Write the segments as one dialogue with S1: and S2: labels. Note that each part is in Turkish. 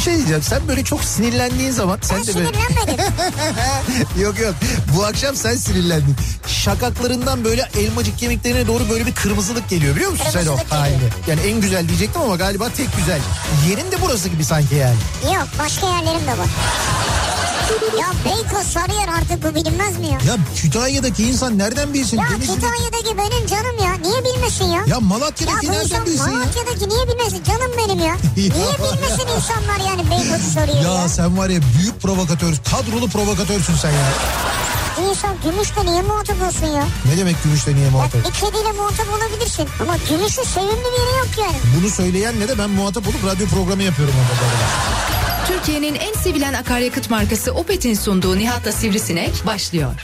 S1: şey diyeceğim. Sen böyle çok sinirlendiğin zaman...
S2: Ben sinirlenmedim.
S1: Yok. Bu akşam sen sinirlendin. Şakaklarından böyle elmacık kemiklerine doğru böyle bir kırmızılık geliyor, biliyor musun sen o halini? Yani en güzel diyecektim ama galiba tek güzel. Yerin de burası gibi sanki yani.
S2: Yok, başka yerlerim de var. Ya Beykoz, Sarıyer, artık bu bilinmez mi ya?
S1: Ya Kütahya'daki insan nereden bilsin?
S2: Ya Kütahya'daki benim canım ya. Niye bilmesin ya?
S1: Ya Malatya'daki nereden bilsin ya?
S2: Malatya'daki niye bilmesin? Canım benim ya. Niye bilmesin insanlar yani Beykoz'u soruyor ya?
S1: Ya sen var ya büyük provokatör, kadrolu provokatörsün sen ya.
S2: İnsan Gümüş'te niye muhatap olsun ya?
S1: Ne demek Gümüş'te niye muhatap?
S2: Ya bir kediyle muhatap olabilirsin ama Gümüş'ün sevimli bir yeri yok yani.
S1: Bunu söyleyenle de ben muhatap olup radyo programı yapıyorum orada.
S3: Türkiye'nin en sevilen akaryakıt markası Opet'in sunduğu Nihat'la Sivrisinek başlıyor.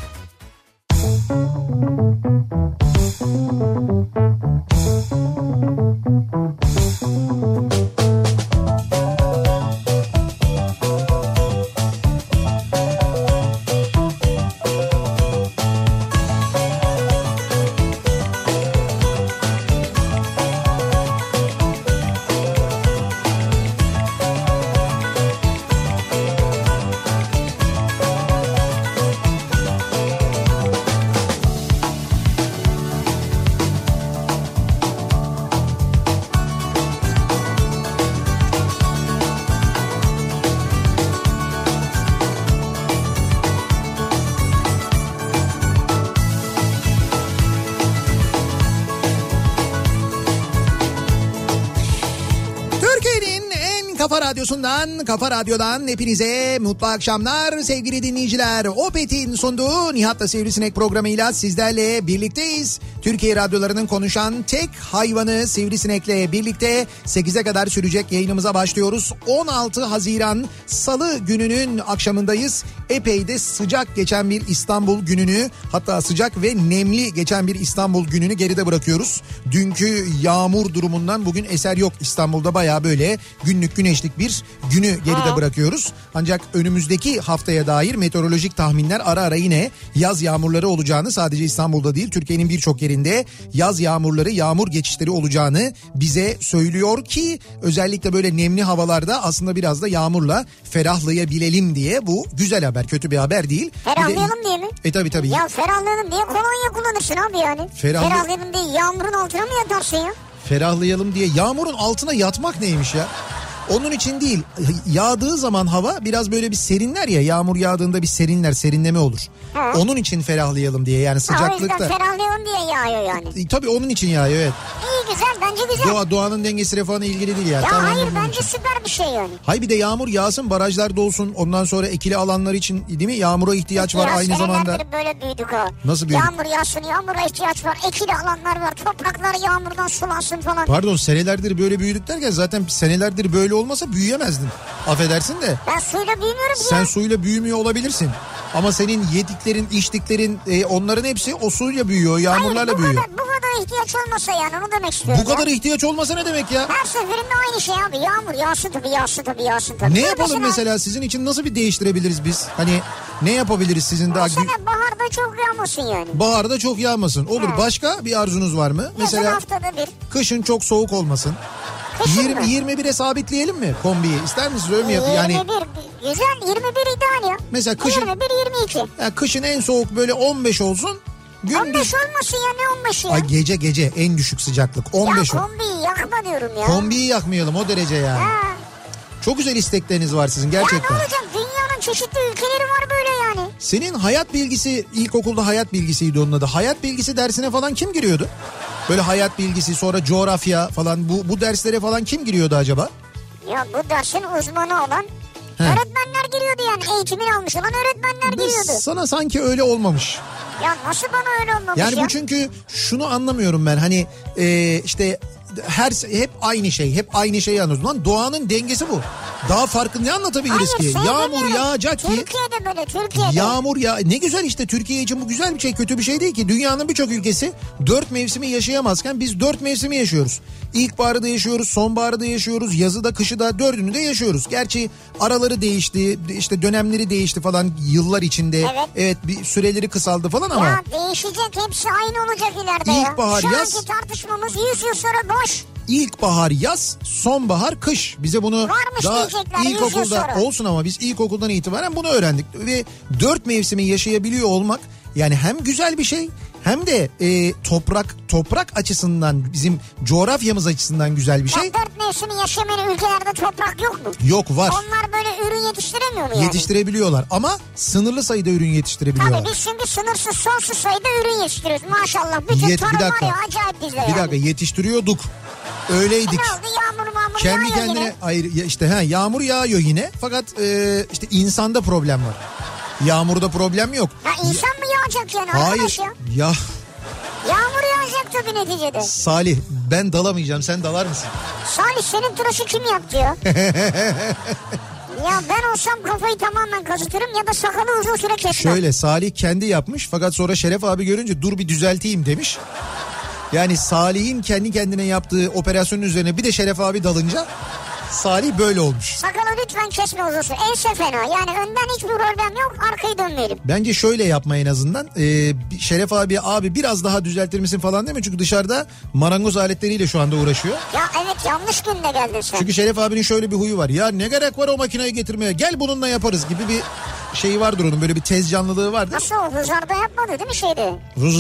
S3: Kafa Radyo'dan hepinize mutlu akşamlar sevgili dinleyiciler. Opet'in sunduğu Nihat'la Sivrisinek programıyla sizlerle birlikteyiz. Türkiye radyolarının konuşan tek hayvanı Sivrisinek'le birlikte 8'e kadar sürecek yayınımıza başlıyoruz. 16 Haziran Salı gününün akşamındayız. Epey de sıcak geçen bir İstanbul gününü, hatta sıcak ve nemli geçen bir İstanbul gününü geride bırakıyoruz. Dünkü yağmur durumundan bugün eser yok. İstanbul'da bayağı böyle günlük güneşlik bir günü geride bırakıyoruz. Ancak önümüzdeki haftaya dair meteorolojik tahminler ara ara yine yaz yağmurları olacağını, sadece İstanbul'da değil Türkiye'nin birçok yerinde yaz yağmurları, yağmur geçişleri olacağını bize söylüyor ki özellikle böyle nemli havalarda aslında biraz da yağmurla ferahlayabilelim diye bu güzel haber, kötü bir haber değil.
S2: Ferahlayalım diye mi?
S1: Tabii.
S2: Ya ferahlayalım diye kolonya kullanırsın abi yani. Ferahlayalım diye yağmurun altına mı yatarsın ya?
S1: Ferahlayalım diye yağmurun altına yatmak neymiş ya? Onun için değil, yağdığı zaman hava biraz böyle bir serinler ya, yağmur yağdığında bir serinleme olur.
S2: Ha.
S1: Onun için ferahlayalım diye, yani sıcaklıkta.
S2: O yüzden ferahlayalım diye yağıyor yani.
S1: Tabii onun için yağıyor, evet.
S2: İyi, güzel, bence güzel.
S1: Doğanın dengesiyle falan ilgili değil yani.
S2: Ya
S1: tamam,
S2: hayır, bence süper bir şey yani.
S1: Hayır, bir de yağmur yağsın, barajlar dolsun, ondan sonra ekili alanlar için değil mi, yağmura ihtiyaç var aynı zamanda.
S2: Böyle büyüdük ha.
S1: Nasıl büyüdük?
S2: Yağmur yağsın, yağmura ihtiyaç var, ekili alanlar var, topraklar yağmurdan sulansın falan.
S1: Pardon, senelerdir böyle büyüdük derken zaten senelerdir böyle olmasa büyüyemezdin. Affedersin de.
S2: Ben suyla büyümüyorum ya.
S1: Sen suyla büyümüyor olabilirsin. Ama senin yediklerin, içtiklerin onların hepsi o suyla büyüyor, yağmurlarla büyüyor.
S2: Bu kadar ihtiyaç olmasa yani, onu demek istiyorum.
S1: Bu kadar ihtiyaç olmasa ne demek ya?
S2: Her seferinde aynı şey abi. Yağmur yağsın tabii.
S1: Ne yapalım mesela sizin için, nasıl bir değiştirebiliriz biz? Hani ne yapabiliriz sizin daha...
S2: Mesela baharda çok yağmasın yani.
S1: Baharda çok yağmasın. Olur. Evet. Başka bir arzunuz var mı?
S2: Mesela haftada bir.
S1: Kışın çok soğuk olmasın. 21'e sabitleyelim mi kombiyi? İster misiniz öyle mi yapayım?
S2: 21 güzel, 21 ideal ya.
S1: Mesela kışın
S2: 21-22.
S1: Yani kışın en soğuk böyle 15 olsun.
S2: 15 olmasın ya, ne 15 ya?
S1: Ay gece en düşük sıcaklık 15.
S2: Ya kombiyi yakma diyorum ya.
S1: Kombiyi yakmayalım o derece yani. Ha. Çok güzel istekleriniz var sizin gerçekten.
S2: Ya ne olacak, dünyanın çeşitli ülkeleri var böyle yani.
S1: Senin hayat bilgisi, ilkokulda hayat bilgisiydi onun adı. Hayat bilgisi dersine falan kim giriyordu? Böyle hayat bilgisi, sonra coğrafya falan, bu derslere falan kim giriyordu acaba?
S2: Ya bu dersin uzmanı olan öğretmenler giriyordu yani, eğitimini almış olan öğretmenler giriyordu.
S1: Sana sanki öyle olmamış.
S2: Ya nasıl bana öyle olmamış
S1: yani
S2: ya?
S1: Bu çünkü şunu anlamıyorum ben, hani işte hep aynı şey, hep aynı şeyi anlıyoruz. Lan doğanın dengesi bu. Daha farklı ne anlatabiliriz ki? Yağmur yağacak ki.
S2: Türkiye'de böyle, Türkiye'de.
S1: Yağmur ne güzel işte, Türkiye için bu güzel bir şey, kötü bir şey değil ki. Dünyanın birçok ülkesi 4 mevsimi yaşayamazken biz 4 mevsimi yaşıyoruz. İlkbaharı da yaşıyoruz, sonbaharı da yaşıyoruz, yazı da kışı da, 4'ünü de yaşıyoruz. Gerçi araları değişti, işte dönemleri değişti falan yıllar içinde. Evet, bir süreleri kısaldı falan ama.
S2: Ya değişecek, hepsi aynı olacak ileride ya.
S1: İlkbahar,
S2: Şu
S1: yaz.
S2: anki tartışmamız 100 yıl sonra boş.
S1: İlkbahar, yaz, sonbahar, kış. Bize bunu
S2: varmış
S1: daha
S2: diyecekler,
S1: ilkokulda olsun ama biz ilkokuldan itibaren bunu öğrendik. Ve 4 mevsimi yaşayabiliyor olmak yani hem güzel bir şey hem de toprak açısından, bizim coğrafyamız açısından güzel bir şey.
S2: Ya 4 mevsimi yaşamayan ülkelerde toprak yok mu?
S1: Yok, var.
S2: Onlar böyle ürün yetiştiremiyor mu yani?
S1: Yetiştirebiliyorlar ama sınırlı sayıda ürün yetiştirebiliyorlar.
S2: Tabii biz çünkü sınırsız, sonsuz sayıda ürün yetiştiriyoruz. Maşallah bütün tarım var ya, acayip bizde yani.
S1: Bir dakika, yetiştiriyorduk. Öyleydik.
S2: Ne oldu, yağmur
S1: kendi
S2: yağıyor
S1: kendine
S2: yine.
S1: Hayır işte yağmur yağıyor yine fakat işte insanda problem var. Yağmurda problem yok.
S2: Ya insan mı yağacak yani?
S1: Hayır ya.
S2: Yağmur yağacak tabii neticede.
S1: Salih, ben dalamayacağım, sen dalar mısın?
S2: Salih, senin tıraşı kim yaptı ya? Ya ben olsam kafayı tamamen kazıtırım ya da sakalı uzun süre kesmem.
S1: Şöyle, Salih kendi yapmış fakat sonra Şeref abi görünce dur bir düzelteyim demiş. Yani Salih'in kendi kendine yaptığı operasyonun üzerine bir de Şeref abi dalınca Salih böyle olmuş.
S2: Sakalı lütfen kesme uzun süre. Ense fena. Yani önden hiçbir problem yok, arkayı dönmeyelim.
S1: Bence şöyle yapma en azından. Şeref abi biraz daha düzeltir misin falan değil mi? Çünkü dışarıda marangoz aletleriyle şu anda uğraşıyor.
S2: Ya evet, yanlış günde geldin sen.
S1: Çünkü Şeref abinin şöyle bir huyu var. Ya ne gerek var o makineyi getirmeye? Gel bununla yaparız gibi bir şeyi vardır onun. Böyle bir tez canlılığı vardır.
S2: Nasıl o? Hızarda yapmadı değil mi şeyde?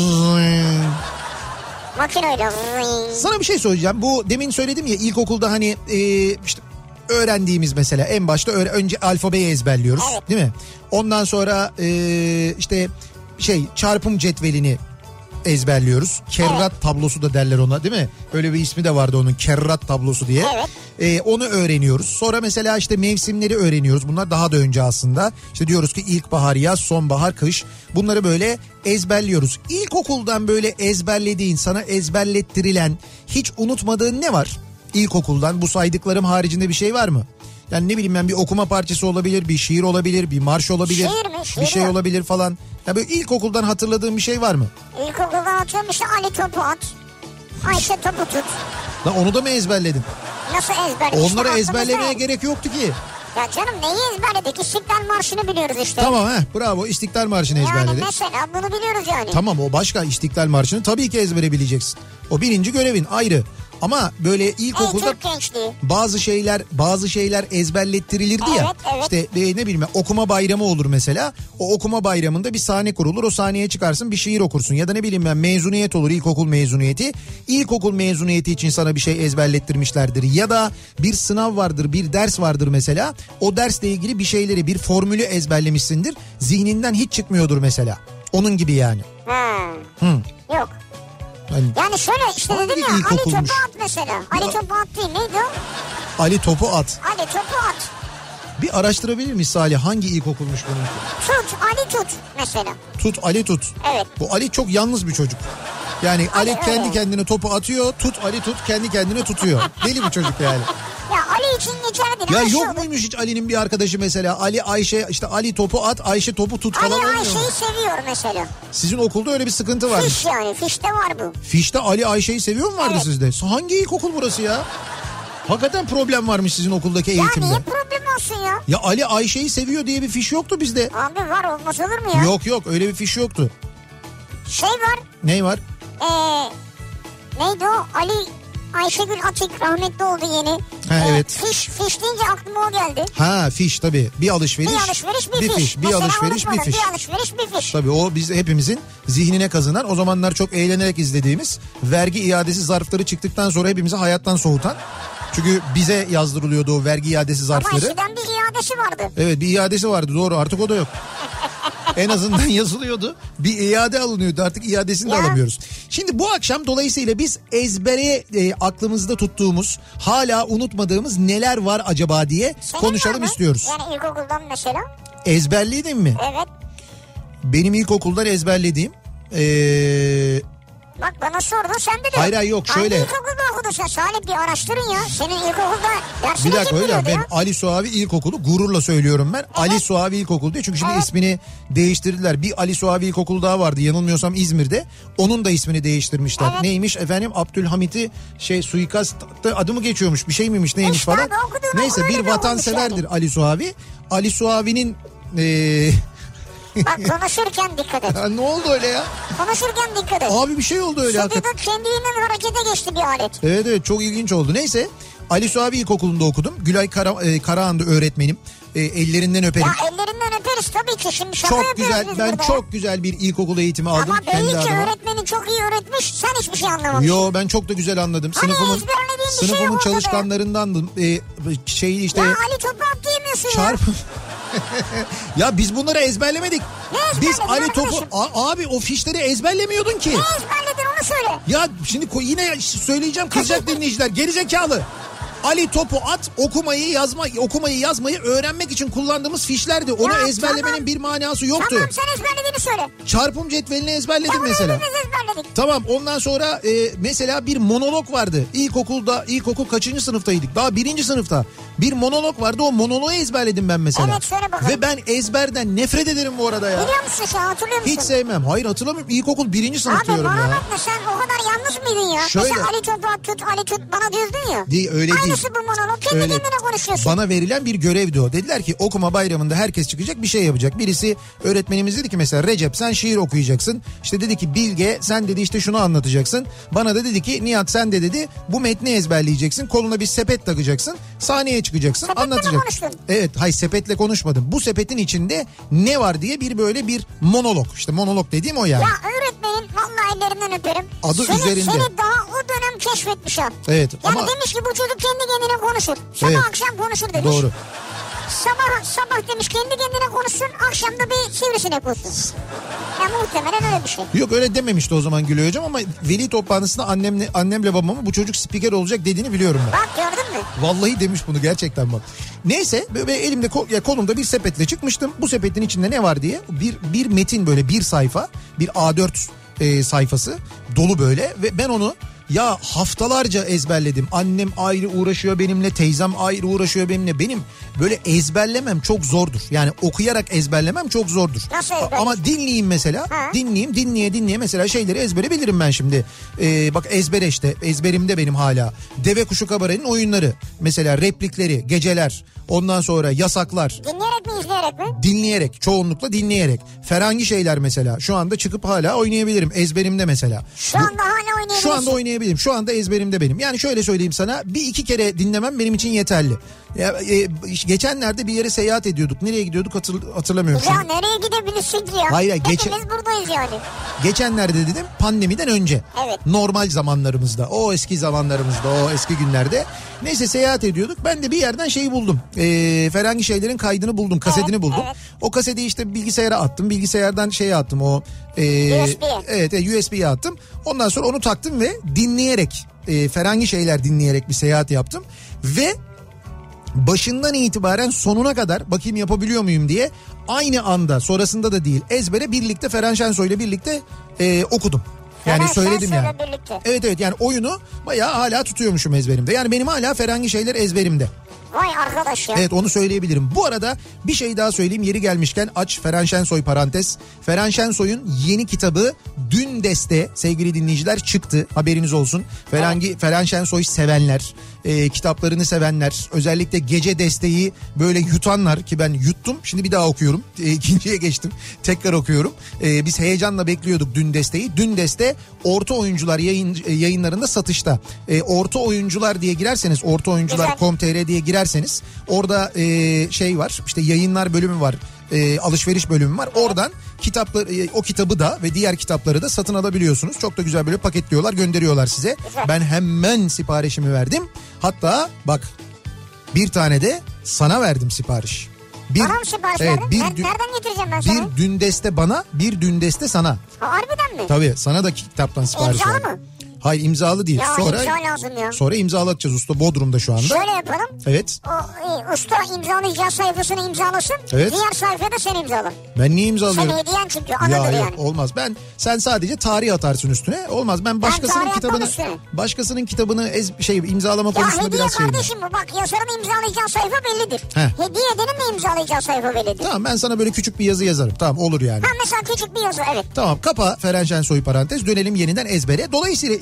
S2: Makineyle.
S1: Sana bir şey söyleyeceğim. Bu demin söyledim ya, ilkokulda hani işte öğrendiğimiz mesela en başta önce alfabeyi ezberliyoruz,
S2: evet,
S1: değil mi? Ondan sonra işte çarpım cetvelini ezberliyoruz. Kerrat tablosu da derler ona, değil mi? Öyle bir ismi de vardı onun, kerrat tablosu diye.
S2: Evet.
S1: Onu öğreniyoruz. Sonra mesela işte mevsimleri öğreniyoruz. Bunlar daha da önce aslında. İşte diyoruz ki ilkbahar, yaz, sonbahar, kış. Bunları böyle ezberliyoruz. İlkokuldan böyle ezberlediğin, sana ezberlettirilen, hiç unutmadığın ne var? İlkokuldan bu saydıklarım haricinde bir şey var mı? Yani ne bileyim ben, bir okuma parçası olabilir, bir şiir olabilir, bir marş olabilir.
S2: Şiir mi? Şiir
S1: bir şey
S2: mi?
S1: olabilir falan. Ya böyle ilkokuldan hatırladığın bir şey var mı?
S2: İlkokuldan atıyorum işte, Ali topu at, Ayşe topu tut.
S1: Lan onu da mı ezberledin?
S2: Nasıl ezberledin?
S1: Onları
S2: İşte
S1: ezberlemeye gerek yoktu ki.
S2: Ya canım, neyi ezberledik? İstiklal Marşı'nı biliyoruz işte.
S1: Tamam, bravo, İstiklal Marşı'nı ezberledik.
S2: Yani mesela bunu biliyoruz yani.
S1: Tamam, o başka, İstiklal Marşı'nı tabii ki ezbere bileceksin. O birinci görevin, ayrı. Ama böyle ilkokulda bazı şeyler ezberlettirilirdi ya.
S2: Evet.
S1: İşte ne bileyim, okuma bayramı olur mesela. O okuma bayramında bir sahne kurulur. O sahneye çıkarsın, bir şiir okursun. Ya da ne bileyim ben, mezuniyet olur, ilkokul mezuniyeti. İlkokul mezuniyeti için sana bir şey ezberlettirmişlerdir. Ya da bir sınav vardır, bir ders vardır mesela. O dersle ilgili bir şeyleri, bir formülü ezberlemişsindir. Zihninden hiç çıkmıyordur mesela. Onun gibi yani.
S2: Yok. Yani şöyle işte dedim ya, Ali topu at mesela. Ali topu at değil, neydi o?
S1: Ali topu at.
S2: Ali topu at.
S1: Bir araştırabilir miyiz Salih? Hangi ilkokulmuş bunun?
S2: Tut, Ali tut mesela.
S1: Tut, Ali tut.
S2: Evet.
S1: Bu Ali çok yalnız bir çocuk. Yani Ali kendi
S2: öyle.
S1: kendine topu atıyor. Tut, Ali tut, kendi kendine tutuyor. Deli bir çocuk yani.
S2: Ya Ali için geçerdi.
S1: Ya yok muymuş hiç Ali'nin bir arkadaşı mesela? Ali, Ayşe, işte Ali topu at, Ayşe topu tut falan.
S2: Ali Ayşe'yi seviyor mesela.
S1: Sizin okulda öyle bir sıkıntı var.
S2: Fiş yani, fişte var bu.
S1: Fişte Ali Ayşe'yi seviyor mu vardı sizde? Hangi ilkokul burası ya? Hakikaten problem varmış sizin okuldaki eğitimde.
S2: Ya niye problem olsun ya?
S1: Ya Ali Ayşe'yi seviyor diye bir fiş yoktu bizde.
S2: Abi var, olmaz olur mu ya?
S1: Yok, öyle bir fiş yoktu.
S2: Şey var.
S1: Ne var?
S2: Neydi o? Ali Ayşegül Atik rahmetli oldu yeni.
S1: Evet.
S2: Fiş deyince aklıma o geldi.
S1: Fiş tabii. Bir alışveriş,
S2: bir fiş.
S1: Bir alışveriş, bir fiş.
S2: Bir alışveriş, bir fiş.
S1: Tabii o biz hepimizin zihnine kazınan, o zamanlar çok eğlenerek izlediğimiz, vergi iadesi zarfları çıktıktan sonra hepimizi hayattan soğutan. Çünkü bize yazdırılıyordu o vergi iadesi zarfları.
S2: Ama eskiden bir iadesi vardı.
S1: Evet, bir iadesi vardı, doğru, artık o da yok. En azından yazılıyordu. Bir iade alınıyordu, artık iadesini de alamıyoruz. Şimdi bu akşam dolayısıyla biz ezbere aklımızda tuttuğumuz, hala unutmadığımız neler var acaba diye konuşalım istiyoruz.
S2: Yani ilkokuldan mesela.
S1: Ezberledin mi?
S2: Evet.
S1: Benim ilkokuldan ezberlediğim...
S2: Bak bana sordun, sen de.
S1: Hayır yok, şöyle.
S2: Hangi ilkokulda okudun sen? Salih, bir araştırın ya. Senin ilkokulda dersine
S1: bir dakika,
S2: kim
S1: öyle
S2: biliyordu
S1: ben
S2: ya?
S1: Ali Suavi İlkokulu, gururla söylüyorum ben. Evet. Ali Suavi İlkokulu diye, çünkü şimdi ismini değiştirdiler. Bir Ali Suavi İlkokulu daha vardı yanılmıyorsam İzmir'de. Onun da ismini değiştirmişler.
S2: Evet.
S1: Neymiş efendim, Abdülhamit'i suikast adı mı geçiyormuş, bir şey miymiş, neymiş
S2: İşte
S1: falan.
S2: abi,
S1: Neyse, bir vatanseverdir yani. Ali Suavi. Ali Suavi'nin
S2: Bak konuşurken dikkat et.
S1: Ya ne oldu öyle ya?
S2: Konuşurken dikkat et.
S1: Abi bir şey oldu öyle.
S2: Stüdyoda kendiliğinden harekete geçti bir alet.
S1: Evet çok ilginç oldu. Neyse Ali Suavi İlkokulu'nda okudum. Gülay Karahan'dı öğretmenim. Ellerinden öperim.
S2: Ya ellerinden öperiz tabii ki. Şimdi şaka
S1: çok
S2: yapıyoruz
S1: güzel.
S2: biz
S1: Ben
S2: burada.
S1: çok güzel bir ilkokul eğitimi aldım.
S2: Ama belli ki öğretmenin çok iyi öğretmiş. Sen hiçbir şey anlamamışsın.
S1: Yo ben çok da güzel anladım.
S2: Hani
S1: Sınıfımın çalışkanlarındandım.
S2: Ya Ali Toprak diyemiyorsun
S1: ya. Ya biz bunları ezberlemedik.
S2: Ne
S1: biz Ali
S2: Topu
S1: abi o fişleri ezberlemiyordun ki.
S2: Ne ezberledin onu söyle.
S1: Ya şimdi yine söyleyeceğim, kızacak dinleyiciler. Gerizekalı. Ali topu at, okumayı yazmayı öğrenmek için kullandığımız fişlerdi. Onu ezberlemenin bir manası yoktu.
S2: Tamam sen ezberlediğini söyle.
S1: Çarpım cetvelini ezberledim mesela.
S2: Ezberledik.
S1: Tamam ondan sonra mesela bir monolog vardı. İlkokul kaçıncı sınıftaydık? Daha 1. sınıfta. Bir monolog vardı, o monologu ezberledim ben mesela.
S2: Evet söyle bakalım.
S1: Ve ben ezberden nefret ederim bu arada ya.
S2: Biliyor musun sen, hatırlıyor musun?
S1: Hiç sevmem. Hayır hatırlamıyorum. İlkokul 1. sınıf diyorum ya.
S2: Abi bana bakma, sen o kadar yalnız mıydın ya?
S1: Şöyle.
S2: Mesela Ali Toprak tut, Ali tut bana diyordun ya.
S1: Değil, öyle değil.
S2: Aynısı bu monolog. Kendi kendine konuşuyorsun.
S1: Bana verilen bir görevdi o. Dediler ki okuma bayramında herkes çıkacak, bir şey yapacak. Birisi öğretmenimiz dedi ki mesela Recep sen şiir okuyacaksın. İşte dedi ki Bilge sen dedi işte şunu anlatacaksın. Bana da dedi ki Nihat sen de dedi bu metni ezberleyeceksin. Koluna bir sepet takacaksın. Sahneye çıkacaksın.
S2: Sepetle
S1: anlatacaksın.
S2: mi konuştun?
S1: Evet, hayır sepetle konuşmadım. Bu sepetin içinde ne var diye bir monolog. İşte monolog dediğim o yani.
S2: Ya öğretmenin vallahi ellerinden öperim.
S1: Adı üzerinde.
S2: Seni daha o dönem keşfetmiş ha.
S1: Evet
S2: yani
S1: ama.
S2: Demiş ki bu çocuk kendi kendine konuşur. Sabah akşam konuşur demiş.
S1: Doğru.
S2: Sabah demiş kendi kendine konuşsun, akşam da bir sivrisinek olsun. Ya muhtemelen öyle bir şey.
S1: Yok öyle dememişti o zaman Gülay Hocam ama veli toplantısında annemle babamın bu çocuk spiker olacak dediğini biliyorum ben.
S2: Bak gördün mü?
S1: Vallahi demiş bunu gerçekten bak. Neyse ve elimde kolumda bir sepetle çıkmıştım. Bu sepetin içinde ne var diye bir metin, böyle bir sayfa, bir A4 sayfası dolu böyle ve ben onu ya haftalarca ezberledim. Annem ayrı uğraşıyor benimle, teyzem ayrı uğraşıyor benimle. Benim böyle ezberlemem çok zordur. Yani okuyarak ezberlemem çok zordur.
S2: Nasıl ezberledin?
S1: Ama dinleyeyim mesela. Ha? Dinleye mesela şeyleri ezbere bilirim ben şimdi. Bak ezbere işte, ezberimde benim hala. Deve Kuşu Kabare'nin oyunları. Mesela replikleri, geceler, ondan sonra yasaklar.
S2: Dinleyerek mi, izleyerek mi?
S1: Dinleyerek, çoğunlukla dinleyerek. Ferhangi şeyler mesela. Şu anda çıkıp hala oynayabilirim. Ezberimde mesela.
S2: Şu anda hala oynayabilirsin.
S1: Şu anda oynayabilirim. Şu anda ezberimde benim. Yani şöyle söyleyeyim sana, bir iki kere dinlemem benim için yeterli. Geçenlerde bir yere seyahat ediyorduk. Nereye gidiyorduk hatırlamıyorum.
S2: Ya nereye gidebilirsin ki ya?
S1: Hayır,
S2: hepimiz buradayız yani.
S1: Geçenlerde dedim, pandemiden önce.
S2: Evet.
S1: Normal zamanlarımızda, o eski zamanlarımızda, o eski günlerde. Neyse seyahat ediyorduk. Ben de bir yerden şeyi buldum. Ferhangi şeylerin kaydını buldum, kasetini buldum. Evet. O kaseti işte bilgisayara attım. Bilgisayardan şeye attım o.
S2: USB'ye.
S1: Evet, USB'ye attım. Ondan sonra onu taktım ve dinleyerek, Ferhangi şeyler dinleyerek bir seyahat yaptım. Ve başından itibaren sonuna kadar bakayım yapabiliyor muyum diye aynı anda, sonrasında da değil, ezbere birlikte Ferhan Şensoy'la birlikte okudum. Yani söyledim yani. Evet yani oyunu bayağı hala tutuyormuşum ezberimde. Yani benim hala Ferhangi şeyler ezberimde.
S2: Vay arkadaş ya.
S1: Evet onu söyleyebilirim. Bu arada bir şey daha söyleyeyim yeri gelmişken, aç Ferhan Şensoy parantez. Ferhan Şensoy'un yeni kitabı Dün Deste sevgili dinleyiciler çıktı, haberiniz olsun. Ferhan Şensoy sevenler, kitaplarını sevenler, özellikle Gece Deste'yi böyle yutanlar, ki ben yuttum şimdi bir daha okuyorum. İkinciye geçtim, tekrar okuyorum. Biz heyecanla bekliyorduk Dün Deste'yi. Dün Deste Orta Oyuncular yayınlarında satışta. Orta Oyuncular diye girerseniz, ortaoyuncular.com.tr diye girerseniz orada şey var, işte yayınlar bölümü var, alışveriş bölümü var. Oradan o kitabı da ve diğer kitapları da satın alabiliyorsunuz. Çok da güzel böyle paketliyorlar, gönderiyorlar size. Güzel. Ben hemen siparişimi verdim. Hatta bak bir tane de sana verdim sipariş.
S2: Bana mı sipariş verdin? Nereden getireceğim ben sana?
S1: Bir Dün Deste bana, bir Dün Deste sana.
S2: Harbiden mi?
S1: Tabii sana da kitaptan sipariş verdim.
S2: İmzalı mı?
S1: Hayır imzalı değil.
S2: Ya imza lazım ya.
S1: Sonra imzalatacağız, usta Bodrum'da şu anda.
S2: Şöyle yapalım.
S1: Evet.
S2: O usta imzalayacağı sayfasını imzalasın.
S1: Evet.
S2: Diğer sayfada sen imzala.
S1: Ben niye imzalıyorum?
S2: Sen hediyen çünkü anıdır yani.
S1: Olmaz. Sen sadece tarih atarsın üstüne. Olmaz. Ben başkasının kitabını imzalama konusunda biraz şeyim.
S2: Ya hediye kardeşim bu. Bak yazarın imzalayacağı sayfa bellidir. Hediye edenin de imzalayacağı sayfa bellidir.
S1: Tamam ben sana böyle küçük bir yazı yazarım. Tamam olur yani.
S2: Mesela küçük bir yazı, evet.
S1: Tamam kapa Ferhan Şensoy parantez, dönelim yeniden ezbere. Dolayısıyla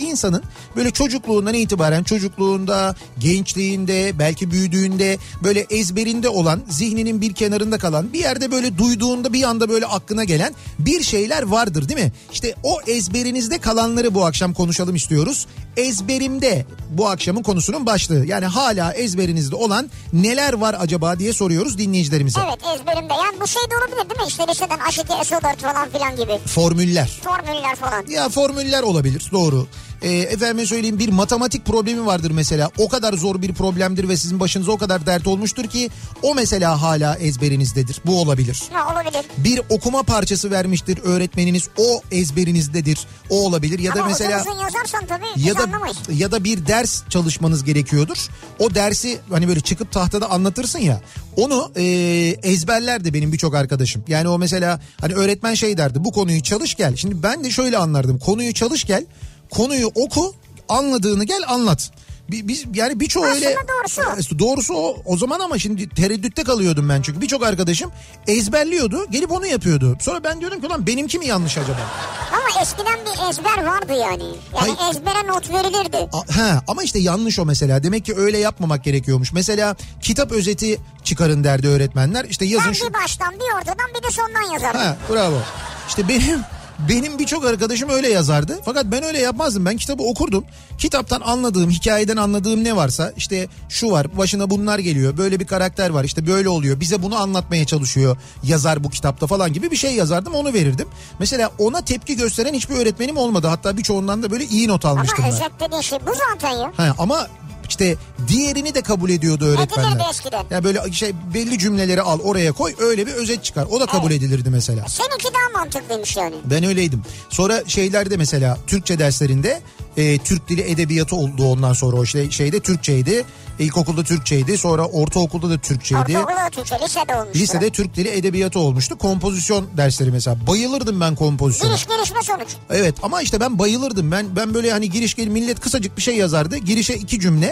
S1: insanın böyle çocukluğundan itibaren, çocukluğunda, gençliğinde, belki büyüdüğünde böyle ezberinde olan, zihninin bir kenarında kalan, bir yerde böyle duyduğunda bir anda böyle aklına gelen bir şeyler vardır değil mi? İşte o ezberinizde kalanları bu akşam konuşalım istiyoruz. Ezberimde bu akşamın konusunun başlığı. Yani hala ezberinizde olan neler var acaba diye soruyoruz dinleyicilerimize.
S2: Evet, ezberimde. Yani bu şey de olabilir değil mi? İşte liseden H2 SO4 falan filan gibi.
S1: Formüller
S2: falan.
S1: Ya formüller olabilir, doğru. Efendime söyleyeyim, bir matematik problemi vardır mesela. O kadar zor bir problemdir ve sizin başınıza o kadar dert olmuştur ki o mesela hala ezberinizdedir. Bu olabilir.
S2: Olabilir.
S1: Bir okuma parçası vermiştir öğretmeniniz, o ezberinizdedir. O olabilir. Ya
S2: ama
S1: da mesela
S2: uzun yazarsan tabii
S1: ya da bir ders çalışmanız gerekiyordur. O dersi hani böyle çıkıp tahtada anlatırsın ya. Onu ezberlerdi benim birçok arkadaşım. Yani o mesela hani öğretmen şey derdi, bu konuyu çalış gel. Şimdi ben de şöyle anlardım. Konuyu çalış gel. Konuyu oku, anladığını gel anlat. Biz yani birçoğu öyle. Doğrusu o zaman, ama şimdi tereddütte kalıyordum ben çünkü birçok arkadaşım ezberliyordu, gelip onu yapıyordu. Sonra ben diyordum ki ulan benimki mi yanlış acaba?
S2: Ama eskiden bir ezber vardı yani. Yani ezbere not verilirdi.
S1: Ama işte yanlış o mesela. Demek ki öyle yapmamak gerekiyormuş. Mesela kitap özeti çıkarın derdi öğretmenler. İşte yazın.
S2: Bir baştan, bir ortadan, bir de sondan yazardım.
S1: Bravo. İşte benim birçok arkadaşım öyle yazardı. Fakat ben öyle yapmazdım. Ben kitabı okurdum. Kitaptan anladığım, hikayeden anladığım ne varsa, işte şu var, başına bunlar geliyor, böyle bir karakter var, işte böyle oluyor, bize bunu anlatmaya çalışıyor yazar bu kitapta falan gibi bir şey yazardım, onu verirdim. Mesela ona tepki gösteren hiçbir öğretmenim olmadı. Hatta birçoğundan da böyle iyi not almıştım.
S2: Ama özet dediğin şey bu zaten ya.
S1: Ama İşte diğerini de kabul ediyordu öğretmenler.
S2: Edilirdi eskiden.
S1: Ya böyle belli cümleleri al oraya koy, öyle bir özet çıkar. O da kabul edilirdi mesela.
S2: Seninki daha mantıklıymış yani.
S1: Ben öyleydim. Sonra şeylerde mesela Türkçe derslerinde Türk dili edebiyatı oldu ondan sonra, o şeyde Türkçeydi. İlkokulda Türkçeydi, sonra ortaokulda da Türkçeydi.
S2: Ortaokulda da Türkçe, lisede olmuştu.
S1: Lisede Türk dili edebiyatı olmuştu. Kompozisyon dersleri mesela. Bayılırdım ben kompozisyona.
S2: Giriş gelişme sonuç.
S1: Evet, ama işte ben bayılırdım. Ben böyle hani giriş millet kısacık bir şey yazardı. Girişe 2 cümle.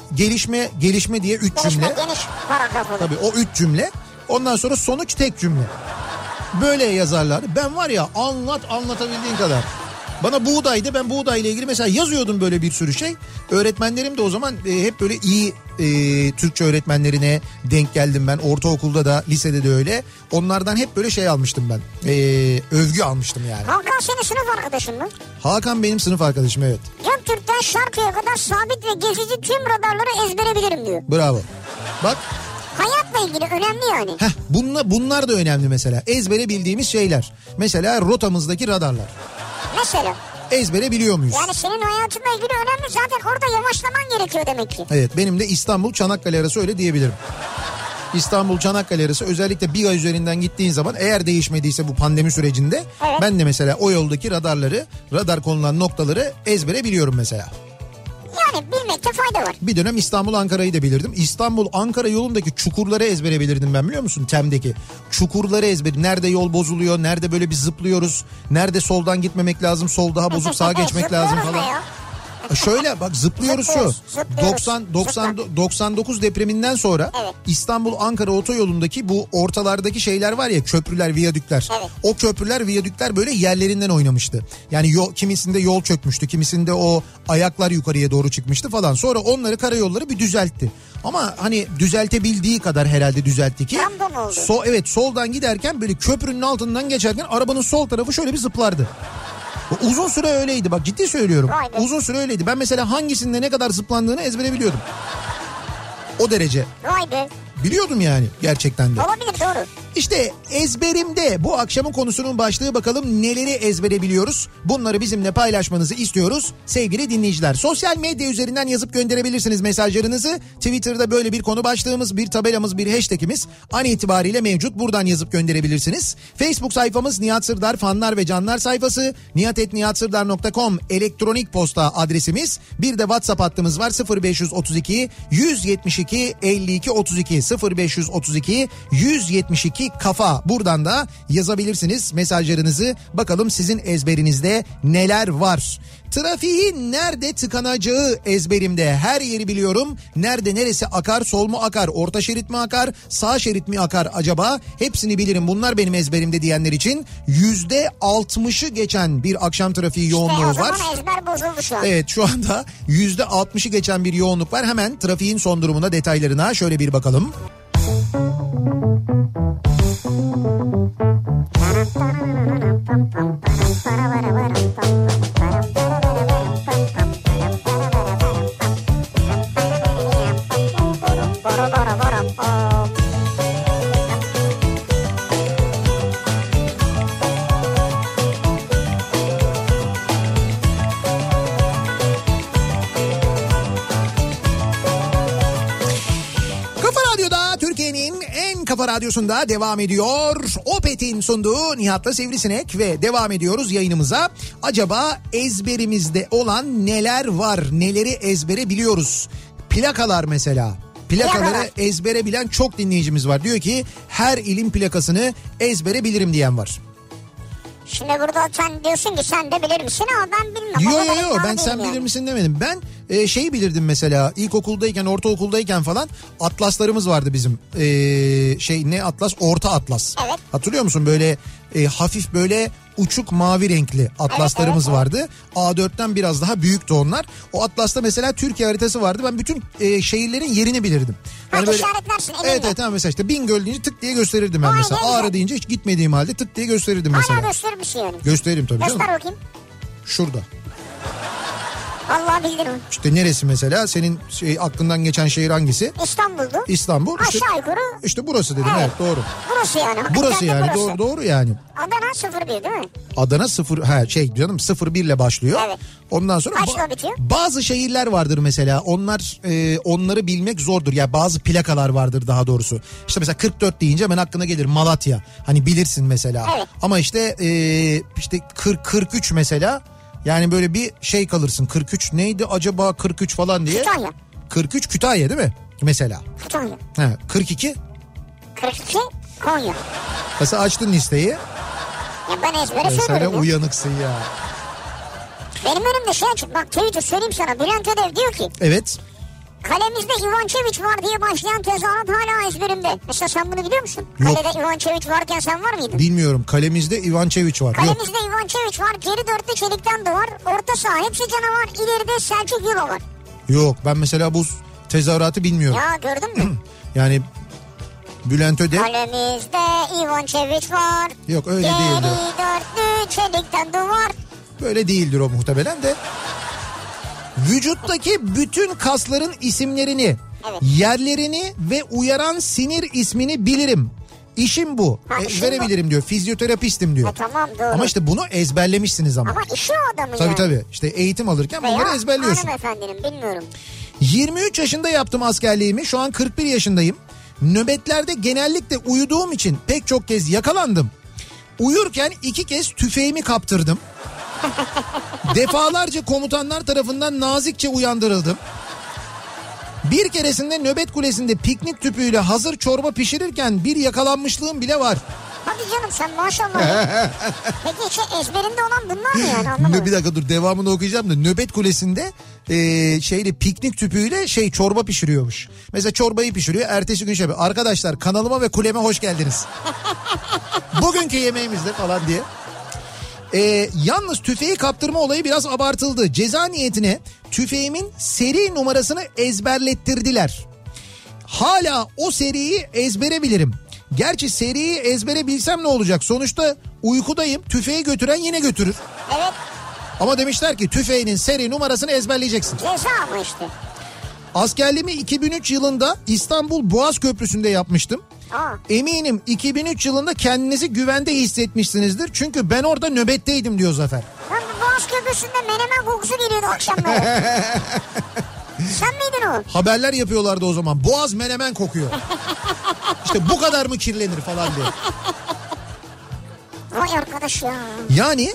S1: Gelişme diye 3 cümle.
S2: Geniş paragraf olur.
S1: Tabii o 3 cümle. Ondan sonra sonuç tek cümle. Böyle yazarlardı. Ben var ya, anlatabildiğin kadar. Bana buğdaydı, ben buğdayla ilgili mesela yazıyordum böyle bir sürü şey. Öğretmenlerim de o zaman hep böyle iyi Türkçe öğretmenlerine denk geldim ben. Ortaokulda da, lisede de öyle. Onlardan hep böyle şey almıştım ben. Övgü almıştım yani.
S2: Hakan senin sınıf arkadaşın mı?
S1: Hakan benim sınıf arkadaşım, evet.
S2: Göktürk'ten Şarkı'ya kadar sabit ve geçici tüm radarları ezbere bilirim diyor.
S1: Bravo. Bak.
S2: Hayatla ilgili önemli yani.
S1: Bunlar da önemli mesela. Ezbere bildiğimiz şeyler. Mesela rotamızdaki radarlar.
S2: Mesela.
S1: Ezbere biliyor muyuz?
S2: Yani senin hayatınla ilgili önemli, zaten orada yavaşlaman gerekiyor demek ki.
S1: Evet, benim de İstanbul-Çanakkale arası öyle diyebilirim. İstanbul-Çanakkale arası özellikle bir ay üzerinden gittiğin zaman, eğer değişmediyse bu pandemi sürecinde, evet, ben de mesela o yoldaki radar konulan noktaları ezbere biliyorum mesela.
S2: Yani bilmekte fayda var.
S1: Bir dönem İstanbul-Ankara'yı da bilirdim. İstanbul-Ankara yolundaki çukurları ezbere bilirdim ben, biliyor musun? Tem'deki çukurları ezbere. Nerede yol bozuluyor, nerede böyle bir zıplıyoruz, nerede soldan gitmemek lazım, sol daha bozuk, sağa geçmek lazım falan. Şöyle bak, zıplıyoruz şu. 99 depreminden sonra, evet, İstanbul-Ankara otoyolundaki bu ortalardaki şeyler var ya, köprüler, viyadükler. Evet. O köprüler, viyadükler böyle yerlerinden oynamıştı. Yani kimisinde yol çökmüştü, kimisinde o ayaklar yukarıya doğru çıkmıştı falan. Sonra onları karayolları bir düzeltti. Ama hani düzeltebildiği kadar herhalde düzeltti ki. Evet, soldan giderken böyle köprünün altından geçerken arabanın sol tarafı şöyle bir zıplardı. Uzun süre öyleydi, bak ciddi söylüyorum. Uzun süre öyleydi. Ben mesela hangisinde ne kadar zıplandığını ezbere biliyordum. O derece.
S2: Vay be.
S1: Biliyordum yani, gerçekten de.
S2: Olabilir, doğru.
S1: İşte ezberimde bu akşamın konusunun başlığı. Bakalım neleri ezbere biliyoruz. Bunları bizimle paylaşmanızı istiyoruz sevgili dinleyiciler. Sosyal medya üzerinden yazıp gönderebilirsiniz mesajlarınızı. Twitter'da böyle bir konu başlığımız, bir tabelamız, bir hashtagimiz an itibariyle mevcut. Buradan yazıp gönderebilirsiniz. Facebook sayfamız Nihat Sırdar fanlar ve canlar sayfası. nihat@nihatsırdar.com elektronik posta adresimiz. Bir de WhatsApp hattımız var, 0532 172 52 32 0532 172 Trafik Kafa, buradan da yazabilirsiniz mesajlarınızı. Bakalım sizin ezberinizde neler var? Trafiğin nerede tıkanacağı ezberimde, her yeri biliyorum. Nerede neresi akar, sol mu akar, orta şerit mi akar, sağ şerit mi akar acaba? Hepsini bilirim, bunlar benim ezberimde diyenler için %60'ı geçen bir akşam trafiği yoğunluğu var.
S2: İşte o zaman ezber bozuldu şu an.
S1: Evet, şu anda %60'ı geçen bir yoğunluk var. Hemen trafiğin son durumuna, detaylarına şöyle bir bakalım. Kafa Radyosu'nda devam ediyor. Opet'in sunduğu Nihat'la Sivrisinek ve devam ediyoruz yayınımıza. Acaba ezberimizde olan neler var? Neleri ezbere biliyoruz? Plakalar mesela. Plakaları ezbere bilen çok dinleyicimiz var. Diyor ki her ilin plakasını ezbere bilirim diyen var.
S2: Şimdi burada sen diyorsun ki sen de bilir misin ama ben bilmem.
S1: Yok ben sen bilir misin demedim. Ben şeyi bilirdim mesela, ilkokuldayken, ortaokuldayken falan atlaslarımız vardı bizim. Ne atlas? Orta atlas.
S2: Evet.
S1: Hatırlıyor musun? Böyle hafif böyle uçuk mavi renkli atlaslarımız vardı. A4'ten biraz daha büyüktü onlar. O atlasta mesela Türkiye haritası vardı. Ben bütün şehirlerin yerini bilirdim.
S2: Yani böyle, işaretlersin elinle.
S1: Evet tamam, mesela işte Bingöl deyince tık diye gösterirdim ben mesela. Ağrı deyince hiç gitmediğim halde tık diye gösterirdim mesela.
S2: Hala gösterir misin yani?
S1: Gösteririm tabii canım.
S2: Göster bakayım.
S1: Şurada.
S2: Allah bildirim.
S1: İşte neresi mesela? Senin aklından geçen şehir hangisi?
S2: İstanbul'du.
S1: İstanbul.
S2: Aşağı
S1: işte,
S2: yukarı.
S1: İşte burası dedim, evet doğru.
S2: Burası yani.
S1: Burası yani
S2: burası.
S1: Doğru yani.
S2: Adana 01 değil mi?
S1: Adana 01 ile başlıyor.
S2: Evet.
S1: Ondan sonra
S2: kaçla bitiyor?
S1: Bazı şehirler vardır mesela. Onları bilmek zordur. Ya yani bazı plakalar vardır daha doğrusu. İşte mesela 44 deyince hemen aklına gelir Malatya. Hani bilirsin mesela.
S2: Evet.
S1: Ama işte 43 mesela. Yani böyle bir şey kalırsın. 43 neydi acaba 43 falan diye.
S2: Kütahya.
S1: 43 Kütahya değil mi? Mesela.
S2: Kütahya.
S1: 42.
S2: 42 Konya.
S1: Mesela açtın listeyi.
S2: Ya ben ezbere söylüyorum.
S1: Sen uyanıksın ya.
S2: Benim önümde şey açık, bak Twitter söyleyeyim sana. Bülent Ödev diyor ki.
S1: Evet.
S2: Kalemizde Ivançeviç var diye başlayan tezahürat hala ezberimde. Mesela sen bunu biliyor musun?
S1: Yok.
S2: Kalede Ivançeviç varken sen var mıydın?
S1: Bilmiyorum. Kalemizde Ivançeviç var.
S2: Kalemizde Ivançeviç var. Geri dörtlü çelikten duvar. Orta saha hepsi canavar. İleride Selçuk Euro var.
S1: Yok, ben mesela bu tezahüratı bilmiyorum.
S2: Ya gördün mü?
S1: Yani Bülent Ödev.
S2: Kalemizde Ivançeviç var.
S1: Yok öyle
S2: Geri
S1: değildir.
S2: dörtlü çelikten duvar.
S1: Böyle değildir o muhtemelen de. Vücuttaki bütün kasların isimlerini, evet, yerlerini ve uyaran sinir ismini bilirim. İşim bu. Verebilirim diyor. Fizyoterapistim diyor.
S2: Tamam doğru.
S1: Ama işte bunu ezberlemişsiniz ama.
S2: Ama işi o adamın yani.
S1: Tabii. İşte eğitim alırken bunları ezberliyorsun.
S2: Hanımefendinin bilmiyorum.
S1: 23 yaşında yaptım askerliğimi. Şu an 41 yaşındayım. Nöbetlerde genellikle uyuduğum için pek çok kez yakalandım. Uyurken 2 kez tüfeğimi kaptırdım. Defalarca komutanlar tarafından nazikçe uyandırıldım. Bir keresinde nöbet kulesinde piknik tüpüyle hazır çorba pişirirken bir yakalanmışlığım bile var.
S2: Hadi canım sen maşallah. Peki ezberinde olan bunlar mı yani, anlamadım.
S1: Bir dakika dur, devamını okuyacağım da. Nöbet kulesinde piknik tüpüyle çorba pişiriyormuş. Mesela çorbayı pişiriyor, ertesi gün arkadaşlar kanalıma ve kuleme hoş geldiniz. Bugünkü yemeğimizde falan diye. Yalnız tüfeği kaptırma olayı biraz abartıldı. Ceza niyetine tüfeğimin seri numarasını ezberlettirdiler. Hala o seriyi ezbere bilirim. Gerçi seriyi ezbere bilsem ne olacak? Sonuçta uykudayım. Tüfeği götüren yine götürür.
S2: Evet.
S1: Ama demişler ki tüfeğinin seri numarasını ezberleyeceksin.
S2: Ceza mı işte?
S1: Askerliğimi 2003 yılında İstanbul Boğaz Köprüsü'nde yapmıştım. Eminim 2003 yılında kendinizi güvende hissetmişsinizdir. Çünkü ben orada nöbetteydim diyor Zafer.
S2: Ben Boğaz Köprüsü'nde menemen kokusu geliyordu akşamları. Sen miydin o?
S1: Haberler yapıyorlardı o zaman. Boğaz menemen kokuyor. İşte bu kadar mı kirlenir falan diye.
S2: Vay arkadaş ya.
S1: Yani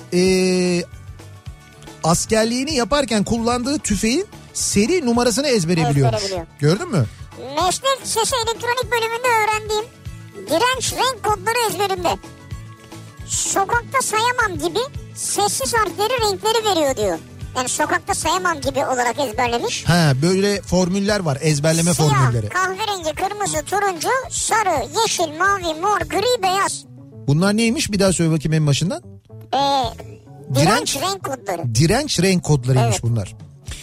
S1: askerliğini yaparken kullandığı tüfeğin seri numarasını ezbere biliyormuş. Gördün mü?
S2: Meslek sesi elektronik bölümünde öğrendiğim Direnç renk kodları ezberimde. Sokakta sayamam gibi sessiz harfleri renkleri veriyor diyor. Yani sokakta sayamam gibi olarak ezberlemiş.
S1: Ha, böyle formüller var, ezberleme
S2: siyah,
S1: formülleri.
S2: kahverengi, kırmızı, turuncu, sarı, yeşil, mavi, mor, gri, beyaz.
S1: Bunlar neymiş? Bir daha söyle bakayım en başından.
S2: Direnç renk kodları.
S1: Direnç renk kodlarıymış
S2: evet.
S1: bunlar.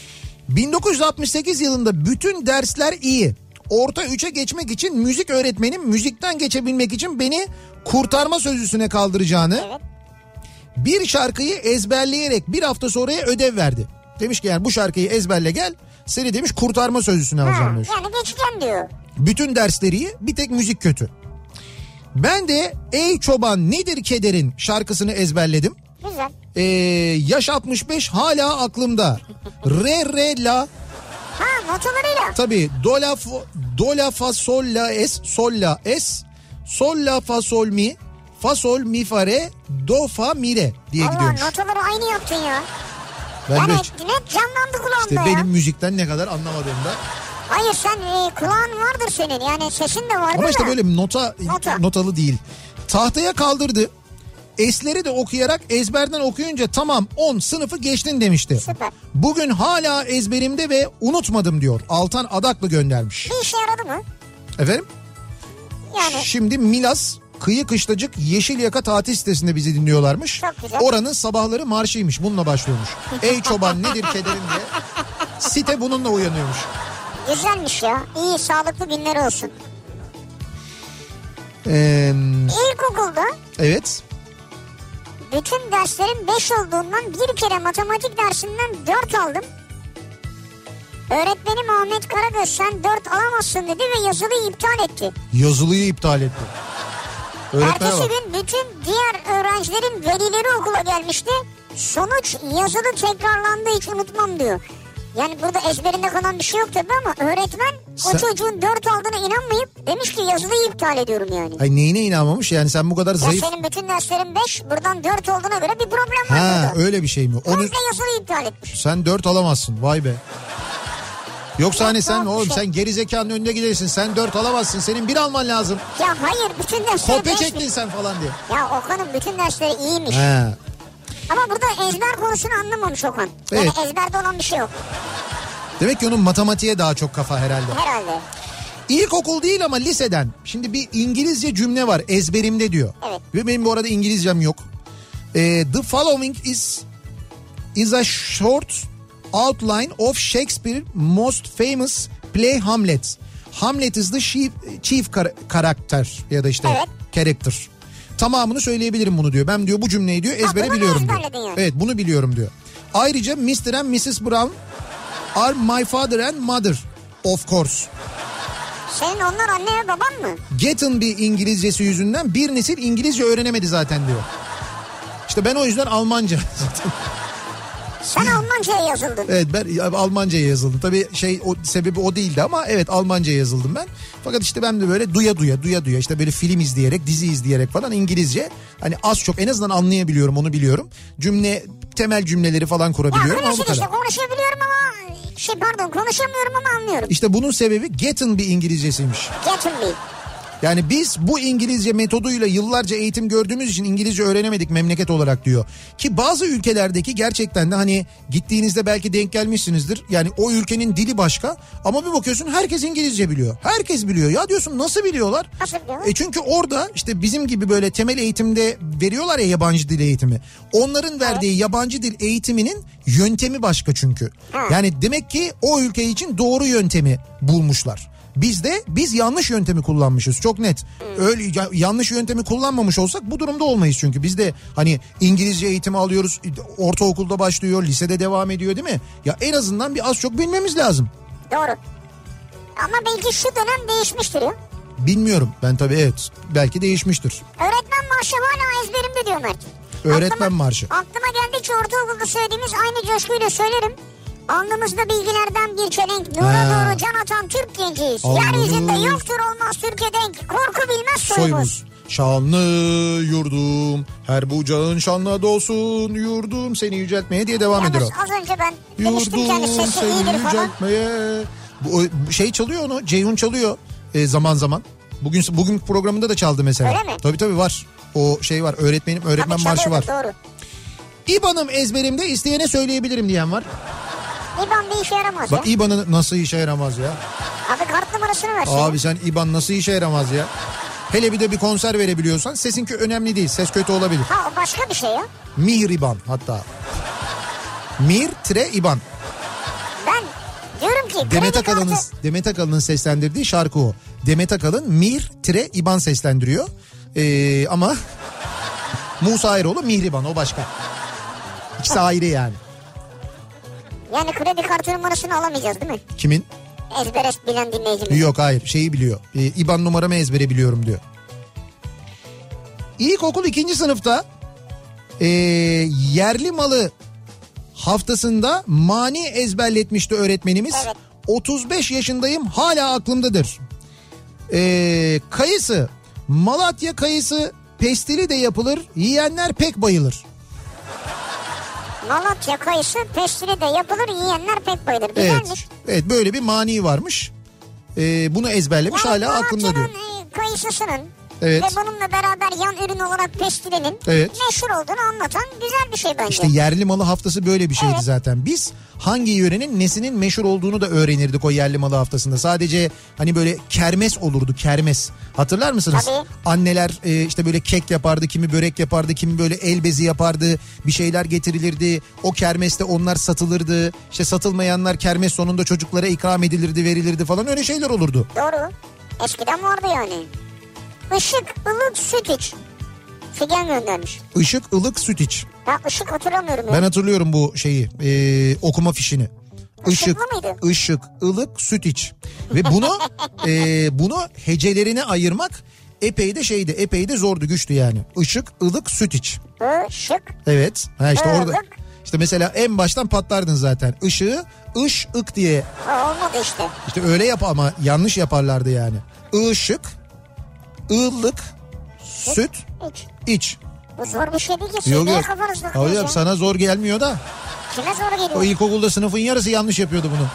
S1: 1968 yılında bütün dersler iyi. Orta 3'e geçmek için müzik öğretmenim müzikten geçebilmek için beni kurtarma sözlüsüne kaldıracağını,
S2: evet.
S1: bir şarkıyı ezberleyerek bir hafta sonraya ödev verdi. Demiş ki yani bu şarkıyı ezberle gel, seni demiş kurtarma sözlüsüne alacağım demiş.
S2: Yani geçeceğim diyor.
S1: Bütün dersleri iyi, bir tek müzik kötü. Ben de Ey Çoban Nedir Kederin şarkısını ezberledim.
S2: Güzel.
S1: Yaş 65 hala aklımda. Re la.
S2: Ha, notalarıyla.
S1: Tabii do la fa sol la es sol la es sol la fa sol mi fa sol mi fa re do fa mi re diye gidiyormuş.
S2: Allah, notaları aynı yaptın ya.
S1: Ben
S2: yani
S1: de
S2: net canlandı kulağımda
S1: işte
S2: ya.
S1: Benim müzikten ne kadar anlamadığımda.
S2: Hayır sen kulağın vardır senin, yani sesin de vardır.
S1: Ama işte
S2: da.
S1: böyle notalı değil. Tahtaya kaldırdı. Esleri de okuyarak ezberden okuyunca tamam 10 sınıfı geçtin demişti.
S2: Süper.
S1: Bugün hala ezberimde ve unutmadım diyor. Altan Adaklı göndermiş.
S2: Bir işe yaradı mı?
S1: Efendim?
S2: Yani.
S1: Şimdi Milas Kıyı Kışlacık Yeşilyaka tatil sitesinde bizi dinliyorlarmış.
S2: Çok güzel.
S1: Oranın sabahları marşıymış. Bununla başlıyormuş. Ey çoban nedir kederin diye. Site bununla uyanıyormuş.
S2: Güzelmiş ya. İyi, sağlıklı günler olsun. İlkokulda.
S1: Evet.
S2: Bütün derslerin 5 olduğundan bir kere matematik dersinden 4 aldım. Öğretmenim Ahmet Karagöz sen 4 alamazsın dedi ve yazılıyı iptal etti.
S1: Yazılıyı iptal etti.
S2: Ertesi gün bütün diğer öğrencilerin velileri okula gelmişti. Sonuç yazılı tekrarlandı, hiç unutmam diyor. Yani burada ezberinde kalan bir şey yok tabii ama öğretmen o çocuğun 4 aldığına inanmayıp demiş ki yazılıyı iptal ediyorum yani.
S1: Ay neyine inanmamış yani, sen bu kadar zayıf.
S2: Ya senin bütün derslerin 5, buradan 4 olduğuna göre bir problem var
S1: ha,
S2: burada.
S1: Öyle bir şey mi?
S2: Komple yazılıyı iptal etmiş.
S1: Sen 4 alamazsın, vay be. Yoksa hani sen oğlum sen geri zekanın önüne gidersin, sen 4 alamazsın, senin 1 alman lazım.
S2: Ya hayır, bütün dersleri
S1: kopya
S2: 5
S1: çektin sen falan diye.
S2: Ya Okan'ın bütün dersleri iyiymiş.
S1: He.
S2: Ama burada ezber konusunu anlamamış Okan. Yani evet. Ezberde olan bir şey yok.
S1: Demek ki onun matematiğe daha çok kafa herhalde.
S2: Herhalde.
S1: İlkokul değil ama liseden. Şimdi bir İngilizce cümle var ezberimde diyor.
S2: Evet.
S1: Ve benim bu arada İngilizcem yok. The following is a short outline of Shakespeare's most famous play Hamlet. Hamlet is the chief character ya da işte character. Tamamını söyleyebilirim bunu diyor. Ben diyor bu cümleyi diyor ezbere biliyorum diyor.
S2: Yani.
S1: Evet, bunu biliyorum diyor. Ayrıca Mr. and Mrs. Brown are my father and mother of course.
S2: Senin onlar anne ve baban mı?
S1: Get'in bir İngilizcesi yüzünden bir nesil İngilizce öğrenemedi zaten diyor. İşte ben o yüzden Almanca zaten.
S2: Sen Almanca'ya yazıldın.
S1: Evet, ben Almanca'ya yazıldım. Tabii sebebi o değildi ama evet Almanca'ya yazıldım ben. Fakat işte ben de böyle duya işte böyle film izleyerek, dizi izleyerek falan İngilizce hani az çok en azından anlayabiliyorum, onu biliyorum. Temel cümleleri falan kurabiliyorum ama bu kadar.
S2: İşte konuşabiliyorum ama konuşamıyorum ama anlıyorum.
S1: İşte bunun sebebi Get'in bir İngilizcesiymiş.
S2: Get'in bir.
S1: Yani biz bu İngilizce metoduyla yıllarca eğitim gördüğümüz için İngilizce öğrenemedik memleket olarak diyor. Ki bazı ülkelerdeki gerçekten de hani gittiğinizde belki denk gelmişsinizdir. Yani o ülkenin dili başka ama bir bakıyorsun herkes İngilizce biliyor. Herkes biliyor. Ya diyorsun nasıl biliyorlar?
S2: Nasıl biliyorlar?
S1: Çünkü orada işte bizim gibi böyle temel eğitimde veriyorlar ya yabancı dil eğitimi. Onların verdiği yabancı dil eğitiminin yöntemi başka çünkü. Yani demek ki o ülke için doğru yöntemi bulmuşlar. Biz yanlış yöntemi kullanmışız, çok net. Öyle yanlış yöntemi kullanmamış olsak bu durumda olmayız çünkü. Biz de hani İngilizce eğitimi alıyoruz, ortaokulda başlıyor, lisede devam ediyor değil mi? Ya en azından bir az çok bilmemiz lazım.
S2: Doğru. Ama belki şu dönem değişmiştir ya.
S1: Bilmiyorum ben tabii, evet. Belki değişmiştir.
S2: Öğretmen marşı hala ezberimde diyor Mert.
S1: Öğretmen marşı.
S2: Aklıma geldikçe ortaokulda söylediğimiz aynı coşkuyla söylerim. Alnımızda bilgilerden bir çelenk, nura doğru can atan Türk genciyiz. Yeryüzünde yoktur olmaz Türkiye denk, korku bilmez soyumuz.
S1: Şanlı yurdum, her bucağın şanla dolsun yurdum seni yüceltmeye diye devam ediyor.
S2: Az önce ben demiştim ki hani sesi iyidir falan.
S1: Bu şey çalıyor onu, Ceyhun çalıyor zaman zaman. Bugün programında da çaldı mesela.
S2: Öyle mi?
S1: Tabii var. O şey var, öğretmen marşı var.
S2: Doğru.
S1: İBAN'ım ezberimde, isteyene söyleyebilirim diyen var.
S2: İBAN bir işe yaramaz
S1: Bak
S2: ya.
S1: İBAN'ı nasıl işe yaramaz ya?
S2: Abi kart numarasını versin.
S1: Abi sen İBAN nasıl işe yaramaz ya? Hele bir de bir konser verebiliyorsan, sesinki önemli değil. Ses kötü olabilir.
S2: Ha, o başka bir şey ya.
S1: Mihriban hatta. Mir-İban.
S2: Ben diyorum ki
S1: Demet Akalın'ın seslendirdiği şarkı o. Demet Akalın Mir-İban seslendiriyor. Ama Musa Eroğlu Mihriban, o başka. İkisi ayrı yani.
S2: Yani kredi kartı numarasını alamayacağız değil mi?
S1: Kimin?
S2: Ezbere bilen dinleyicimiz.
S1: Yok hayır, şeyi biliyor. İBAN numaramı ezbere biliyorum diyor. İlkokul 2. sınıfta yerli malı haftasında mani ezberletmişti öğretmenimiz.
S2: Evet.
S1: 35 yaşındayım, hala aklımdadır. Kayısı, Malatya kayısı pestili de yapılır, yiyenler pek bayılır.
S2: Malatya kayısı pestili de yapılır, yiyenler pek bayılır. Güzelmiş.
S1: Evet, böyle bir mani varmış. Bunu ezberlemiş,
S2: yani
S1: hala aklımda diyor.
S2: Kayısısının
S1: evet.
S2: ve bununla beraber yan ürün olarak pestilinin meşhur olduğunu anlatan güzel bir şey bence.
S1: İşte yerli malı haftası böyle bir şeydi zaten. Biz hangi yörenin nesinin meşhur olduğunu da öğrenirdik o yerli malı haftasında. Sadece hani böyle kermes olurdu, kermes. Hatırlar mısınız?
S2: Tabii.
S1: Anneler işte böyle kek yapardı, kimi börek yapardı, kimi böyle el bezi yapardı. Bir şeyler getirilirdi. O kermeste onlar satılırdı. İşte satılmayanlar kermes sonunda çocuklara ikram edilirdi, verilirdi falan, öyle şeyler olurdu.
S2: Doğru. Eskiden vardı yani. Işık, ılık, süt iç. Figen göndermiş.
S1: Işık, ılık, süt iç.
S2: Ya ışık hatırlamıyorum ya.
S1: Ben hatırlıyorum bu şeyi, okuma fişini. Işık, ılık, süt iç. Ve bunu hecelerini ayırmak epey de zordu, güçtü yani. Işık, ılık, süt iç.
S2: Işık.
S1: Evet. Ha işte
S2: ılık.
S1: orada. İşte mesela en baştan patlardın zaten. Işığı ık diye.
S2: Olmadı işte.
S1: İşte öyle yap ama yanlış yaparlardı yani. Işık, ılık, süt, iç.
S2: Bu zor bir şey değil ki. Yok.
S1: Hayır, sana zor gelmiyor da.
S2: Kime zor geliyor?
S1: O ilkokulda sınıfın yarısı yanlış yapıyordu bunu.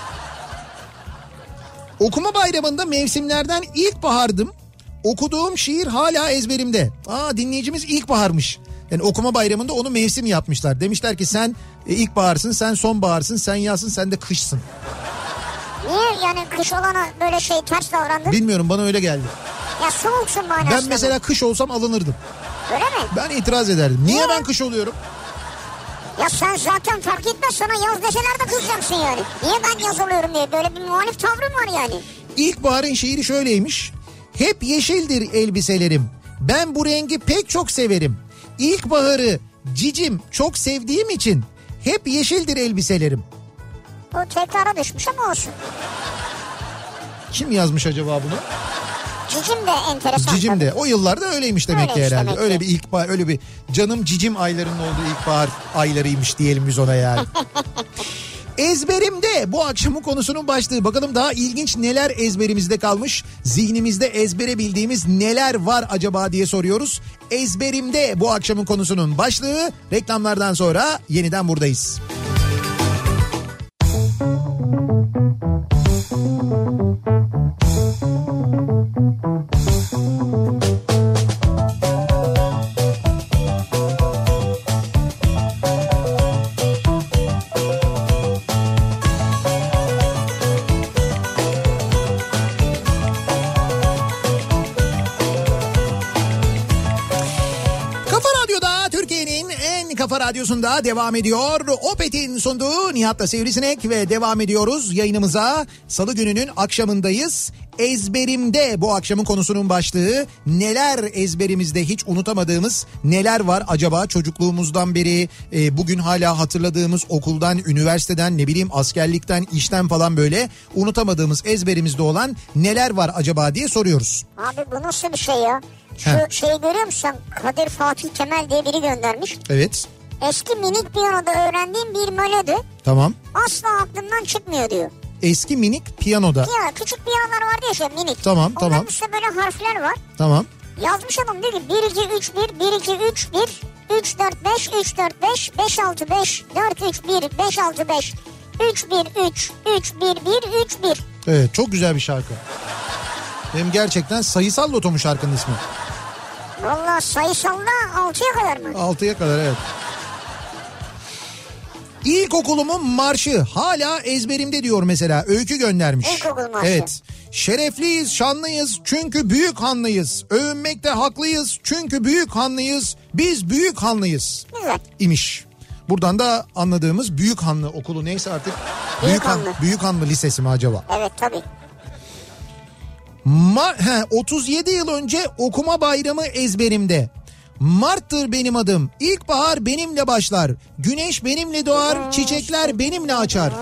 S1: Okuma bayramında mevsimlerden ilkbahardım. Okuduğum şiir hala ezberimde. Dinleyicimiz ilkbaharmış. Yani okuma bayramında onu mevsim yapmışlar. Demişler ki sen ilkbaharsın, sen sonbaharsın, sen yazsın, sen de kışsın.
S2: Niye yani kış olana böyle ters davrandın?
S1: Bilmiyorum, bana öyle geldi.
S2: Ya soğuksun manasında.
S1: Ben mesela kış olsam alınırdım.
S2: Öyle mi?
S1: Ben itiraz ederdim. Niye ben kış oluyorum?
S2: Ya sen zaten fark etmez, sana yaz deseler de kızacaksın yani. Niye ben yaz oluyorum diye böyle bir muhalif tavrın var yani.
S1: İlkbaharın şiiri şöyleymiş. Hep yeşildir elbiselerim. Ben bu rengi pek çok severim. İlkbaharı cicim çok sevdiğim için hep yeşildir elbiselerim.
S2: Bu tekrara düşmüş ama olsun.
S1: Kim yazmış acaba bunu?
S2: Cicim de enteresan.
S1: Cicim de. O yıllarda öyleymiş demek ki herhalde.
S2: Demek
S1: öyle bir ilkbahar, öyle bir canım cicim aylarının olduğu ilkbahar aylarıymış diyelim biz ona yani. Ezberimde bu akşamın konusunun başlığı. Bakalım daha ilginç neler ezberimizde kalmış, zihnimizde ezbere bildiğimiz neler var acaba diye soruyoruz. Ezberimde bu akşamın konusunun başlığı. Reklamlardan sonra yeniden buradayız. Kafa Radyosu'nda devam ediyor. Opet'in sunduğu Nihat'la Sivrisinek ve devam ediyoruz yayınımıza. Salı gününün akşamındayız. Ezberimde bu akşamın konusunun başlığı. Neler ezberimizde hiç unutamadığımız neler var acaba çocukluğumuzdan beri bugün hala hatırladığımız, okuldan, üniversiteden, ne bileyim askerlikten, işten falan böyle unutamadığımız ezberimizde olan neler var acaba diye soruyoruz.
S2: Abi bu nasıl bir şey ya? Şu şeyi görüyor musun? Kadir Fatih Temel diye biri göndermiş.
S1: Evet.
S2: Eski minik piyanoda öğrendiğim bir melodi.
S1: Tamam.
S2: Asla aklımdan çıkmıyor diyor.
S1: Eski minik piyanoda.
S2: Piyano, küçük piyanolar vardı ya şöyle minik.
S1: Tamam.
S2: Onların üstünde böyle harfler var.
S1: Tamam.
S2: Yazmış adam, diyor ki 1 2 3 1 1 2 3 1 3 4 5 3 4 5 5 6 5 4 3 1 5 6 5 3 1 3 3 1 1 3 1.
S1: Evet, çok güzel bir şarkı. Hem gerçekten sayısal loto mu şarkının ismi?
S2: Valla sayısalda 6'ya kadar mı?
S1: 6'ya kadar, evet. İlkokulumun marşı hala ezberimde diyor mesela. Öykü göndermiş.
S2: İlkokul marşı.
S1: Evet. Şerefliyiz, şanlıyız çünkü büyük hanlıyız. Övünmekte haklıyız çünkü büyük hanlıyız. Biz büyük hanlıyız.
S2: Güzel.
S1: İmiş. Buradan da anladığımız Büyükhanlı okulu neyse artık.
S2: Büyükhanlı.
S1: Büyükhanlı Lisesi mi acaba?
S2: Evet tabii.
S1: 37 yıl önce okuma bayramı ezberimde. Mart'tır benim adım. İlkbahar benimle başlar. Güneş benimle doğar. Çiçekler benimle açar.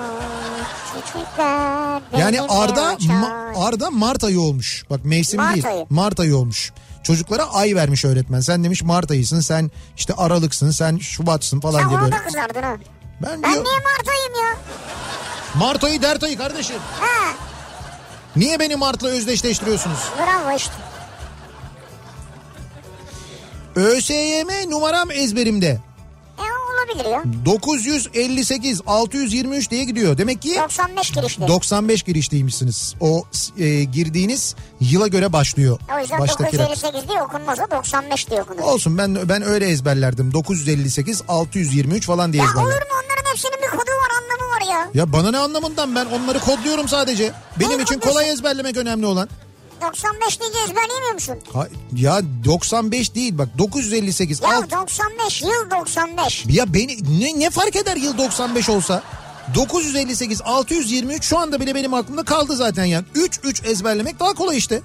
S1: Yani Arda Mart ayı olmuş. Bak mevsim
S2: Mart
S1: değil.
S2: ayı.
S1: Mart ayı olmuş. Çocuklara ay vermiş öğretmen. Sen demiş Mart ayısın, sen işte Aralıksın, sen Şubatsın falan
S2: sen
S1: diye böyle.
S2: Sen ona da kızardın ha.
S1: Ben
S2: niye Mart ayıyım ya?
S1: Mart ayı dert ayı kardeşim.
S2: Ha.
S1: Niye beni Mart'la özdeşleştiriyorsunuz?
S2: Bravo işte.
S1: ÖSYM numaram ezberimde.
S2: Olabilir ya.
S1: 958 623 diye gidiyor. Demek ki
S2: 95 girişli.
S1: 95 girişliymişsiniz. O girdiğiniz yıla göre başlıyor.
S2: O yüzden 958 diye okunmaz, o 95 diye okunur.
S1: Olsun, ben öyle ezberlerdim. 958 623 falan diye ezberlerdim.
S2: Ya olur mu, onların hepsinin bir kodu var, anlamı var ya.
S1: Ya bana ne anlamından, ben onları kodluyorum sadece. Benim için kolay ezberlemek önemli olan.
S2: 95 deyince ezberleyemiyor musun?
S1: Ya 95 değil bak, 958.
S2: Ya 95, yıl 95.
S1: Ya ne fark eder yıl 95 olsa? 958 623 şu anda bile benim aklımda kaldı zaten yani. 3 ezberlemek daha kolay işte.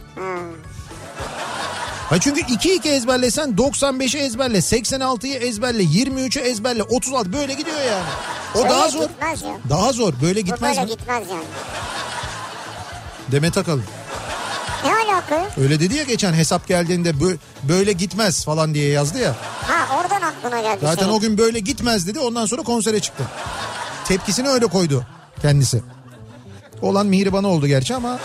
S1: Çünkü 2 ezberlesen 95'i ezberle, 86'yı ezberle, 23'ü ezberle, 36 böyle gidiyor yani. O
S2: böyle
S1: daha zor.
S2: Gitmez ya.
S1: Daha zor. Böyle gitmez mi?
S2: Böyle gitmez yani.
S1: Demet Akalın.
S2: Ne alaka?
S1: Öyle dedi ya geçen, hesap geldiğinde böyle gitmez falan diye yazdı ya.
S2: Ha, oradan aklına geldi.
S1: Zaten o gün böyle gitmez dedi, ondan sonra konsere çıktı. Tepkisini öyle koydu kendisi. Olan Mihriban oldu gerçi ama.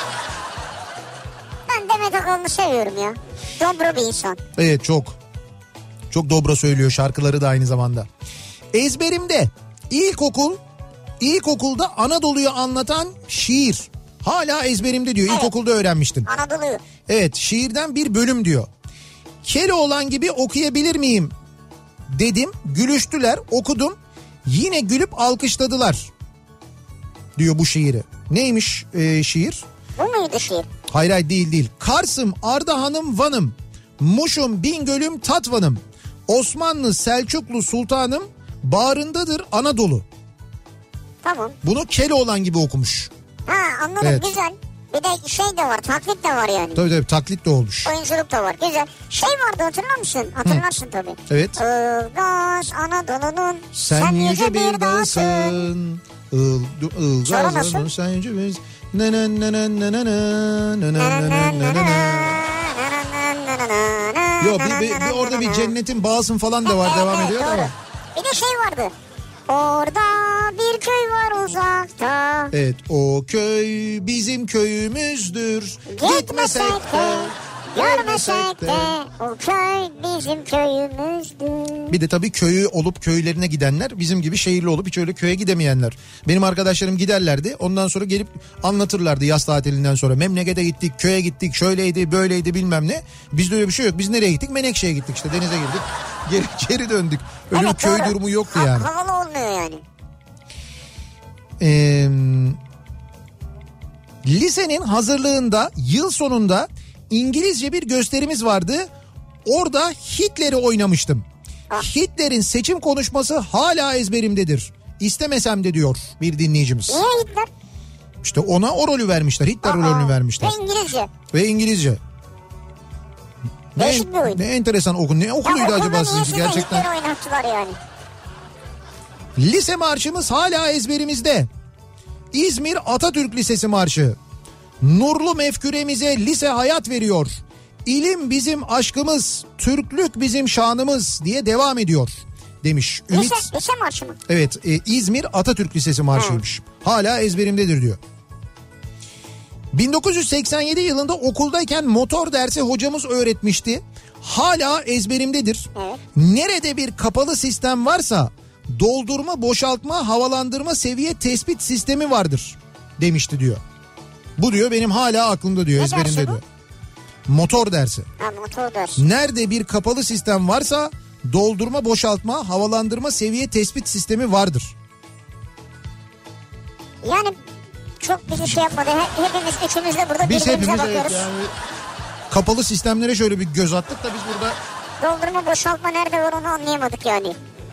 S2: Ben Demet Akalın'ı seviyorum ya. Dobra bir insan.
S1: Evet, çok. Çok dobra söylüyor, şarkıları da aynı zamanda. Ezberimde ilkokulda Anadolu'yu anlatan şiir. Hala ezberimde diyor. Evet. İlkokulda öğrenmiştim.
S2: Anadolu'yu.
S1: Evet, şiirden bir bölüm diyor. Keloğlan gibi okuyabilir miyim dedim. Gülüştüler, okudum. Yine gülüp alkışladılar diyor bu şiiri. Neymiş şiir?
S2: Bu muydu şiir?
S1: Hayır değil. Kars'ım, Ardahan'ım, Van'ım. Muş'um, Bingöl'üm, Tatvan'ım. Osmanlı, Selçuklu sultanım. Bağrındadır Anadolu.
S2: Tamam.
S1: Bunu Keloğlan gibi okumuş.
S2: Ha, anladım, evet. Güzel. Bir de şey de var, taklit de var yani.
S1: Tabii taklit de olmuş.
S2: Oyunculuk da var, güzel. Şey vardı, hatırlar mısın? Hatırlarsın tabii.
S1: Evet.
S2: Ilgaz Anadolu'nun
S1: sen yüce bir dağsın. Ilgaz Anadolu'nun sen yüce bir... Yok bir orada bir cennetin bağısın falan da var, devam ediyor ama.
S2: Bir de şey vardı. Orada bir köy var uzakta.
S1: Evet, o köy bizim köyümüzdür.
S2: Gitmesek de, görmesek de o köy bizim köyümüzdür.
S1: Bir de tabii köyü olup köylerine gidenler, bizim gibi şehirli olup hiç öyle köye gidemeyenler. Benim arkadaşlarım giderlerdi, ondan sonra gelip anlatırlardı yaz tatilinden sonra. Memlekete gittik, köye gittik, şöyleydi böyleydi bilmem ne. Bizde öyle bir şey yok. Biz nereye gittik? Menekşe'ye gittik işte, denize girdik. Geri döndük. Öyle bir köy durumu yoktu yani.
S2: Havalı olmuyor yani.
S1: Lisenin hazırlığında yıl sonunda İngilizce bir gösterimiz vardı. Orada Hitler'i oynamıştım. Hitler'in seçim konuşması hala ezberimdedir. İstemesem de diyor bir dinleyicimiz.
S2: Niye Hitler?
S1: İşte ona o rolü vermişler. Hitler rolünü vermişler.
S2: Ve İngilizce. Değişik bir oyun.
S1: Ne enteresan okul. Ne okuluydu acaba sizinki gerçekten?
S2: Hitler oynattılar yani.
S1: Lise marşımız hala ezberimizde. İzmir Atatürk Lisesi marşı. Nurlu mefküremize lise hayat veriyor. İlim bizim aşkımız, Türklük bizim şanımız diye devam ediyor demiş.
S2: Lise marşı mı?
S1: Evet, İzmir Atatürk Lisesi marşıymış. Hala ezberimdedir diyor. 1987 yılında okuldayken motor dersi hocamız öğretmişti. Hala ezberimdedir.
S2: Evet.
S1: Nerede bir kapalı sistem varsa doldurma, boşaltma, havalandırma seviye tespit sistemi vardır demişti diyor. Bu diyor benim hala aklımda diyor,
S2: ne
S1: ezberimde diyor. Motor dersi.
S2: Ha, motor dersi.
S1: Nerede bir kapalı sistem varsa doldurma, boşaltma, havalandırma, seviye tespit sistemi vardır.
S2: Yani çok bizi şey yapmadı. Hepimiz üçümüz de burada
S1: biz
S2: birbirimize
S1: hepimiz
S2: bakıyoruz.
S1: yani kapalı sistemlere şöyle bir göz attık da biz burada.
S2: Doldurma, boşaltma nerede var onu anlayamadık yani.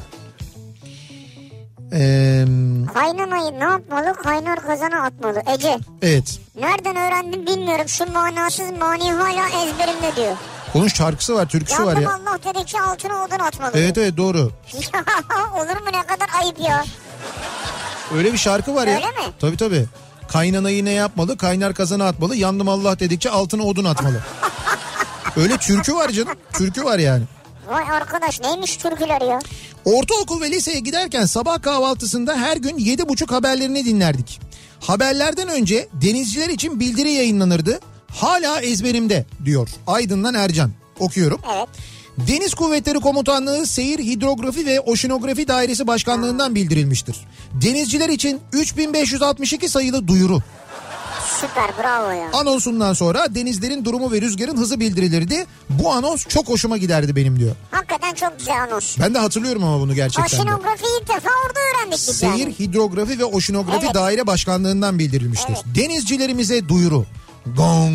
S2: Kaynanayı ne yapmalı? Kaynar kazana atmalı. Ece.
S1: Evet.
S2: Nereden öğrendim bilmiyorum. Şu manasız mani hala ezberimde diyor.
S1: Onun şarkısı var, türküsü var ya.
S2: Allah dedikçe altına odun atmalı.
S1: Evet evet, doğru.
S2: Olur mu, ne kadar ayıp ya.
S1: Öyle bir şarkı var ya.
S2: Öyle mi?
S1: Tabii tabii. Kaynanayı ne yapmalı? Kaynar kazana atmalı. Yandım Allah dedikçe altına odun atmalı. Öyle türkü var canım. Türkü var yani.
S2: Vay arkadaş, neymiş türküler ya.
S1: Ortaokul ve liseye giderken sabah kahvaltısında her gün 7.30 haberlerini dinlerdik. Haberlerden önce denizciler için bildiri yayınlanırdı. Hala ezberimde diyor Aydın'dan Ercan. Okuyorum.
S2: Evet.
S1: Deniz Kuvvetleri Komutanlığı Seyir Hidrografi ve Oşinografi Dairesi Başkanlığı'ndan bildirilmiştir. Denizciler için 3562 sayılı duyuru.
S2: Süper, bravo ya.
S1: Anonsundan sonra denizlerin durumu ve rüzgarın hızı bildirilirdi. Bu anons çok hoşuma giderdi benim diyor.
S2: Hakikaten çok güzel anons.
S1: Ben de hatırlıyorum ama bunu gerçekten de.
S2: Oşinografi ilk defa orada öğrendik biz
S1: Seyir
S2: yani.
S1: Hidrografi ve Oşinografi
S2: Evet.
S1: Daire Başkanlığı'ndan bildirilmiştir.
S2: Evet.
S1: Denizcilerimize duyuru. Gong.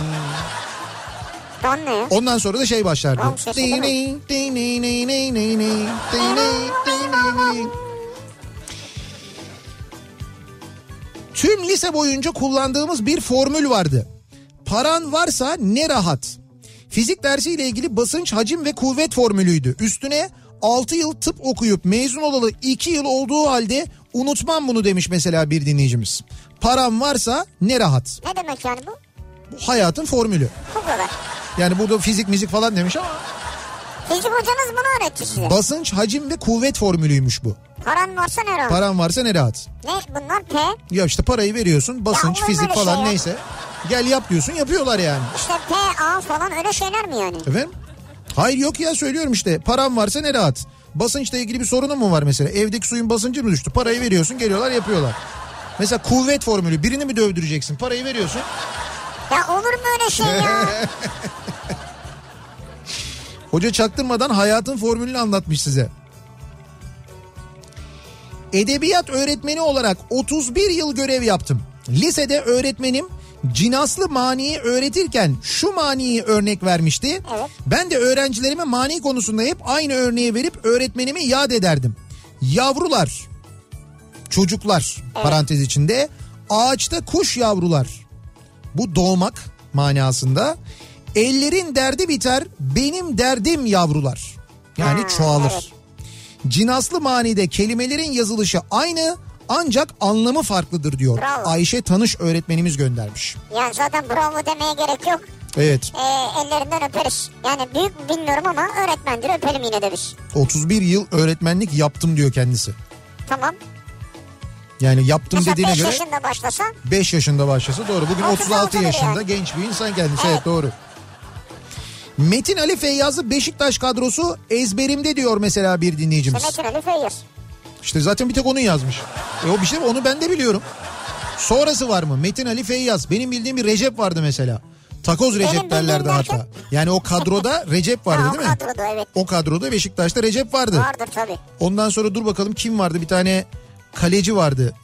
S2: Don ne ya?
S1: Ondan sonra da şey başlardı.
S2: Gong sesi değil mi?
S1: Tüm lise boyunca kullandığımız bir formül vardı. Paran varsa ne rahat. Fizik dersiyle ilgili basınç, hacim ve kuvvet formülüydü. Üstüne 6 yıl tıp okuyup mezun olalı 2 yıl olduğu halde unutmam bunu demiş mesela bir dinleyicimiz. Param varsa ne rahat.
S2: Ne demek yani bu?
S1: Bu hayatın formülü.
S2: Bu kadar.
S1: Yani burada fizik müzik falan demiş ama.
S2: Fizik hocanız bunu öğretti size.
S1: Basınç, hacim ve kuvvet formülüymüş bu.
S2: Paran varsa ne rahat?
S1: Paran varsa ne rahat.
S2: Ne bunlar, P?
S1: Ya işte parayı veriyorsun, basınç,
S2: olur
S1: fizik
S2: böyle
S1: falan
S2: şey ya.
S1: neyse. Gel yap diyorsun, yapıyorlar yani.
S2: İşte P, A falan öyle şeyler mi yani?
S1: Efendim? Hayır yok ya, söylüyorum işte. Param varsa ne rahat. Basınçla ilgili bir sorunun mu var mesela? Evdeki suyun basıncı mı düştü? Parayı veriyorsun, geliyorlar yapıyorlar. Mesela kuvvet formülü, birini mi dövdüreceksin? Parayı veriyorsun.
S2: Ya olur mu öyle şey ya?
S1: Hoca çaktırmadan hayatın formülünü anlatmış size. Edebiyat öğretmeni olarak 31 yıl görev yaptım. Lisede öğretmenim cinaslı maniyi öğretirken şu maniyi örnek vermişti.
S2: Evet.
S1: Ben de öğrencilerime mani konusunda hep aynı örneği verip öğretmenimi yad ederdim. Yavrular, çocuklar parantez içinde, ağaçta kuş yavrular. Bu doğmak manasında. Ellerin derdi biter, benim derdim yavrular. Yani çoğalır.
S2: Evet.
S1: Cinaslı manide kelimelerin yazılışı aynı ancak anlamı farklıdır diyor.
S2: Bravo.
S1: Ayşe Tanış öğretmenimiz göndermiş.
S2: Yani zaten bravo demeye gerek yok.
S1: Evet.
S2: Ellerinden öperiz. Yani büyük mü bilmiyorum ama öğretmendir, öpelim yine de biz.
S1: 31 yıl öğretmenlik yaptım diyor kendisi.
S2: Tamam.
S1: Yani yaptım
S2: Mesela
S1: dediğine
S2: 5
S1: göre
S2: yaşında başlasa.
S1: 5 yaşında başlasa doğru. Bugün 36 yaşında
S2: yani.
S1: genç bir insan kendisi. Evet,
S2: Evet.
S1: doğru. Metin Ali Feyyaz'ı Beşiktaş kadrosu ezberimde diyor mesela bir dinleyicimiz.
S2: Metin Ali Feyyaz.
S1: İşte zaten bir tek onu yazmış. O bir şey, onu ben de biliyorum. Sonrası var mı? Metin Ali Feyyaz. Benim bildiğim bir Recep vardı mesela. Takoz Recep
S2: Benim
S1: derlerdi
S2: bildiğim
S1: hatta.
S2: derken?
S1: Yani o kadroda Recep vardı
S2: Ha,
S1: değil mi?
S2: o kadroda, evet.
S1: O kadroda Beşiktaş'ta Recep vardı.
S2: Vardır tabii.
S1: Ondan sonra dur bakalım kim vardı? Bir tane kaleci vardı.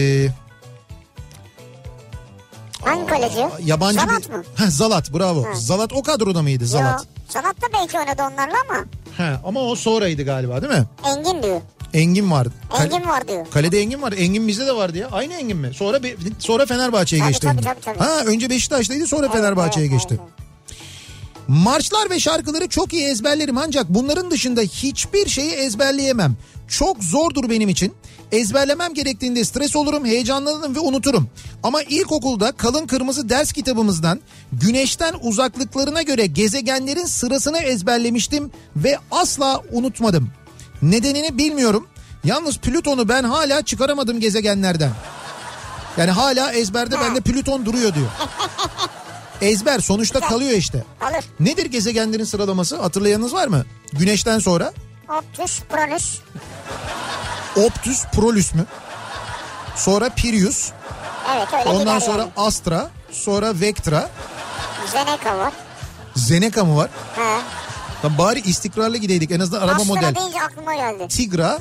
S2: Hangi kaleci?
S1: Yabancı
S2: Zalat
S1: bir...
S2: mı?
S1: Heh, Zalat, bravo.
S2: Ha.
S1: Zalat o kadroda mıydı Zalat?
S2: Yo, Zalat da belki oynadı onlarla ama.
S1: Ama o sonraydı galiba değil mi?
S2: Engin diyor.
S1: Engin vardı.
S2: Engin var diyor.
S1: Kalede Engin var. Engin bizde de vardı ya. Aynı Engin mi? Sonra Fenerbahçe'ye
S2: Tabii,
S1: geçti
S2: tabii,
S1: Engin.
S2: tabii.
S1: Ha, önce Beşiktaş'taydı, sonra
S2: Evet,
S1: Fenerbahçe'ye
S2: evet,
S1: geçti.
S2: evet.
S1: Marşlar ve şarkıları çok iyi ezberlerim ancak bunların dışında hiçbir şeyi ezberleyemem. Çok zordur benim için. Ezberlemem gerektiğinde stres olurum, heyecanlanırım ve unuturum. Ama ilkokulda kalın kırmızı ders kitabımızdan güneşten uzaklıklarına göre gezegenlerin sırasını ezberlemiştim ve asla unutmadım. Nedenini bilmiyorum. Yalnız Plüton'u ben hala çıkaramadım gezegenlerden. Yani hala ezberde bende Plüton duruyor diyor. Ezber sonuçta kalıyor işte.
S2: Alır.
S1: Nedir gezegenlerin sıralaması? Hatırlayanınız var mı? Güneşten sonra?
S2: Optus, Pronus.
S1: Optus, Prolus mü? Sonra Pirius.
S2: Evet öyle.
S1: Ondan sonra
S2: yani.
S1: Astra, sonra Vectra.
S2: Zeneca var.
S1: Zeneca mı var?
S2: He.
S1: Lan bari istikrarlı gideydik en azından araba
S2: Astra
S1: model.
S2: Astra deyince aklıma geldi.
S1: Tigra.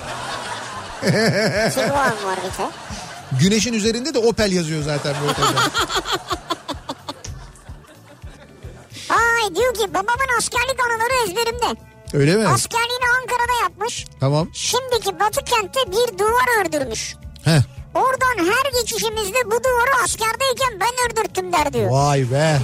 S2: Tiguan var bir de.
S1: Güneşin üzerinde de Opel yazıyor zaten böyle.
S2: Ay diyor ki babamın askerlik anıları ezberimde.
S1: Öyle mi?
S2: Askerliğini Ankara'da yapmış.
S1: Tamam.
S2: Şimdiki Batı kentte bir duvar ördürmüş.
S1: Heh.
S2: Oradan her geçişimizde bu duvarı askerdeyken ben ördürttüm der diyor.
S1: Vay be.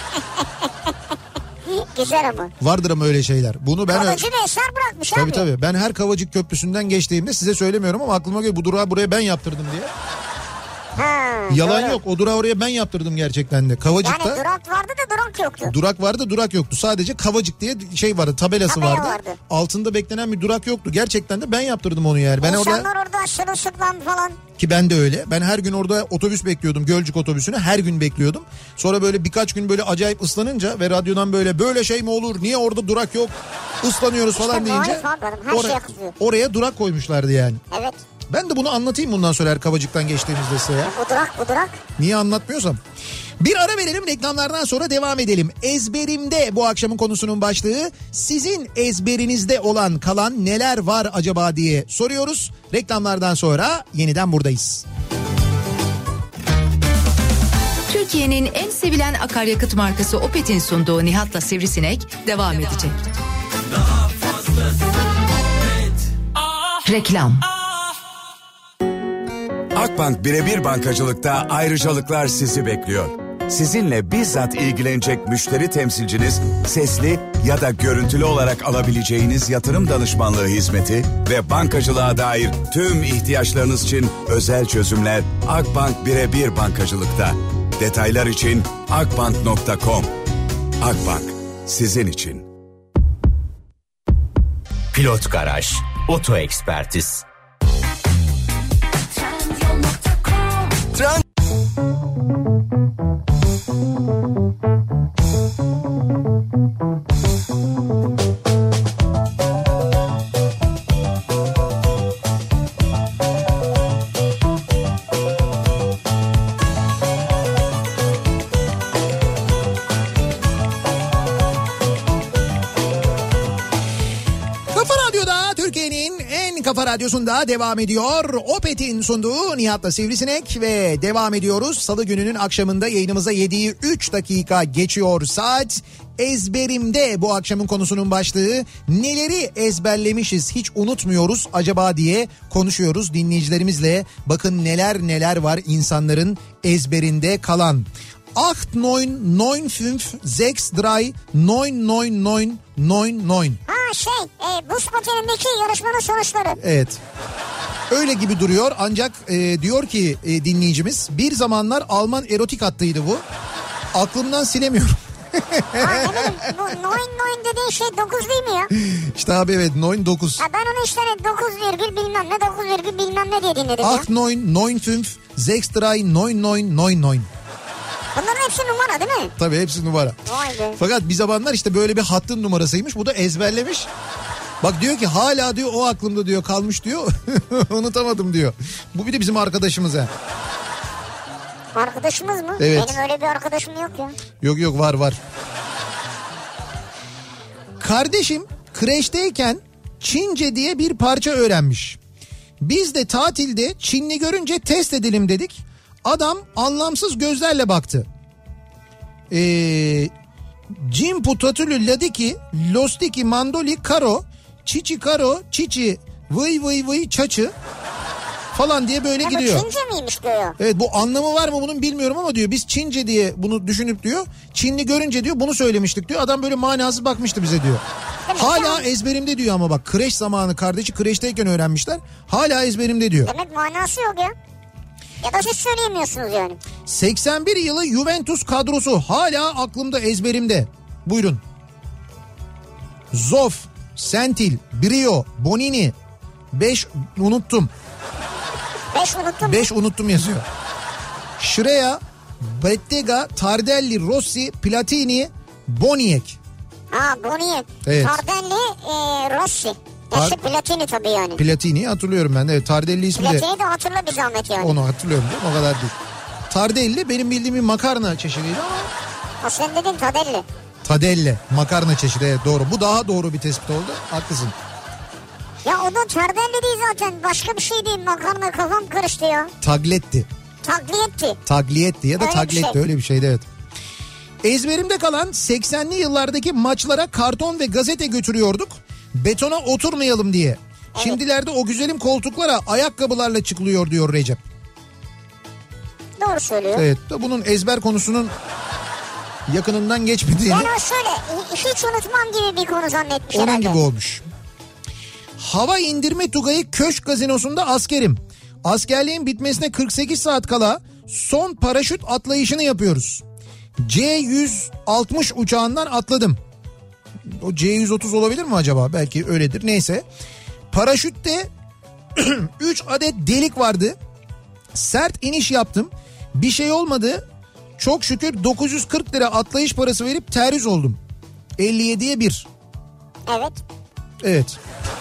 S2: Güzel ama.
S1: Vardır ama öyle şeyler. Bunu ben...
S2: Kalıcı bir eser bırakmış
S1: tabii
S2: abi.
S1: Tabii. Ben her Kavacık Köprüsü'nden geçtiğimde size söylemiyorum ama aklıma geliyor bu durağı buraya ben yaptırdım diye.
S2: Ha,
S1: Yalan
S2: doğru.
S1: yok. O durağı oraya ben yaptırdım gerçekten de. Kavacık'ta.
S2: Yani durak vardı da durak yoktu.
S1: Durak vardı, durak yoktu. Sadece Kavacık diye şey vardı, tabelası
S2: Tabela
S1: vardı. Altında beklenen bir durak yoktu. Gerçekten de ben yaptırdım onu yani. Ben
S2: İnsanlar orada sırılsıklam falan.
S1: Ki ben de öyle. Ben her gün orada otobüs bekliyordum. Gölcük otobüsünü her gün bekliyordum. Sonra böyle birkaç gün böyle acayip ıslanınca ve radyodan böyle şey mi olur? Niye orada durak yok? Islanıyoruz
S2: İşte
S1: falan deyince. Oraya durak koymuşlardı yani.
S2: Evet.
S1: Ben de bunu anlatayım bundan sonra her Kavacık'tan geçtiğimizde size ya.
S2: Bu durak.
S1: Niye anlatmıyorsam? Bir ara verelim, reklamlardan sonra devam edelim. Ezberimde bu akşamın konusunun başlığı. Sizin ezberinizde olan kalan neler var acaba diye soruyoruz. Reklamlardan sonra yeniden buradayız.
S4: Türkiye'nin en sevilen akaryakıt markası Opet'in sunduğu Nihat'la Sivrisinek devam edecek.
S5: Daha fazlası
S4: Reklam.
S6: Akbank Birebir Bankacılık'ta ayrıcalıklar sizi bekliyor. Sizinle bizzat ilgilenecek müşteri temsilciniz, sesli ya da görüntülü olarak alabileceğiniz yatırım danışmanlığı hizmeti ve bankacılığa dair tüm ihtiyaçlarınız için özel çözümler Akbank Birebir Bankacılık'ta. Detaylar için akbank.com. Akbank, sizin için.
S7: Pilot Garaj, Oto Ekspertiz.
S1: Kafa Radyosu'nda devam ediyor. Opet'in sunduğu Nihat'la Sivrisinek ve devam ediyoruz. Salı gününün akşamında yayınımıza 7'yi 3 dakika geçiyor saat. Ezberimde bu akşamın konusunun başlığı. Neleri ezberlemişiz hiç unutmuyoruz acaba diye konuşuyoruz dinleyicilerimizle. Bakın neler var insanların ezberinde kalan. 8-9-9-5-6-3-9-9-9-9-9.
S2: Buz patenindeki yarışmanın sonuçları.
S1: Evet. Öyle gibi duruyor ancak diyor ki dinleyicimiz, bir zamanlar Alman erotik hattıydı bu. Aklımdan silemiyorum.
S2: Ne bileyim, bu 9 dediğin şey 9 değil mi ya?
S1: İşte abi evet 9.
S2: Ben onu işte 9 virgül bilmem ne 9 virgül bilmem ne diye dinledim ya.
S1: 8-9-9-5-6-3-9-9-9.
S2: Bunların hepsi numara değil mi?
S1: Tabii hepsi numara.
S2: Vay be.
S1: Fakat bir zamanlar işte böyle bir hattın numarasıymış. Bu da ezberlemiş. Bak diyor ki hala diyor o aklımda diyor kalmış diyor. Unutamadım diyor. Bu bir de bizim arkadaşımız ha.
S2: Arkadaşımız mı?
S1: Evet.
S2: Benim öyle bir arkadaşım yok ya.
S1: Yok var. Kardeşim kreşteyken Çince diye bir parça öğrenmiş. Biz de tatilde Çinli görünce test edelim dedik. Adam anlamsız gözlerle baktı. Jimpu tatülü ladiki lostiki mandoli karo çiçi karo çiçi vıy çaçı falan diye böyle gidiyor.
S2: Bu Çince miymiş diyor.
S1: Evet, bu anlamı var mı bunun bilmiyorum ama diyor biz Çince diye bunu düşünüp diyor Çinli görünce diyor bunu söylemiştik diyor. Adam böyle manasız bakmıştı bize diyor.
S2: Demek
S1: Hala
S2: yani
S1: ezberimde diyor ama bak kreş zamanı kardeşi kreşteyken öğrenmişler. Hala ezberimde diyor.
S2: Demek manası yok ya. Ya da siz söyleyemiyorsunuz yani.
S1: 81 yılı Juventus kadrosu hala aklımda ezberimde. Buyurun. Zoff, Sentil, Brio, Bonini. 5 unuttum.
S2: 5
S1: unuttum yazıyor. Şirea, Bettega, Tardelli, Rossi, Platini, Boniek.
S2: Boniek.
S1: Evet.
S2: Tardelli, Rossi. Platini tabii yani.
S1: Platini'yi hatırlıyorum ben de. Evet, Tardelli ismi de.
S2: Platini de hatırla bir zahmet yani.
S1: Onu hatırlıyorum değil mi? O kadar değil. Tardelli benim bildiğim bir makarna çeşidiydi ama.
S2: O sen dedin tadelli.
S1: Tadelle makarna çeşidi, evet doğru. Bu daha doğru bir tespit oldu. Haklısın.
S2: Ya o da tardelli değil zaten. Başka bir şey değil. Makarna, kafam karıştı ya.
S1: Tagletti.
S2: Tagliyetti.
S1: Tagliyetti ya da
S2: Öyle
S1: tagletti
S2: bir şey.
S1: öyle bir şeydi, evet. Ezberimde kalan 80'li yıllardaki maçlara karton ve gazete götürüyorduk. Betona oturmayalım diye. Evet. Şimdilerde o güzelim koltuklara ayakkabılarla çıkılıyor diyor Recep.
S2: Doğru söylüyor.
S1: Evet, bunun ezber konusunun yakınından geçmediğini.
S2: Yani o şöyle hiç unutmam gibi bir konu zannetmiş
S1: onun
S2: herhalde.
S1: gibi olmuş. Hava indirme Tugayı Köşk Gazinosu'nda askerim. Askerliğin bitmesine 48 saat kala son paraşüt atlayışını yapıyoruz. C-160 uçağından atladım. O C-130 olabilir mi acaba? Belki öyledir. Neyse. Paraşütte 3 adet delik vardı. Sert iniş yaptım. Bir şey olmadı. Çok şükür 940 lira atlayış parası verip terhis oldum. 57'ye 1.
S2: Evet.
S1: Evet.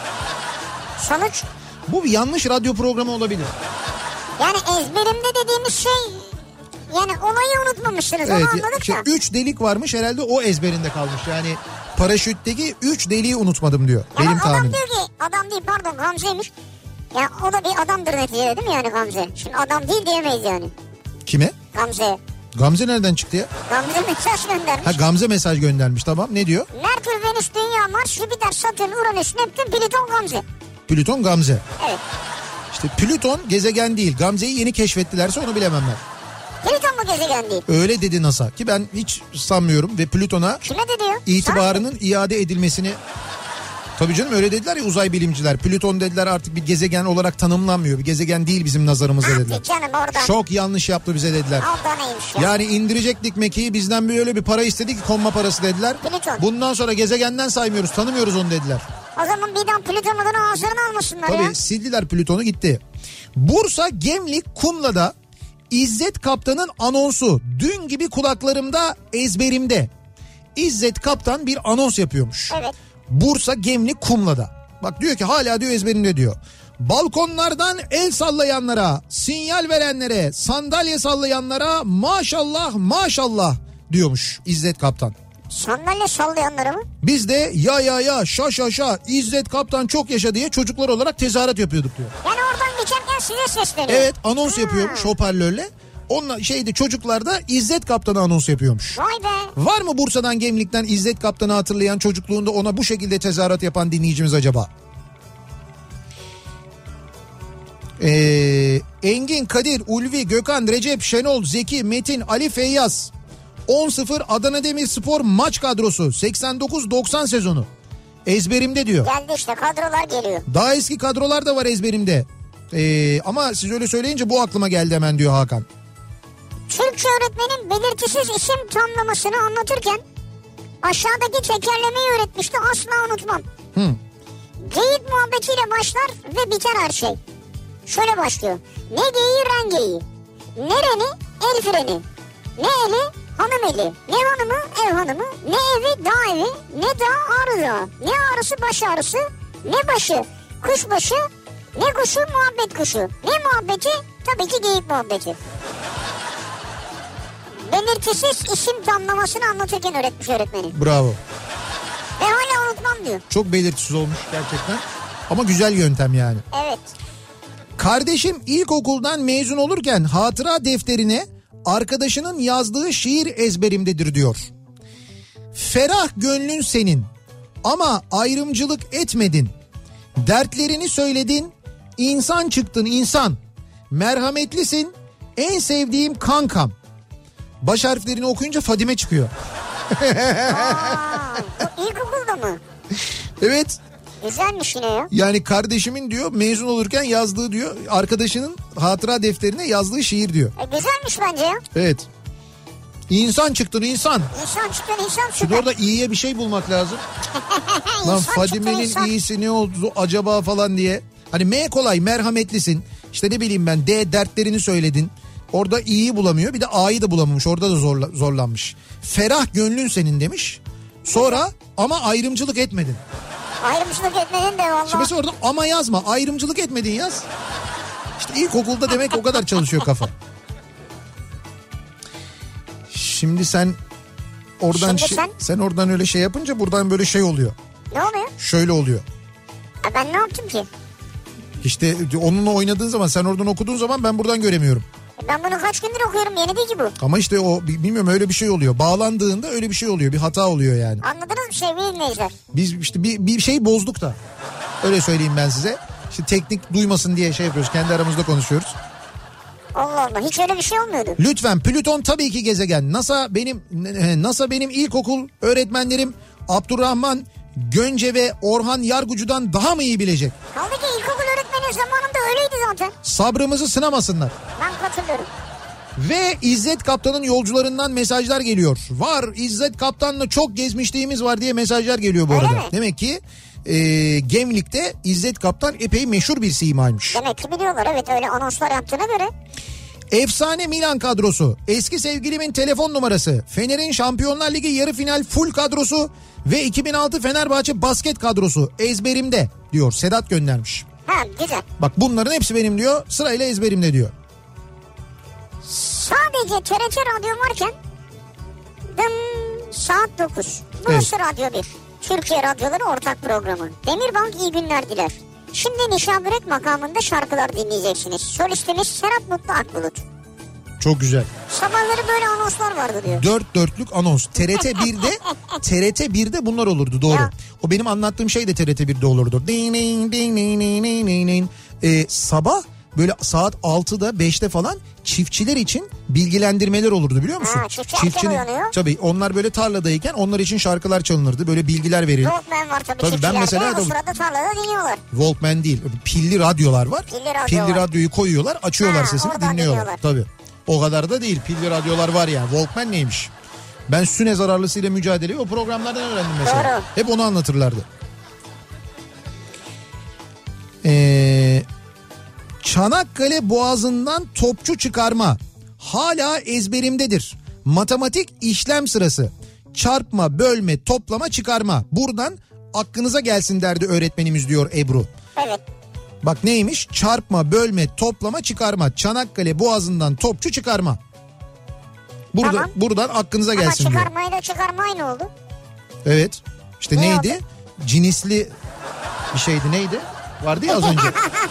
S2: Sonuç?
S1: Bu bir yanlış radyo programı olabilir.
S2: Yani ezberimde dediğimiz şey, yani olayı unutmamışsınız,
S1: evet,
S2: onu anladık da.
S1: 3 delik varmış herhalde, o ezberinde kalmış. Yani paraşütteki 3 deliği unutmadım diyor.
S2: Ya
S1: benim tahminim.
S2: Adam diyor ki, adam değil pardon Gamze'ymiş. Ya o da bir adamdır neticede değil mi yani Gamze? Şimdi adam değil diyemeyiz yani.
S1: Kime?
S2: Gamze.
S1: Gamze nereden çıktı ya?
S2: Gamze mesaj göndermiş.
S1: Ha, Gamze mesaj göndermiş, tamam, ne diyor?
S2: Merkür, Venüs, Dünya, Mars, Jüpiter, Satürn, Uranüs, Neptün, Plüton, Gamze.
S1: Plüton Gamze.
S2: Evet.
S1: İşte Plüton gezegen değil. Gamze'yi yeni keşfettilerse onu bilemem ben.
S2: Plüton mu gezegen değil?
S1: Öyle dedi NASA ki ben hiç sanmıyorum ve Plüton'a
S2: kime dedi diyor?
S1: itibarının iade edilmesini... Tabii canım, öyle dediler ya uzay bilimciler. Plüton dediler artık bir gezegen olarak tanımlanmıyor. Bir gezegen değil bizim nazarımızda dediler.
S2: Canım oradan.
S1: Çok yanlış yaptı bize dediler.
S2: Oradan neymiş ya?
S1: Yani indirecektik mekiği, bizden böyle bir para istedi ki, konma parası dediler.
S2: Plüton.
S1: Bundan sonra gezegenden saymıyoruz, tanımıyoruz onu dediler.
S2: O zaman bir daha Plüton adını ağızlarına almasınlar ya.
S1: Tabii sildiler Plüton'u, gitti. Bursa Gemlik Kumla'da İzzet Kaptan'ın anonsu dün gibi kulaklarımda, ezberimde. İzzet Kaptan bir anons yapıyormuş.
S2: Evet.
S1: Bursa Gemlik Kumla'da. Bak diyor ki hala diyor ezberimde diyor. Balkonlardan el sallayanlara, sinyal verenlere, sandalye sallayanlara maşallah maşallah diyormuş İzzet Kaptan.
S2: Sandalye sallayanlara mı?
S1: Biz de ya şa şa şa İzzet Kaptan çok yaşa diye çocuklar olarak tezahürat yapıyorduk diyor.
S2: Yani oradan geçerken size sesleniyor.
S1: Evet, anons yapıyormuş hoparlörle. Onunla çocuklar da İzzet Kaptan'a anons yapıyormuş.
S2: Vay be.
S1: Var mı Bursa'dan, Gemlik'ten İzzet Kaptan'ı hatırlayan, çocukluğunda ona bu şekilde tezahürat yapan dinleyicimiz acaba? Engin, Kadir, Ulvi, Gökhan, Recep, Şenol, Zeki, Metin, Ali, Feyyaz. 10-0 Adana Demirspor maç kadrosu 89-90 sezonu. Ezberimde diyor.
S2: Geldi işte, kadrolar geliyor.
S1: Daha eski kadrolar da var ezberimde. Ama siz öyle söyleyince bu aklıma geldi hemen diyor Hakan.
S2: Türkçe öğretmenin belirtisiz isim tamlamasını anlatırken aşağıdaki tekerlemeyi öğretmişti, asla unutmam. Geyik muhabbetiyle başlar ve biter her şey. Şöyle başlıyor. Ne geyiği ren geyiği. Ne reni el freni. Ne eli hanım eli. Ne hanımı ev hanımı. Ne evi dağ evi. Ne dağ ağrı dağı. Ne ağrısı baş ağrısı. Ne başı kuş başı. Ne kuşu muhabbet kuşu. Ne muhabbeti? Tabii ki geyik muhabbeti. Belirtisiz isim tamlamasını anlatırken öğretmiş öğretmeni.
S1: Bravo.
S2: Ve hala unutmam diyor.
S1: Çok belirtisiz olmuş gerçekten. Ama güzel yöntem yani.
S2: Evet.
S1: Kardeşim ilkokuldan mezun olurken hatıra defterine arkadaşının yazdığı şiir ezberimdedir diyor. Ferah gönlün senin ama ayrımcılık etmedin. Dertlerini söyledin, insan çıktın insan. Merhametlisin, en sevdiğim kankam. Baş harflerini okuyunca Fadime çıkıyor.
S2: Bu ilkokulda mı?
S1: Evet.
S2: Güzelmiş yine ya.
S1: Yani kardeşimin diyor mezun olurken yazdığı diyor, arkadaşının hatıra defterine yazdığı şiir diyor.
S2: Güzelmiş bence ya.
S1: Evet. İnsan çıktın insan.
S2: İnsan çıktın insan
S1: Şimdi
S2: süper.
S1: orada iyiye bir şey bulmak lazım. Lan Fadime'nin iyisi ne oldu acaba falan diye. Hani M kolay, merhametlisin. İşte ne bileyim ben, D dertlerini söyledin. Orada iyiyi bulamıyor, bir de A'yı da bulamamış, orada da zorlanmış. Ferah gönlün senin demiş. Sonra ama ayrımcılık etmedin.
S2: Ayrımcılık etmedin de valla.
S1: Şimdi mesela orada ama yazma, ayrımcılık etmedin yaz. İşte ilkokulda demek o kadar çalışıyor kafa. Şimdi sen oradan sen oradan öyle şey yapınca buradan böyle şey oluyor.
S2: Ne oluyor?
S1: Şöyle oluyor.
S2: Ben ne yaptım ki?
S1: İşte onunla oynadığın zaman, sen oradan okuduğun zaman ben buradan göremiyorum.
S2: Ben bunu kaç gündür okuyorum, yeni değil ki bu.
S1: Ama işte o bilmiyorum, öyle bir şey oluyor. Bağlandığında öyle bir şey oluyor. Bir hata oluyor yani.
S2: Anladınız mı sevgili dinleyiciler?
S1: Biz işte bir şey bozduk da. Öyle söyleyeyim ben size. İşte teknik duymasın diye şey yapıyoruz. Kendi aramızda konuşuyoruz.
S2: Allah Allah, hiç öyle bir şey olmuyordu.
S1: Lütfen, Plüton tabii ki gezegen. NASA benim ilkokul öğretmenlerim Abdurrahman Gönce ve Orhan Yargucu'dan daha mı iyi bilecek?
S2: Kaldı ki ilkokul öğretmeni zamanında öyleydi zaten.
S1: Sabrımızı sınamasınlar.
S2: Ben katılıyorum.
S1: Ve İzzet Kaptan'ın yolcularından mesajlar geliyor. Var, İzzet Kaptan'la çok gezmişliğimiz var diye mesajlar geliyor bu
S2: öyle
S1: arada.
S2: Mi?
S1: Demek ki Gemlik'te İzzet Kaptan epey meşhur bir simaymış.
S2: Demek ki biliyorlar, evet, öyle anonslar yaptığına göre.
S1: Efsane Milan kadrosu, eski sevgilimin telefon numarası, Fener'in Şampiyonlar Ligi yarı final full kadrosu ve 2006 Fenerbahçe basket kadrosu ezberimde diyor. Sedat göndermiş.
S2: Ha, güzel.
S1: Bak bunların hepsi benim diyor, sırayla ezberimde diyor.
S2: Sadece TRT Radyo varken saat 9. Burası evet. Radyo 1. Türkiye Radyoları ortak programı. Demirbank iyi günler diler. Şimdi Nişabürek makamında şarkılar dinleyeceksiniz. Solistimiz Serap Mutlu Akbulut.
S1: Çok güzel.
S2: Sabahları böyle anonslar vardı diyor.
S1: 4 dörtlük anons. TRT 1'de bunlar olurdu, doğru. Ya. O benim anlattığım şey de TRT 1'de olurdu. Sabah böyle saat 6'da 5'te falan çiftçiler için bilgilendirmeler olurdu, biliyor musun?
S2: Ha, çiftçi uyanıyor.
S1: Tabii onlar böyle tarladayken onlar için şarkılar çalınırdı. Böyle bilgiler verildi.
S2: Walkman var tabii
S1: ben mesela
S2: o sırada tarlada dinliyorlar.
S1: Walkman değil, pilli radyolar var. Pilli radyoyu koyuyorlar, açıyorlar sesini, dinliyorlar. Tabii. O kadar da değil, pilli radyolar var ya. Walkman neymiş? Ben süne zararlısıyla mücadeleyi o programlardan öğrendim mesela.
S2: Doğru.
S1: Hep onu anlatırlardı. Çanakkale Boğazı'ndan topçu çıkarma hala ezberimdedir. Matematik işlem sırası. Çarpma, bölme, toplama, çıkarma. Buradan aklınıza gelsin derdi öğretmenimiz diyor Ebru.
S2: Evet.
S1: Bak neymiş? Çarpma, bölme, toplama, çıkarma. Çanakkale Boğazı'ndan topçu çıkarma.
S2: Tamam.
S1: Buradan aklınıza gelsin diyor.
S2: Ama çıkarmayla çıkarma aynı oldu.
S1: Evet. İşte
S2: ne
S1: neydi?
S2: oldu?
S1: Cinisli bir şeydi, neydi? Vardı ya az önce.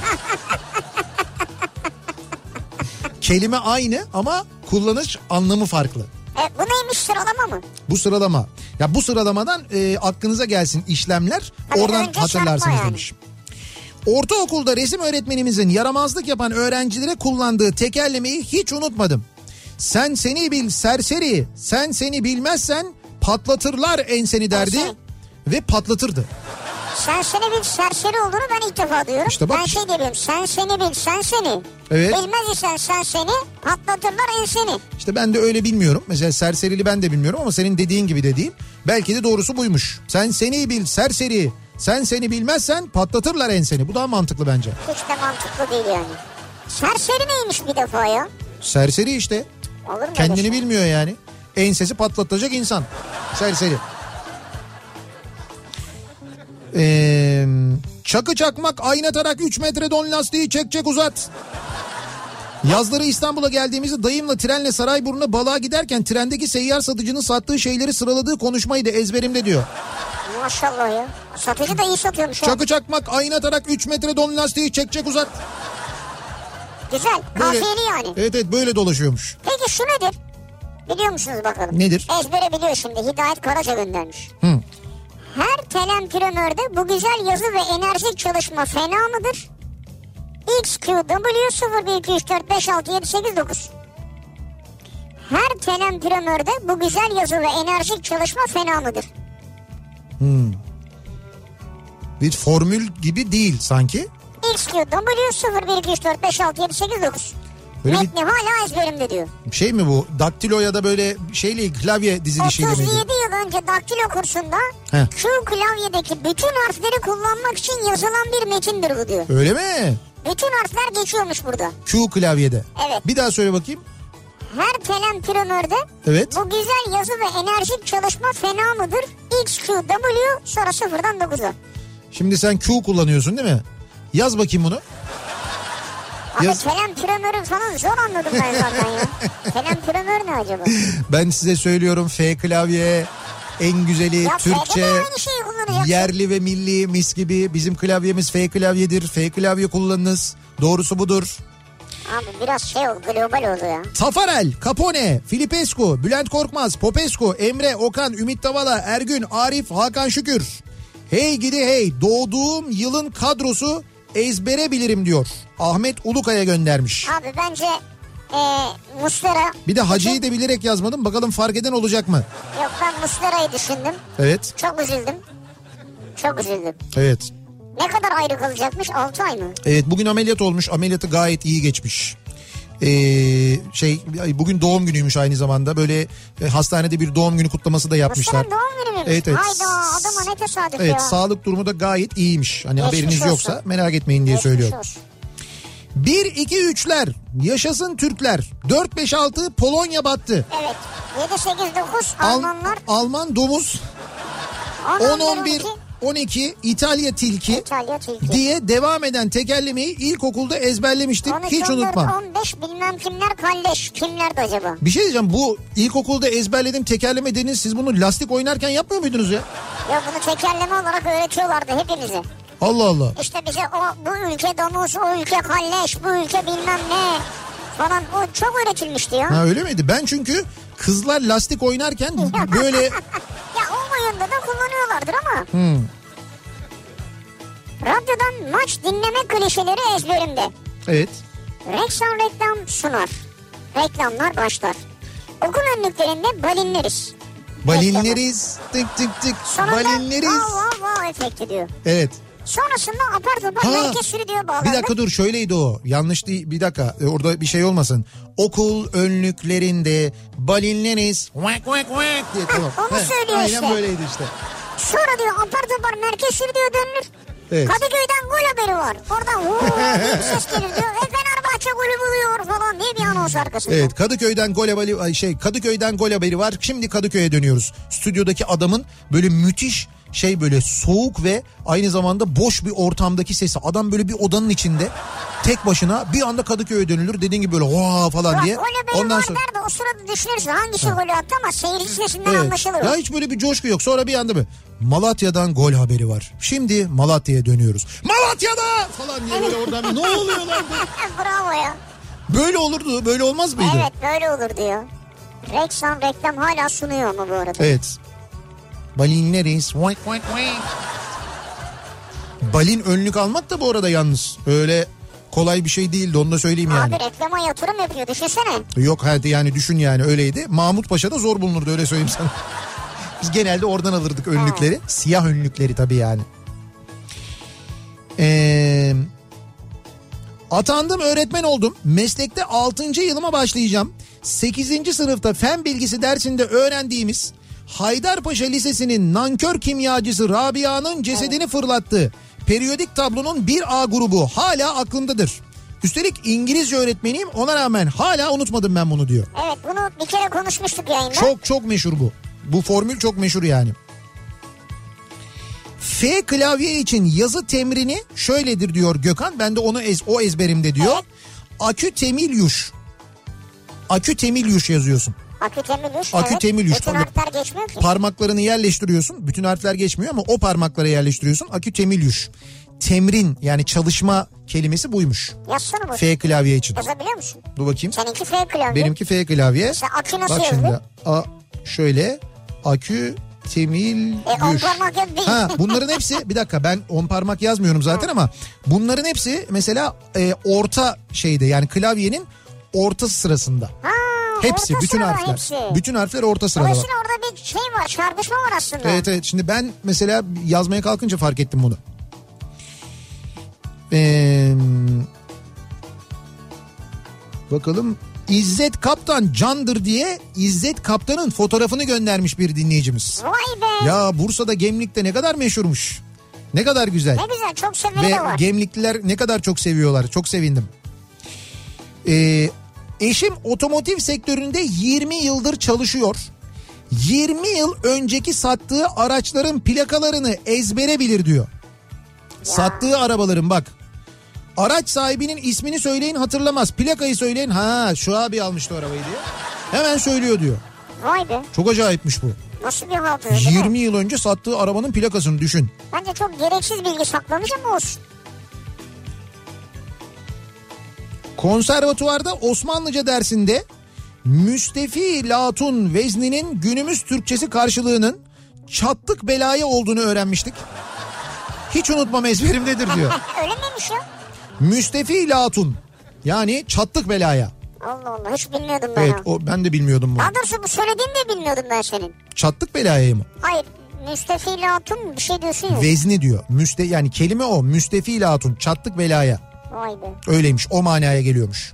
S1: Kelime aynı ama kullanış anlamı farklı.
S2: Bu neymiş, sıralama mı?
S1: Bu sıralama. Ya bu sıralamadan aklınıza gelsin işlemler. Tabii oradan hatırlarsınız yani. Demiş. Ortaokulda resim öğretmenimizin yaramazlık yapan öğrencilere kullandığı tekerlemeyi hiç unutmadım. Sen seni bil serseri, sen seni bilmezsen patlatırlar enseni derdi ve patlatırdı.
S2: Sen seni bil serseri olduğunu ben ilk defa duyuyorum.
S1: İşte bak,
S2: ben şey diyorum, sen seni bil sen seni.
S1: Evet.
S2: Bilmez isen sen seni patlatırlar enseni.
S1: İşte ben de öyle bilmiyorum. Mesela serserili ben de bilmiyorum ama senin dediğin gibi de değil. Belki de doğrusu buymuş. Sen seni bil serseri. Sen seni bilmezsen patlatırlar enseni. Bu daha mantıklı bence.
S2: Hiç de mantıklı değil yani. Serseri neymiş bir defa ya?
S1: Serseri işte.
S2: Olur mu?
S1: Kendini bilmiyor yani. Ensesi patlatacak insan. Serseri. Çakı çakmak aynatarak 3 metre don lastiği çek uzat. Yazları İstanbul'a geldiğimizde dayımla trenle Sarayburnu'na balığa giderken trendeki seyyar satıcının sattığı şeyleri sıraladığı konuşmaydı ezberimde diyor.
S2: Maşallah ya. Satıcı da iyi satıyormuş.
S1: Çakı çakmak aynatarak 3 metre don lastiği çek uzat.
S2: Güzel. Kafiyeli yani.
S1: Evet böyle dolaşıyormuş.
S2: Peki şu nedir? Biliyor musunuz bakalım?
S1: Nedir?
S2: Ezbere biliyor şimdi. Hidayet Karaca göndermiş. Her telempromörde bu güzel yazı ve enerjik çalışma fena mıdır? XQW 012345678 Her telempromörde bu güzel yazı ve enerjik çalışma fena mıdır?
S1: Bir formül gibi değil sanki.
S2: XQW 012345678 Metni hala ezberimde diyor.
S1: Şey mi bu? Daktilo ya da böyle şeyle klavye dizilişiyle mi?
S2: 37 yıl önce daktilo kursunda Q klavyedeki bütün harfleri kullanmak için yazılan bir metindir bu diyor.
S1: Öyle mi?
S2: Bütün harfler geçiyormuş burada.
S1: Q klavyede.
S2: Evet.
S1: Bir daha söyle bakayım.
S2: Her telempromörde bu güzel yazı ve enerjik çalışma fena mıdır? XQW sonra 0'dan 9'a.
S1: Şimdi sen Q kullanıyorsun değil mi? Yaz bakayım bunu.
S2: Abi telem püremörü falan zor anladım ben zaten ya. Telem püremör ne acaba?
S1: Ben size söylüyorum, F klavye en güzeli,
S2: ya
S1: Türkçe, yerli ve milli, mis gibi. Bizim klavyemiz F klavyedir. F klavye kullanınız. Doğrusu budur.
S2: Abi biraz şey oldu, global oldu ya.
S1: Tafarel, Capone, Filipescu, Bülent Korkmaz, Popescu, Emre, Okan, Ümit Davala, Ergün, Arif, Hakan Şükür. Hey gidi hey, doğduğum yılın kadrosu ezbere bilirim diyor. Ahmet Ulukaya göndermiş.
S2: Abi bence Muslera.
S1: Bir de Hacı'yı da bilerek yazmadım. Bakalım fark eden olacak mı?
S2: Yok, ben Muslera'yı düşündüm.
S1: Evet.
S2: Çok üzüldüm. Çok üzüldüm.
S1: Evet.
S2: Ne kadar ayrı kalacakmış? 6 ay mı?
S1: Evet, bugün ameliyat olmuş. Ameliyatı gayet iyi geçmiş. Bugün doğum günüymüş aynı zamanda. Böyle hastanede bir doğum günü kutlaması da yapmışlar.
S2: Muslera'nın doğum günü müymüş?
S1: Evet, evet.
S2: Hayda, adama ne tesadüf
S1: evet,
S2: ya.
S1: sağlık durumu da gayet iyiymiş. Hani
S2: Geçmiş
S1: haberiniz
S2: olsun.
S1: yoksa merak etmeyin diye
S2: Geçmiş
S1: söylüyorum.
S2: olsun.
S1: 1-2-3'ler yaşasın Türkler. 4-5-6 Polonya battı.
S2: Evet. 7-8-9 Almanlar.
S1: Alman domuz. 10-11-12 İtalya tilki.
S2: İtalya tilki.
S1: Diye devam eden tekerlemeyi ilkokulda ezberlemiştim.
S2: 13,
S1: Hiç
S2: 14,
S1: unutmam.
S2: 15 bilmem kimler kalleş. Kimlerdi acaba?
S1: Bir şey diyeceğim, bu ilkokulda ezberlediğim tekerleme dediniz, siz bunu lastik oynarken yapmıyor muydunuz ya?
S2: Ya bunu tekerleme olarak öğretiyorlardı hepimize.
S1: Allah Allah.
S2: İşte bize bu ülke domuz, o ülke kalleş, bu ülke bilmem ne falan, o çok öğretilmişti ya.
S1: Ha, öyle miydi? Ben çünkü kızlar lastik oynarken böyle...
S2: Ya o oyunda da kullanıyorlardır ama. Radyodan maç dinleme klişeleri ezberimde.
S1: Evet.
S2: Rexon reklam sunar. Reklamlar başlar. Okul önlüklerinde balinleriz.
S1: Balinleriz. Tık tık tık.
S2: Sonunda
S1: Balinleriz.
S2: vav efekti diyor.
S1: Evet.
S2: Sonrasında apar topar merkez stüdyo bağlandı.
S1: Bir dakika dur, şöyleydi o. Yanlış değil, bir dakika. Orada bir şey olmasın. Okul önlüklerinde balinleriz. Vak vak vak diye. Tamam.
S2: Onu söylüyor
S1: aynen
S2: işte.
S1: Aynen böyleydi işte.
S2: Sonra diyor apar topar merkez stüdyo dönülür.
S1: Evet.
S2: Kadıköy'den gol haberi var. Oradan diye bir ses gelir diyor. Fenerbahçe golü buluyor falan diye bir anons arkasında.
S1: Evet, Kadıköy'den gol haberi var. Şimdi Kadıköy'e dönüyoruz. Stüdyodaki adamın böyle müthiş böyle soğuk ve aynı zamanda boş bir ortamdaki sesi. Adam böyle bir odanın içinde tek başına bir anda Kadıköy'e dönülür. Dediğin gibi böyle oha falan diye.
S2: Gol haberi
S1: Ondan
S2: var
S1: sonra...
S2: der de o sırada düşünürsün hangisi golü attı ama seyirci sesinden anlaşılır.
S1: Ya hiç böyle bir coşku yok. Sonra bir anda mı? Malatya'dan gol haberi var. Şimdi Malatya'ya dönüyoruz. Malatya'da falan diye böyle oradan ne oluyor lan?
S2: Bravo ya.
S1: Böyle olurdu. Böyle olmaz mıydı?
S2: Evet, böyle olur diyor. Rexon reklam hala sunuyor mu bu arada?
S1: Evet. Balinleriz. Balin önlük almak da bu arada yalnız öyle kolay bir şey değildi, onu da söyleyeyim yani.
S2: Abi reklama yatırım yapıyor, düşünsene.
S1: Yok hadi yani düşün, yani öyleydi. Mahmut Paşa'da zor bulunurdu, öyle söyleyeyim sana. Biz genelde oradan alırdık önlükleri. Siyah önlükleri tabii yani. Atandım, öğretmen oldum. Meslekte 6. yılıma başlayacağım. 8. sınıfta fen bilgisi dersinde öğrendiğimiz Haydarpaşa Lisesi'nin nankör kimyacısı Rabia'nın cesedini fırlattığı periyodik tablonun 1A grubu hala aklımdadır. Üstelik İngilizce öğretmeniyim, ona rağmen hala unutmadım ben bunu diyor.
S2: Evet, bunu bir kere konuşmuştuk yayında.
S1: Çok meşhur bu. Bu formül çok meşhur yani. F klavye için yazı temrini şöyledir diyor Gökhan. Ben de onu o ezberimde diyor. Evet. Akütemilyuş. Akütemilyuş yazıyorsun.
S2: Akütemilyuş.
S1: Akütemilyuş.
S2: Bütün harfler geçmiyor ki.
S1: Parmaklarını yerleştiriyorsun. Bütün harfler geçmiyor ama o parmaklara yerleştiriyorsun. Akütemilyuş. Temrin, yani çalışma kelimesi buymuş.
S2: Yazsana bu.
S1: F klavye için.
S2: Yazabiliyor musun?
S1: Dur bakayım.
S2: Seninki F klavye.
S1: Benimki F klavye.
S2: Sen akü nasıl
S1: bak
S2: yazdı?
S1: Şimdi şöyle akütemilyuş.
S2: 10 parmak yok değil.
S1: Ha, bunların hepsi bir dakika, ben 10 parmak yazmıyorum zaten ama bunların hepsi mesela orta şeyde, yani klavyenin orta sırasında.
S2: Ha,
S1: hepsi,
S2: orta
S1: bütün
S2: sırada
S1: harfler.
S2: Hepsi.
S1: Bütün harfler orta sırada var.
S2: Dolayısıyla orada bir şey var, çarpışma var aslında.
S1: Evet. Şimdi ben mesela yazmaya kalkınca fark ettim bunu. Bakalım, İzzet Kaptan candır diye İzzet Kaptan'ın fotoğrafını göndermiş bir dinleyicimiz.
S2: Vay be.
S1: Ya Bursa'da Gemlik'te ne kadar meşhurmuş. Ne kadar güzel.
S2: Ne güzel, çok seveni
S1: ve
S2: de var.
S1: Gemlikliler ne kadar çok seviyorlar. Çok sevindim. Eşim otomotiv sektöründe 20 yıldır çalışıyor. 20 yıl önceki sattığı araçların plakalarını ezbere bilir diyor. Ya. Sattığı arabaların bak. Araç sahibinin ismini söyleyin hatırlamaz. Plakayı söyleyin. Ha şu abi almıştı o arabayı diye. Hemen söylüyor diyor.
S2: Vay be.
S1: Çok acayipmiş bu.
S2: Nasıl bir hafıza?
S1: 20 yıl önce sattığı arabanın plakasını düşün.
S2: Bence çok gereksiz bilgi saklamış ama olsun.
S1: Konservatuvarda Osmanlıca dersinde müstefi latun vezninin günümüz Türkçesi karşılığının çattık belaya olduğunu öğrenmiştik. Hiç unutmam, ezberimdedir diyor.
S2: Öyle miymiş ya?
S1: Müstefi latun yani çattık belaya.
S2: Allah Allah, hiç bilmiyordum ben.
S1: Evet, ben de bilmiyordum bunu.
S2: Daha doğrusu bu söylediğini de bilmiyordum ben senin.
S1: Çattık belaya mı?
S2: Hayır, müstefi latun bir şey diyorsun ya.
S1: Vezni diyor. Yani kelime o. Müstefi latun çattık belaya.
S2: Vay be.
S1: Öyleymiş, o manaya geliyormuş.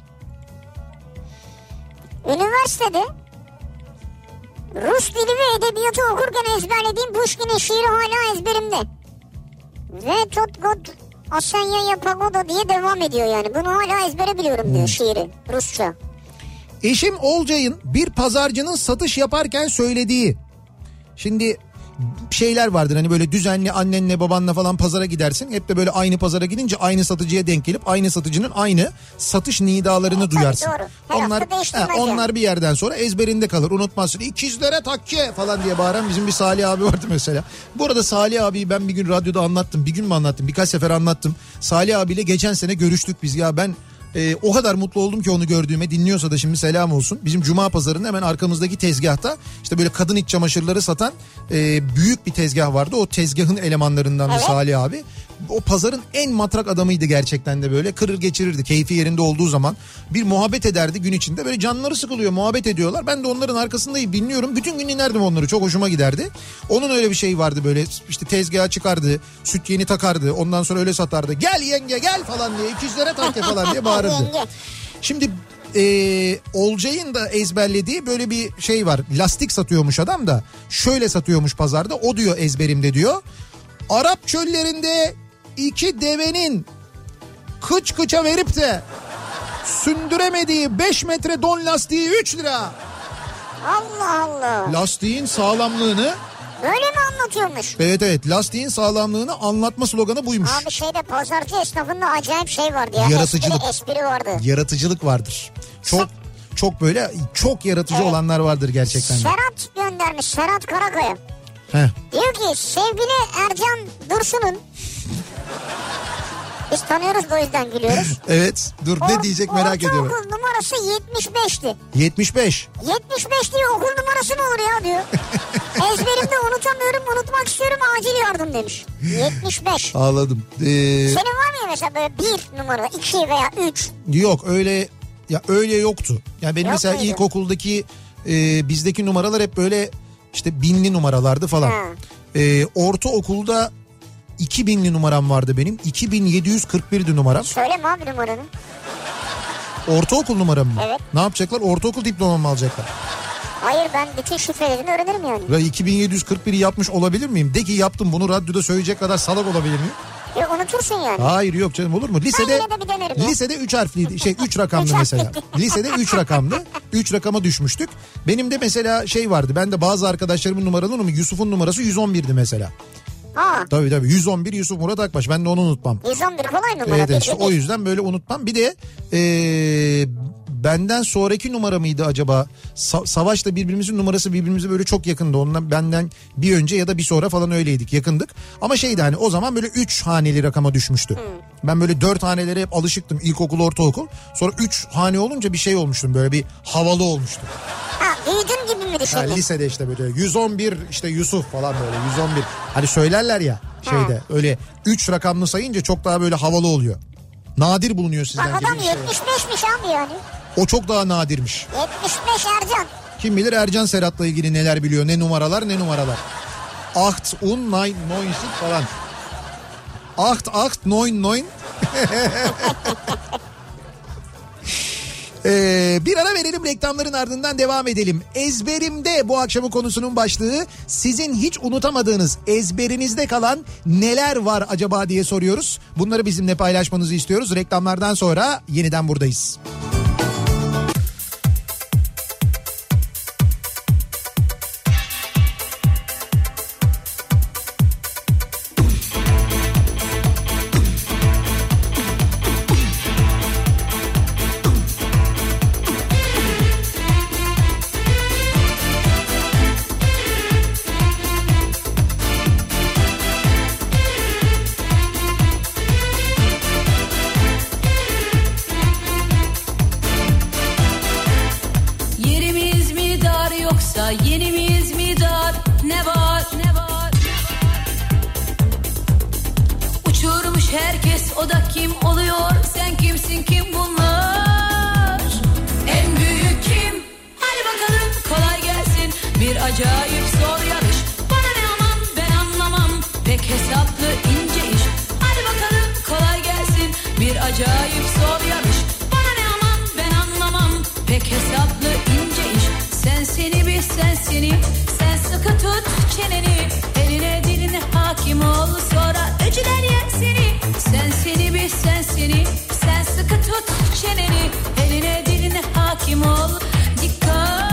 S2: Üniversitede Rus dili ve edebiyatı okurken ezberlediğim Pushkin'in şiiri hala ezberimde. Ve Totgot Asanya Pagoda diye devam ediyor yani. Bunu hala ezbere biliyorum diyor şiiri Rusça.
S1: Eşim Olcay'ın bir pazarcının satış yaparken söylediği. Şimdi şeyler vardır hani böyle düzenli annenle babanla falan pazara gidersin. Hep de böyle aynı pazara gidince aynı satıcıya denk gelip aynı satıcının aynı satış nidalarını duyarsın.
S2: Doğru.
S1: Onlar bir yerden sonra ezberinde kalır, unutmazsın. İkizlere takke falan diye bağıran bizim bir Salih abi vardı mesela. Bu arada Salih abiyi ben bir gün radyoda anlattım. Bir gün mü anlattım? Birkaç sefer anlattım. Salih abiyle geçen sene görüştük biz ya, ben o kadar mutlu oldum ki onu gördüğüme, dinliyorsa da şimdi selam olsun. Bizim Cuma Pazarı'nın hemen arkamızdaki tezgahta işte böyle kadın iç çamaşırları satan büyük bir tezgah vardı. O tezgahın elemanlarından Salih abi. O pazarın en matrak adamıydı gerçekten de, böyle kırır geçirirdi keyfi yerinde olduğu zaman. Bir muhabbet ederdi gün içinde, böyle canları sıkılıyor, muhabbet ediyorlar. Ben de onların arkasındayım, dinliyorum. Bütün gün dinlerdim onları, çok hoşuma giderdi. Onun öyle bir şey vardı, böyle işte tezgaha çıkardı, süt yeni takardı, ondan sonra öyle satardı. Gel yenge gel falan diye, ikizlere takke falan diye bağırırdı. Şimdi Olcay'ın da ezberlediği böyle bir şey var. Lastik satıyormuş adam da. Şöyle satıyormuş pazarda. O diyor ezberimde diyor. Arap çöllerinde 2 devenin kıç kıça verip de sündüremediği 5 metre don lastiği 3 lira.
S2: Allah Allah.
S1: Lastiğin sağlamlığını...
S2: Böyle mi anlatıyormuş?
S1: Evet, lastiğin sağlamlığını anlatma sloganı buymuş.
S2: Abi şeyde pazarcı esnafında acayip şey vardı ya.
S1: Yaratıcılık.
S2: Espri vardı.
S1: Yaratıcılık vardır. Çok böyle çok yaratıcı olanlar vardır gerçekten.
S2: Serhat göndermiş, Serhat Karakaya.
S1: Heh.
S2: Diyor ki sevgili Ercan Dursun'un, biz tanıyoruz o yüzden gülüyoruz.
S1: Evet, dur ne diyecek merak ediyorum.
S2: Ortaokul numarası 75'ti.
S1: 75.
S2: 75 diyor, okul numarası mı olur ya diyor. Ezberimde unutamıyorum, unutmak istiyorum, acil yardım demiş. 75.
S1: Ağladım.
S2: Senin var mı mesela böyle 1 numara, 2 veya 3?
S1: Yok öyle ya, öyle yoktu. Yani benim mesela
S2: muydu?
S1: ilkokuldaki bizdeki numaralar hep böyle işte 1000'li numaralardı falan. Ortaokulda 2000'li numaram vardı benim. 2741'di numaram.
S2: Söyleme abi numaranı.
S1: Ortaokul numaram mı?
S2: Evet.
S1: Ne yapacaklar? Ortaokul diplomamı alacaklar.
S2: Hayır, ben bütün şifrelerini öğrenirim yani.
S1: Ve 2741'i yapmış olabilir miyim? De ki yaptım, bunu radyoda söyleyecek kadar salak olabilir miyim?
S2: Unutursun yani.
S1: Hayır yok canım, olur mu? Lisede 3 harfliydi. 3 rakamlı mesela. Lisede 3 rakamlı. 3 rakama düşmüştük. Benim de mesela şey vardı. Ben de bazı arkadaşlarımın numaraları mı? Yusuf'un numarası 111'di mesela.
S2: Ha.
S1: Tabii 111 Yusuf Murat Akbaş. Ben de onu unutmam.
S2: 111 kolay numara.
S1: Evet işte o yüzden böyle unutmam. Bir de benden sonraki numara mıydı acaba? Savaş'la birbirimizin numarası birbirimize böyle çok yakındı. Ondan benden bir önce ya da bir sonra falan öyleydik, yakındık. Ama şeydi hani o zaman böyle 3 haneli rakama düşmüştü. Ben böyle 4 hanelere hep alışıktım, ilkokul, ortaokul. Sonra 3 hane olunca bir şey olmuştum, böyle bir havalı olmuştum.
S2: Ha, büyüdün gibi mi düşündün?
S1: Yani lisede işte böyle 111 işte Yusuf falan, böyle 111. Hani söylerler ya şeyde, öyle 3 rakamlı sayınca çok daha böyle havalı oluyor. Nadir bulunuyor sizden.
S2: Bak adam 75'miş abi yani.
S1: O çok daha nadirmiş.
S2: 75 Ercan.
S1: Kim bilir Ercan Serhat'la ilgili neler biliyor, ne numaralar. 8, 9, 9 falan. 8, 9. Bir ara verelim, reklamların ardından devam edelim. Ezberimde bu akşamın konusunun başlığı, sizin hiç unutamadığınız, ezberinizde kalan neler var acaba diye soruyoruz. Bunları bizimle paylaşmanızı istiyoruz. Reklamlardan sonra yeniden buradayız.
S8: herkes, o da kim oluyor? Sen kimsin, kim bunlar? En büyük kim? Hadi bakalım, kolay gelsin. Bir acayip zor yarış. Bana ne aman, ben anlamam. Pek hesaplı ince iş. Hadi bakalım, kolay gelsin. Bir acayip zor yarış. Bana ne aman, ben anlamam. Pek hesaplı ince iş. Sen seni bil, sen seni. Sen sıkı tut çeneni. Eline diline hakim ol, sonra öcüler yer seni. Sen seni bil, sen seni. Sen sıkı tut çeneni. Eline diline hakim ol. Dikkat.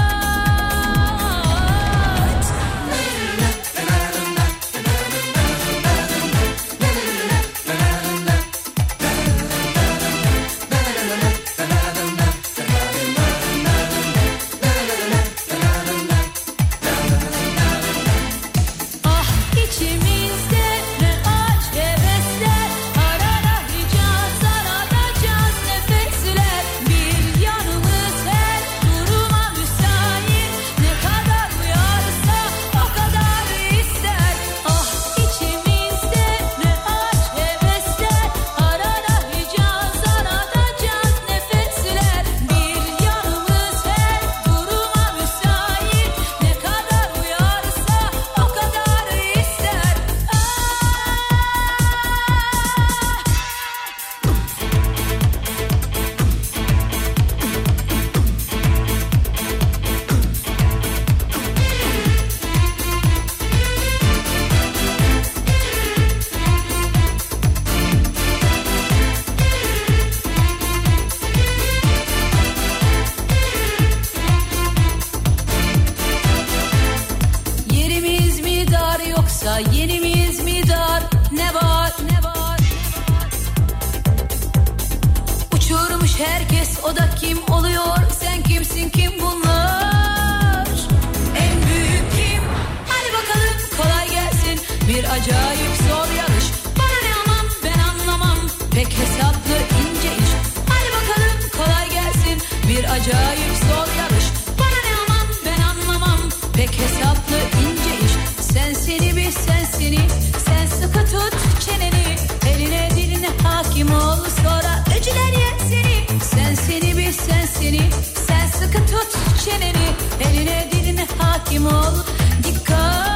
S8: Yenimiz mi dar, ne var, ne var? Uçurmuş herkes, o da kim oluyor? Sen kimsin, kim bunlar? En büyük kim? Hadi bakalım, kolay gelsin. Bir acayip zor yarış. Bana ne aman, ben anlamam. Pek hesaplı ince iş. Hadi bakalım, kolay gelsin. Bir acayip zor yarış. Bana ne aman, ben anlamam. Pek hesaplı ince iş. Sen seni bil, sen seni. Sen sıkı tut çeneni. Eline diline hakim ol, sonra öcüler yer seni. Sen seni bil, sen seni. Sen sıkı tut çeneni. Eline diline hakim ol. Dikkat.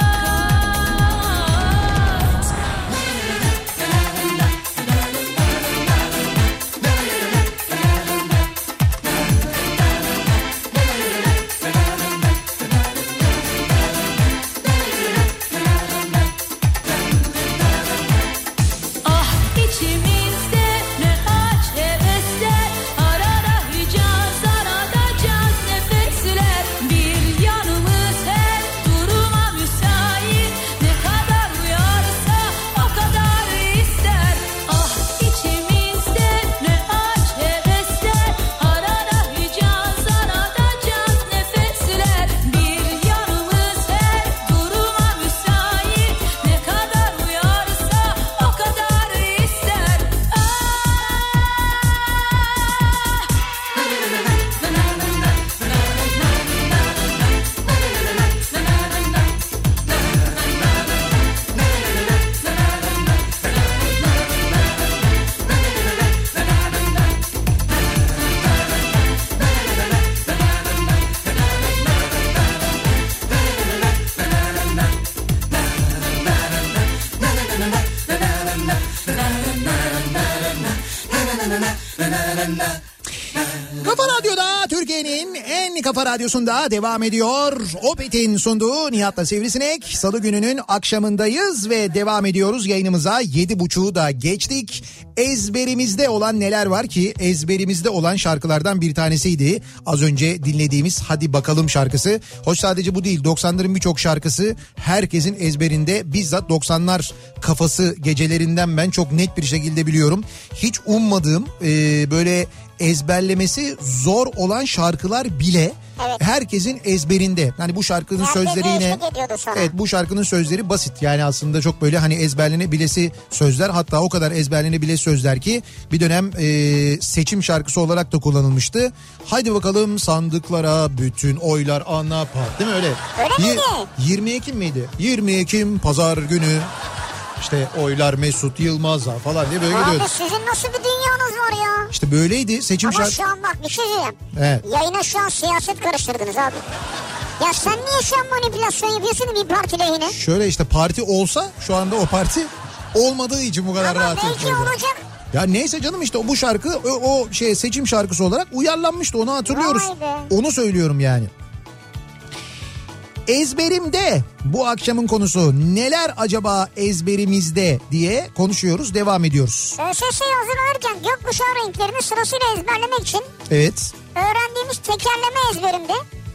S3: Kafa Radyo'da, Türkiye'nin en kafa radyosunda devam ediyor. Opet'in sunduğu Nihat'la Sivrisinek. Salı gününün akşamındayız ve devam ediyoruz yayınımıza. 7.30'u da geçtik. Ezberimizde olan neler var ki? Ezberimizde olan şarkılardan bir tanesiydi az önce dinlediğimiz Hadi Bakalım şarkısı. Hoş sadece bu değil, 90'ların birçok şarkısı herkesin ezberinde. Bizzat 90'lar kafası gecelerinden ben çok net bir şekilde biliyorum. Hiç ummadığım böyle ezberlemesi zor olan şarkılar bile evet, herkesin ezberinde. Hani bu şarkının sözleri yine evet, bu şarkının sözleri basit. Yani aslında çok böyle hani ezberlenebilesi sözler, hatta o kadar ezberlenebilesi sözler ki bir dönem seçim şarkısı olarak da kullanılmıştı. Haydi bakalım sandıklara bütün oylar ana part, değil mi öyle?
S2: Öyle miydi?
S3: 20 Ekim miydi? 20 Ekim pazar günü.
S1: İşte oylar Mesut Yılmaz'a falan diye böyle gidiyordu.
S2: Abi sizin nasıl bir dünyanız var ya?
S1: İşte böyleydi seçim
S2: Ama
S1: şarkı.
S2: şu an bak bir şey diyeceğim.
S1: Evet.
S2: Yayına şu an siyaset karıştırdınız abi. Ya sen niye şu an manipülasyon yapıyorsun bir parti lehine?
S1: Şöyle işte parti olsa şu anda o parti olmadığı için bu kadar
S2: Ama
S1: rahat
S2: belki
S1: yapıyoruz.
S2: olacak.
S1: Ya neyse canım işte bu şarkı o seçim şarkısı olarak uyarlanmıştı, onu hatırlıyoruz.
S2: Vay be.
S1: Onu söylüyorum yani. Ezberimde bu akşamın konusu, neler acaba ezberimizde diye konuşuyoruz, devam ediyoruz.
S2: ÖSS'ye hazırlanırken gökkuşağı renklerini sırasıyla ezberlemek için
S1: Evet.
S2: öğrendiğimiz tekerleme ezberimde.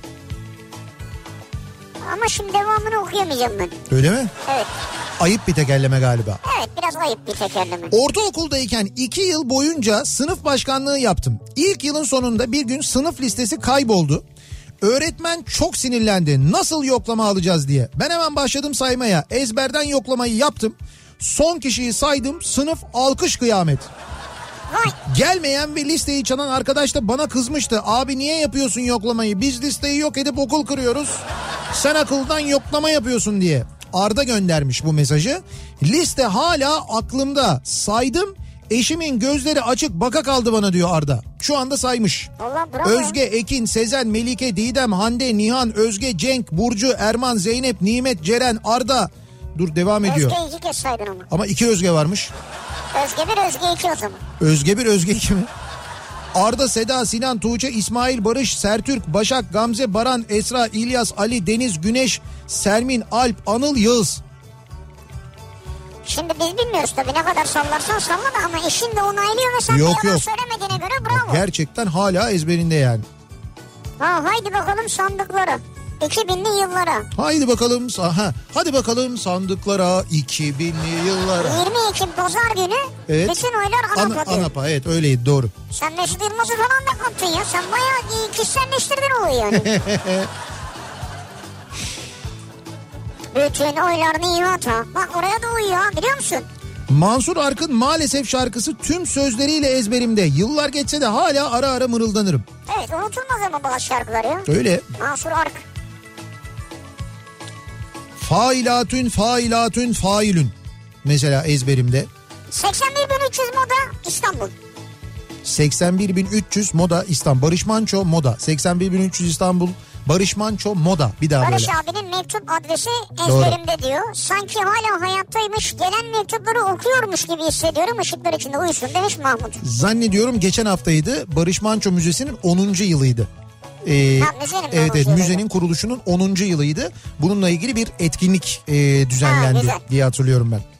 S2: Ama şimdi devamını okuyamayacağım ben.
S1: Öyle mi?
S2: Evet.
S1: Ayıp bir tekerleme galiba.
S2: Evet, biraz ayıp bir tekerleme.
S1: Ortaokuldayken 2 yıl boyunca sınıf başkanlığı yaptım. İlk yılın sonunda bir gün sınıf listesi kayboldu. Öğretmen çok sinirlendi. Nasıl yoklama alacağız diye. Ben hemen başladım saymaya. Ezberden yoklamayı yaptım. Son kişiyi saydım. Sınıf alkış kıyamet.
S2: Vay.
S1: Gelmeyen ve listeyi çalan arkadaş da bana kızmıştı. Abi niye yapıyorsun yoklamayı? Biz listeyi yok edip okul kırıyoruz. Sen akıldan yoklama yapıyorsun diye. Arda göndermiş bu mesajı. Liste hala aklımda. Saydım. Eşimin gözleri açık baka kaldı bana diyor Arda. Şu anda saymış.
S2: Allah bravo.
S1: Özge, Ekin, Sezen, Melike, Didem, Hande, Nihan, Özge, Cenk, Burcu, Erman, Zeynep, Nimet, Ceren, Arda. Dur devam ediyor.
S2: Özge 2 kez saydın ama.
S1: Ama 2 Özge varmış.
S2: Özge 1, Özge 2 o zaman.
S1: Özge 1, Özge 2 mi? Arda, Seda, Sinan, Tuğçe, İsmail, Barış, Sertürk, Başak, Gamze, Baran, Esra, İlyas, Ali, Deniz, Güneş, Sermin, Alp, Anıl, Yağız.
S2: Şimdi biz bilmiyoruz tabii, ne kadar sallarsan salla da ama eşin de onaylıyor ve sen
S1: Yok,
S2: de yalan
S1: yok.
S2: söylemediğine göre bravo.
S1: Gerçekten hala ezberinde yani.
S2: Ha, haydi bakalım sandıklara. 2000'li yıllara.
S1: Haydi bakalım, hadi bakalım sandıklara, 2000'li yıllara.
S2: 20 Ekim Pazar günü
S1: Evet.
S2: bütün oylar ANAP'a diyor.
S1: ANAP'a, evet öyleydi, doğru.
S2: Sen Mesut Yılmaz'ı falan da kattın ya. Sen bayağı kişiselleştirdin olayı yani. Bütün oylar Nihat'a. Bak oraya da uyuyor, biliyor musun?
S1: Mansur Ark'ın Maalesef şarkısı tüm sözleriyle ezberimde. Yıllar geçse de hala ara ara mırıldanırım.
S2: Evet, unutulmaz ama bazı şarkılar ya.
S1: Öyle.
S2: Mansur Ark.
S1: Failatün failatün failün. Mesela ezberimde.
S2: 81.300 moda İstanbul.
S1: 81.300 moda İstanbul. Barış Manço moda. 81.300 İstanbul. Barış Manço moda. Bir daha
S2: Barış
S1: böyle.
S2: abinin mektup adresi ezberimde diyor. Sanki hala hayattaymış, gelen mektupları okuyormuş gibi hissediyorum. Işıklar içinde uyusun demiş Mahmut.
S1: Zannediyorum geçen haftaydı. Barış Manço Müzesi'nin 10. yılıydı. Evet, müzenin kuruluşunun 10. yılıydı. Bununla ilgili bir etkinlik düzenlendi diye hatırlıyorum ben.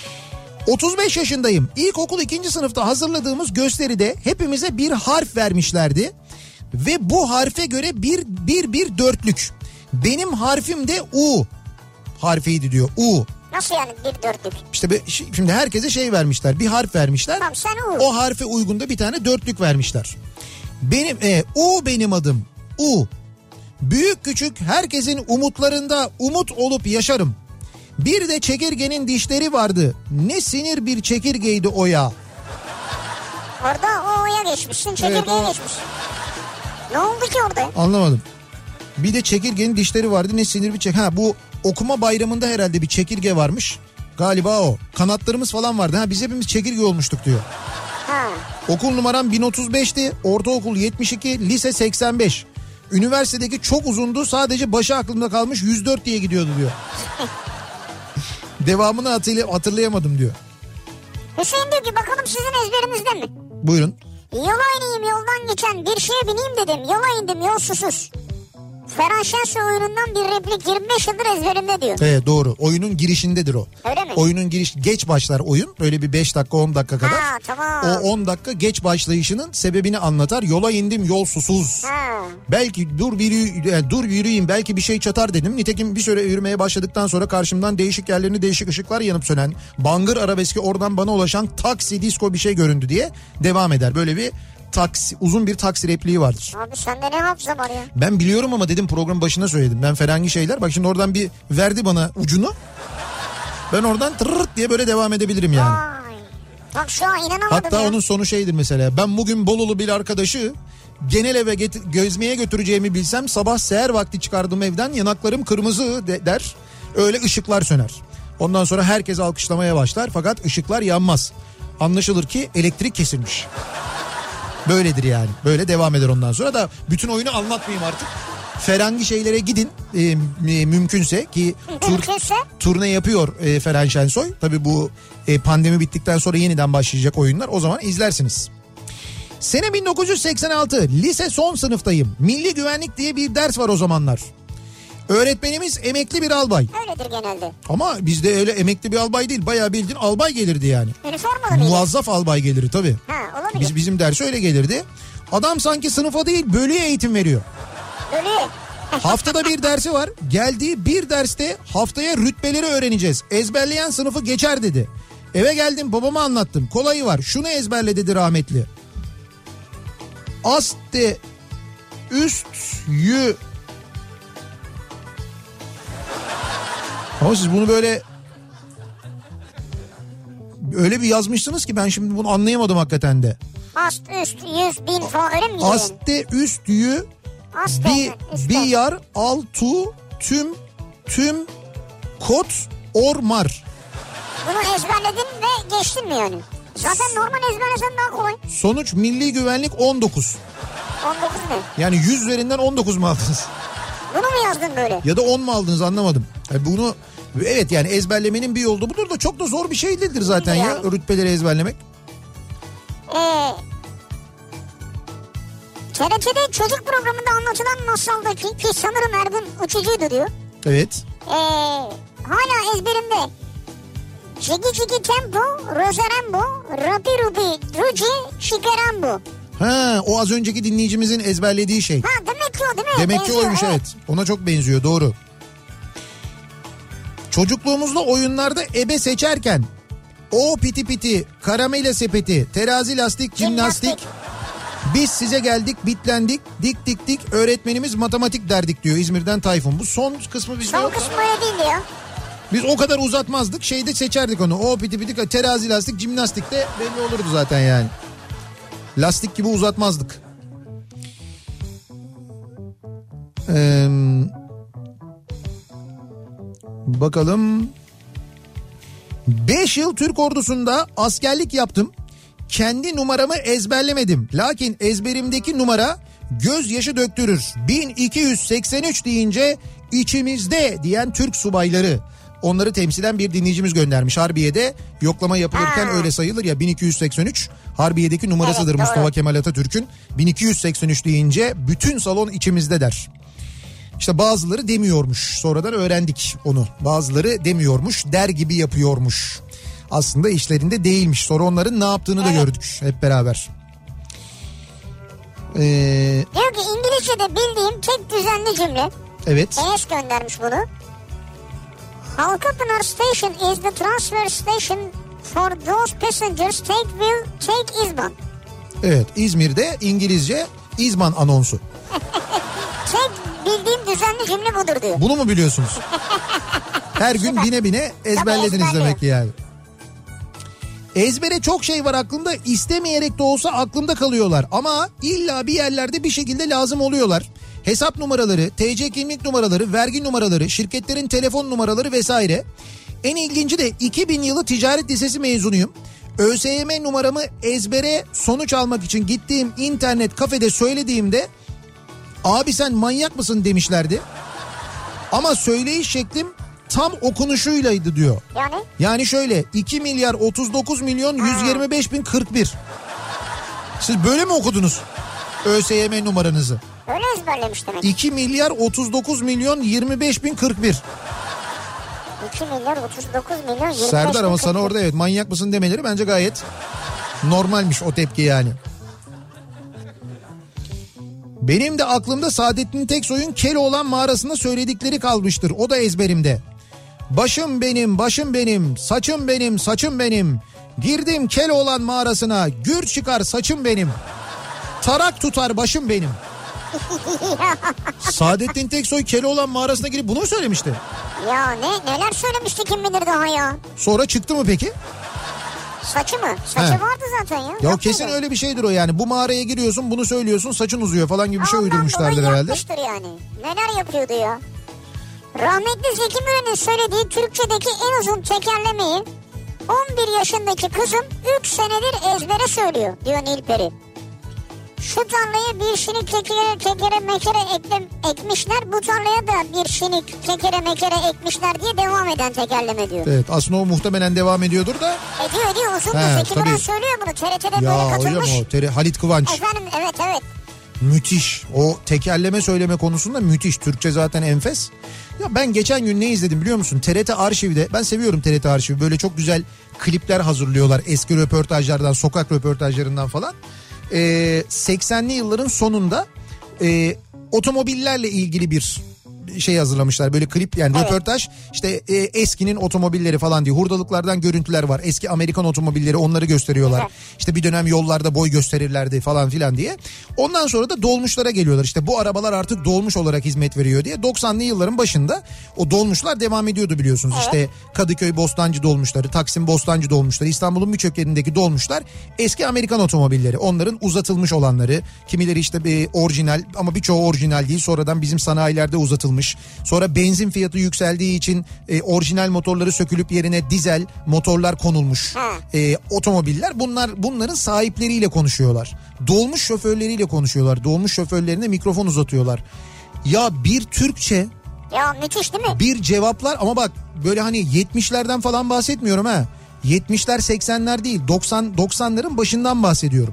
S1: 35 yaşındayım. İlkokul 2. sınıfta hazırladığımız gösteride hepimize bir harf vermişlerdi. Ve bu harfe göre bir dörtlük. Benim harfim de U harfiydi diyor. U.
S2: Nasıl yani bir dörtlük?
S1: İşte şimdi herkese şey vermişler. Bir harf vermişler.
S2: Tamam, sen U.
S1: O harfe uygun da bir tane dörtlük vermişler. Benim U benim adım. U. Büyük küçük herkesin umutlarında umut olup yaşarım. Bir de çekirgenin dişleri vardı. Ne sinir bir çekirgeydi o ya.
S2: Orada O'ya geçmişsin, çekirgeye geçmişsin. Ne oldu ki orada?
S1: Anlamadım. Bir de çekirgenin dişleri vardı, ne sinir bir bu okuma bayramında herhalde bir çekirge varmış. Galiba o. Kanatlarımız falan vardı. Biz hepimiz çekirge olmuştuk diyor.
S2: Ha.
S1: Okul numaram 1035'ti. Ortaokul 72, lise 85. Üniversitedeki çok uzundu. Sadece başı aklımda kalmış 104 diye gidiyordu diyor. Devamını hatırlayamadım diyor.
S2: Hüseyin diyor ki bakalım sizin ezberinizde mi?
S1: Buyurun.
S2: Yola ineyim yoldan geçen bir şeye bineyim dedim. Yola indim yol susuz. Ferhan Şensoy oyunundan bir replik 25 yıldır ezberimde diyor.
S1: Evet, doğru. Oyunun girişindedir o.
S2: Öyle mi?
S1: Oyunun geç başlar oyun. Böyle bir 5 dakika 10 dakika kadar.
S2: Ha, tamam.
S1: O 10 dakika geç başlayışının sebebini anlatar. Yola indim yol susuz.
S2: Ha.
S1: Belki dur yürüyeyim belki bir şey çatar dedim. Nitekim bir süre yürümeye başladıktan sonra karşımdan değişik yerlerinde değişik ışıklar yanıp sönen, bangır arabeski oradan bana ulaşan taksi disco bir şey göründü diye devam eder. Böyle bir uzun bir taksi repliği vardır.
S2: Abi sende ne hafıza var ya?
S1: Ben biliyorum ama dedim programın başına söyledim. Ben Ferengi şeyler. Bak şimdi oradan bir verdi bana ucunu. Ben oradan tırırt diye böyle devam edebilirim yani.
S2: Vay. Bak şu an inanamadım.
S1: Hatta
S2: ya.
S1: onun sonu şeydir mesela. Ben bugün Bolulu bir arkadaşı genel eve gezmeye götüreceğimi bilsem sabah seher vakti çıkardım evden, yanaklarım kırmızı der. Öyle ışıklar söner. Ondan sonra herkes alkışlamaya başlar fakat ışıklar yanmaz. Anlaşılır ki elektrik kesilmiş. Böyledir yani. Böyle devam eder ondan sonra da bütün oyunu anlatmayayım artık. Ferengi şeylere gidin mümkünse ki turne yapıyor Feren Şensoy. Tabii bu pandemi bittikten sonra yeniden başlayacak oyunlar, o zaman izlersiniz. Sene 1986, lise son sınıftayım. Milli güvenlik diye bir ders var o zamanlar. Öğretmenimiz emekli bir albay.
S2: Öyledir genelde.
S1: Ama bizde öyle emekli bir albay değil, bayağı bildiğin albay gelirdi yani.
S2: Üniformalı mıydı?
S1: Muazzaf albay gelirdi tabii.
S2: Ha, olabilir.
S1: Bizim ders öyle gelirdi. Adam sanki sınıfa değil bölüye eğitim veriyor.
S2: Bölüye.
S1: Haftada bir dersi var. Geldiği bir derste haftaya rütbeleri öğreneceğiz. Ezberleyen sınıfı geçer dedi. Eve geldim, babama anlattım. Kolayı var. Şunu ezberle dedi rahmetli. Aste üst yü. Ama siz bunu böyle öyle bir yazmışsınız ki ben şimdi bunu anlayamadım hakikaten de.
S2: Ast üst 100 bin falan öyle mi?
S1: Aste üst yü. Bir yar altu tüm kot ormar.
S2: Bunu ezberledin ve geçtin mi yani? Zaten normal ezberlesen daha kolay.
S1: Sonuç milli güvenlik 19.
S2: 19 ne?
S1: Yani 100 üzerinden 19 mu aldınız?
S2: Bunu mu yazdın böyle?
S1: Ya da 10 mu aldınız anlamadım. Yani bunu evet yani ezberlemenin bir yolu budur da çok da zor bir şey değildir zaten yani. Ya rütbeleri ezberlemek.
S2: TRT'de çocuk programında anlatılan masaldaki ki sanırım Ergun Uçucu'ydu diyor.
S1: Evet.
S2: Hala ezberimde. Cigi cigi tempo, rosarambo, rapi rubi, druci, şikerambo.
S1: Ha, o az önceki dinleyicimizin ezberlediği şey.
S2: Ha, demek ki o değil mi?
S1: Demek
S2: benziyor,
S1: ki oymuş evet. Ona çok benziyor, doğru. Çocukluğumuzda oyunlarda ebe seçerken o piti piti, karamele sepeti, terazi lastik, jimnastik. Biz size geldik, bitlendik, dik öğretmenimiz matematik derdik diyor İzmir'den Tayfun. Bu son kısmı bizde yok.
S2: Son kısmı öyle değil ya.
S1: Biz o kadar uzatmazdık, şeyde seçerdik onu. O piti piti, terazi lastik, jimnastik de belli olurdu zaten yani. Lastik gibi uzatmazdık. Bakalım. 5 yıl Türk ordusunda askerlik yaptım. Kendi numaramı ezberlemedim. Lakin ezberimdeki numara gözyaşı döktürür. 1283 deyince içimizde diyen Türk subayları. Onları temsilen bir dinleyicimiz göndermiş. Harbiye'de yoklama yapılırken öyle sayılır ya, 1283 Harbiye'deki numarasıdır, evet, Mustafa Kemal Atatürk'ün. 1283 deyince bütün salon içimizde der. İşte bazıları demiyormuş, sonradan öğrendik onu. Bazıları demiyormuş, der gibi yapıyormuş. Aslında işlerinde değilmiş. Sonra onların ne yaptığını da gördük hep beraber.
S2: Diyor ki İngilizce'de bildiğim tek düzenli cümle.
S1: Evet.
S2: Enes göndermiş bunu. Halkapınar Station is the transfer station for those passengers will take İzban.
S1: Evet, İzmir'de İngilizce İzban anonsu.
S2: Tek bildiğim düzenli cümle budur diyor.
S1: Bunu mu biliyorsunuz? Her gün bine bine ezberlediniz demek ki yani. Ezbere çok şey var aklımda, istemeyerek de olsa aklımda kalıyorlar. Ama illa bir yerlerde bir şekilde lazım oluyorlar. Hesap numaraları, TC kimlik numaraları, vergi numaraları, şirketlerin telefon numaraları vesaire. En ilginci de 2000 yılı ticaret lisesi mezunuyum. ÖSYM numaramı ezbere sonuç almak için gittiğim internet kafede söylediğimde abi sen manyak mısın demişlerdi. Ama söyleyiş şeklim tam okunuşuylaydı diyor. Yani şöyle 2 milyar 39 milyon 125 bin 41. Siz böyle mi okudunuz ÖSYM numaranızı?
S2: Öyle ezberlemiş demek.
S1: 2 milyar 39 milyon 25 bin 41.
S2: 2 milyar 39 milyon 25
S1: Serdar ama
S2: bin
S1: sana
S2: 41.
S1: orada evet manyak mısın demeleri bence gayet normalmiş o tepki yani. Benim de aklımda Saadettin Teksoy'un Keloğlan mağarasında söyledikleri kalmıştır. O da ezberimde. Başım benim, başım benim, saçım benim, saçım benim. Girdim Keloğlan mağarasına, gür çıkar saçım benim. Tarak tutar başım benim. Saadettin Teksoy Keloğlan mağarasına girip bunu mu söylemişti?
S2: Ya neler söylemişti kim bilir daha ya.
S1: Sonra çıktı mı peki?
S2: Saçı mı? Saçı vardı zaten ya.
S1: Ya kesin öyle bir şeydir o yani. Bu mağaraya giriyorsun, bunu söylüyorsun, saçın uzuyor falan gibi bir şey uydurmuşlardır herhalde.
S2: Yapmıştır yani. Neler yapıyordu ya. Rahmetli Zeki Müren'in söylediği Türkçedeki en uzun tekerlemeyi 11 yaşındaki kızım 3 senedir ezbere söylüyor diyor Nilperi. Şu tarlaya bir şinik kekere mekere ekmişler, bu tarlaya da bir şinik kekere mekere ekmişler diye devam eden tekerleme diyor.
S1: Evet, aslında o muhtemelen devam ediyordur da.
S2: Ediyor uzun. Zeki Müren söylüyor bunu, TRT'de
S1: ya
S2: böyle katılmış.
S1: Ya hocam o Halit Kıvanç.
S2: Efendim evet.
S1: Müthiş. O tekerleme söyleme konusunda müthiş. Türkçe zaten enfes. Ya ben geçen gün ne izledim biliyor musun? TRT Arşiv'de, ben seviyorum TRT Arşiv'i. Böyle çok güzel klipler hazırlıyorlar. Eski röportajlardan, sokak röportajlarından falan. 80'li yılların sonunda otomobillerle ilgili bir şey hazırlamışlar. Böyle klip, yani röportaj, işte eskinin otomobilleri falan diye, hurdalıklardan görüntüler var. Eski Amerikan otomobilleri, onları gösteriyorlar. Evet. İşte bir dönem yollarda boy gösterirlerdi falan filan diye. Ondan sonra da dolmuşlara geliyorlar. İşte bu arabalar artık dolmuş olarak hizmet veriyor diye. 90'lı yılların başında o dolmuşlar devam ediyordu biliyorsunuz. Evet. İşte Kadıköy Bostancı dolmuşları, Taksim Bostancı dolmuşları, İstanbul'un birçok yerindeki dolmuşlar eski Amerikan otomobilleri. Onların uzatılmış olanları, kimileri işte orijinal ama birçoğu orijinal değil. Sonradan bizim sanayilerde uzatılmış. Sonra benzin fiyatı yükseldiği için orijinal motorları sökülüp yerine dizel motorlar konulmuş otomobiller. Bunların sahipleriyle konuşuyorlar. Dolmuş şoförleriyle konuşuyorlar. Dolmuş şoförlerine mikrofon uzatıyorlar. Ya bir Türkçe.
S2: Ya müthiş değil mi?
S1: Bir cevaplar, ama bak böyle hani 70'lerden falan bahsetmiyorum ha. 70'ler 80'ler değil, 90'ların başından bahsediyorum.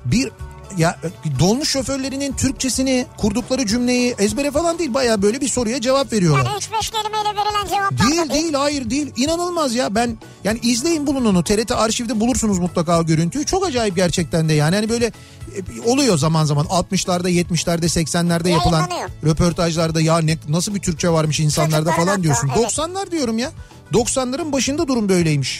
S1: Ya dolmuş şoförlerinin Türkçesini, kurdukları cümleyi ezbere falan değil, bayağı böyle bir soruya cevap veriyorlar.
S2: Yani 3-5 kelimeyle verilen cevaplar
S1: değil, hayır değil. İnanılmaz ya, ben yani izleyin, bulun onu. TRT Arşiv'de bulursunuz mutlaka o görüntüyü. Çok acayip gerçekten de yani. Hani böyle oluyor zaman zaman 60'larda, 70'lerde, 80'lerde yapılan röportajlarda, ya nasıl bir Türkçe varmış insanlarda falan diyorsun. Evet. 90'lar diyorum ya. 90'ların başında durum böyleymiş.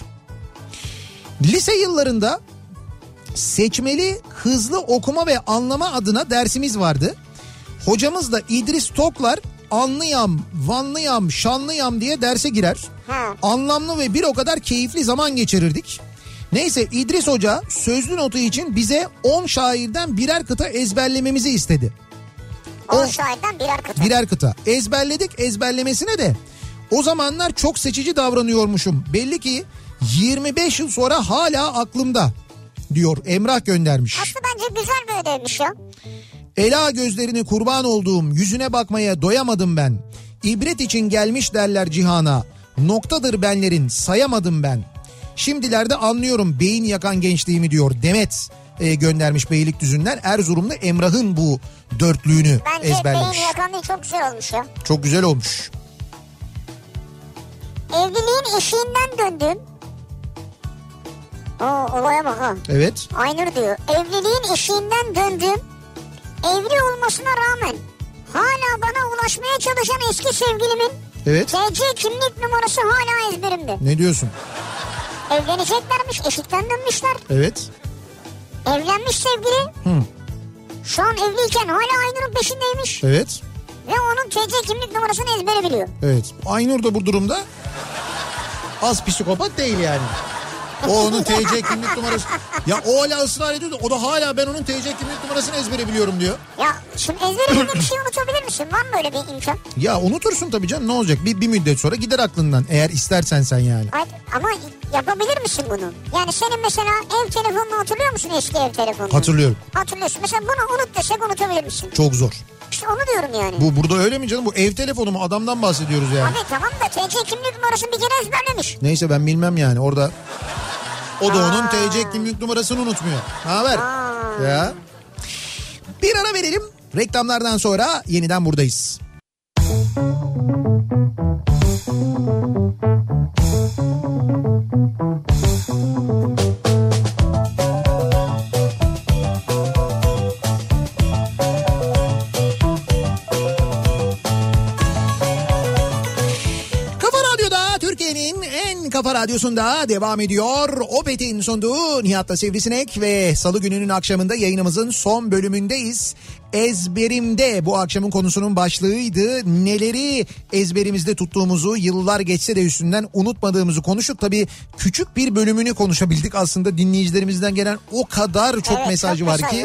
S1: Lise yıllarında seçmeli hızlı okuma ve anlama adına dersimiz vardı. Hocamız da İdris Toklar anlıyam, vanlıyam, şanlıyam diye derse girer. Anlamlı ve bir o kadar keyifli zaman geçirirdik. Neyse, İdris Hoca sözlü notu için bize 10 şairden birer kıta ezberlememizi istedi.
S2: 10 şairden birer kıta.
S1: Birer kıta. Ezberledik, ezberlemesine de o zamanlar çok seçici davranıyormuşum. Belli ki 25 yıl sonra hala aklımda diyor, Emrah göndermiş.
S2: Aslında bence güzel bir ödevmiş ya.
S1: Ela gözlerini kurban olduğum, yüzüne bakmaya doyamadım ben. İbret için gelmiş derler cihana. Noktadır benlerin, sayamadım ben. Şimdilerde anlıyorum beyin yakan gençliğimi diyor Demet göndermiş Beylikdüzü'nden. Erzurumlu Emrah'ın bu dörtlüğünü
S2: bence
S1: ezberlemiş.
S2: Bence beyin yakan değil, çok güzel olmuş ya.
S1: Çok güzel olmuş.
S2: Evliliğin eşiğinden döndüm. Olaya bak ha.
S1: Evet.
S2: Aynur diyor. Evliliğin eşiğinden döndüm. Evli olmasına rağmen hala bana ulaşmaya çalışan eski sevgilimin TC kimlik numarası hala ezberimde.
S1: Ne diyorsun?
S2: Evleneceklermiş, eşikten dönmüşler.
S1: Evet.
S2: Evlenmiş sevgili. Şu an evliyken hala Aynur'un peşindeymiş.
S1: Evet.
S2: Ve onun TC kimlik numarasını ezbere biliyor.
S1: Evet. Aynur da bu durumda az psikopat değil yani. O onun TC kimlik numarası. Ya o hala ısrar ediyor da o da hala ben onun TC kimlik numarasını ezbere biliyorum diyor.
S2: Ya şimdi ezbere bildiğin bir şey unutabilir misin? Var mı böyle bir imkan?
S1: Ya unutursun tabii canım, ne olacak? Bir müddet sonra gider aklından, eğer istersen sen yani.
S2: Ama yapabilir misin bunu? Yani senin mesela ev telefonunu hatırlıyor musun, eski ev telefonunu?
S1: Hatırlıyorum.
S2: Hatırlıyorsun. Mesela bunu unut desek unutabilir misin?
S1: Çok zor.
S2: İşte onu diyorum yani.
S1: Bu burada öyle mi canım? Bu ev telefonu mu? Adamdan bahsediyoruz yani.
S2: Abi tamam da TC kimlik numarasını bir kere ezberlemiş.
S1: Neyse, ben bilmem yani orada. O da onun TC kimlik numarasını unutmuyor. Ne haber? Ya. Bir ara verelim. Reklamlardan sonra yeniden buradayız. Kafa Radyosu'nda devam ediyor. Opet'in sunduğu Nihat'la Sivrisinek ve Salı gününün akşamında yayınımızın son bölümündeyiz. Ezberimde bu akşamın konusunun başlığıydı. Neleri ezberimizde tuttuğumuzu, yıllar geçse de üstünden unutmadığımızı konuştuk. Tabii küçük bir bölümünü konuşabildik aslında, dinleyicilerimizden gelen o kadar çok mesajı var ki.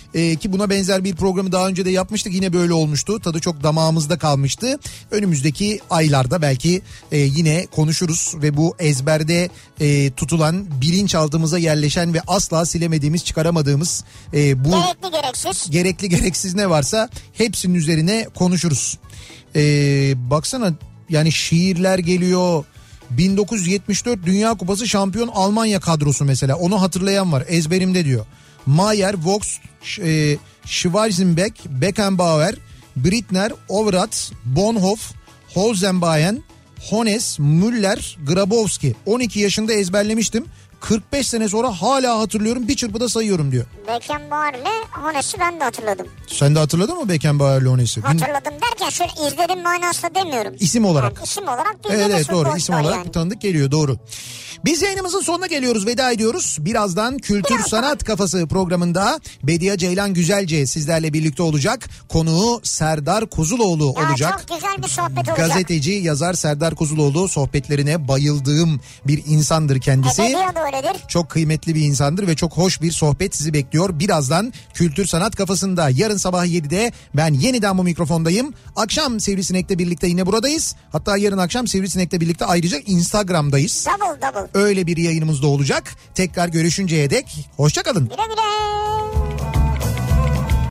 S1: Ki buna benzer bir programı daha önce de yapmıştık. Yine böyle olmuştu. Tadı çok damağımızda kalmıştı. Önümüzdeki aylarda belki yine konuşuruz ve bu ezberde tutulan, bilinçaltımıza yerleşen ve asla silemediğimiz, çıkaramadığımız bu gerekli gereksiz ne varsa hepsinin üzerine konuşuruz. Baksana yani şiirler geliyor. 1974 Dünya Kupası şampiyon Almanya kadrosu mesela, onu hatırlayan var, ezberimde diyor. Mayer, Vox, Schwarzenbeck, Beckenbauer, Brittner, Overath, Bonhoff, Holzenbein, Hones, Müller, Grabowski. 12 yaşında ezberlemiştim. 45 sene sonra hala hatırlıyorum, bir çırpıda sayıyorum diyor.
S2: Beckenbauer'le Hones'i ben de hatırladım.
S1: Sen de hatırladın mı Beckenbauer'le Hones'i?
S2: Hatırladım derken şöyle izledim manasında demiyorum.
S1: İsim olarak.
S2: Yani isim olarak
S1: evet doğru, isim olarak yani. Tanıdık geliyor, doğru. Biz yayınımızın sonuna geliyoruz, veda ediyoruz. Birazdan Kültür Sanat Kafası programında Bediye Ceylan Güzelce sizlerle birlikte olacak. Konuğu Serdar Kuzuloğlu olacak.
S2: Çok güzel bir sohbet olacak.
S1: Gazeteci, yazar Serdar Kuzuloğlu, sohbetlerine bayıldığım bir insandır kendisi.
S2: Öyledir.
S1: Çok kıymetli bir insandır ve çok hoş bir sohbet sizi bekliyor. Birazdan Kültür Sanat Kafası'nda, yarın sabah 7'de ben yeniden bu mikrofondayım. Akşam Sivrisinek'le birlikte yine buradayız. Hatta yarın akşam Sivrisinek'le birlikte ayrıca Instagram'dayız.
S2: Double.
S1: Öyle bir yayınımız da olacak. Tekrar görüşünceye dek hoşça kalın.
S2: Güle güle.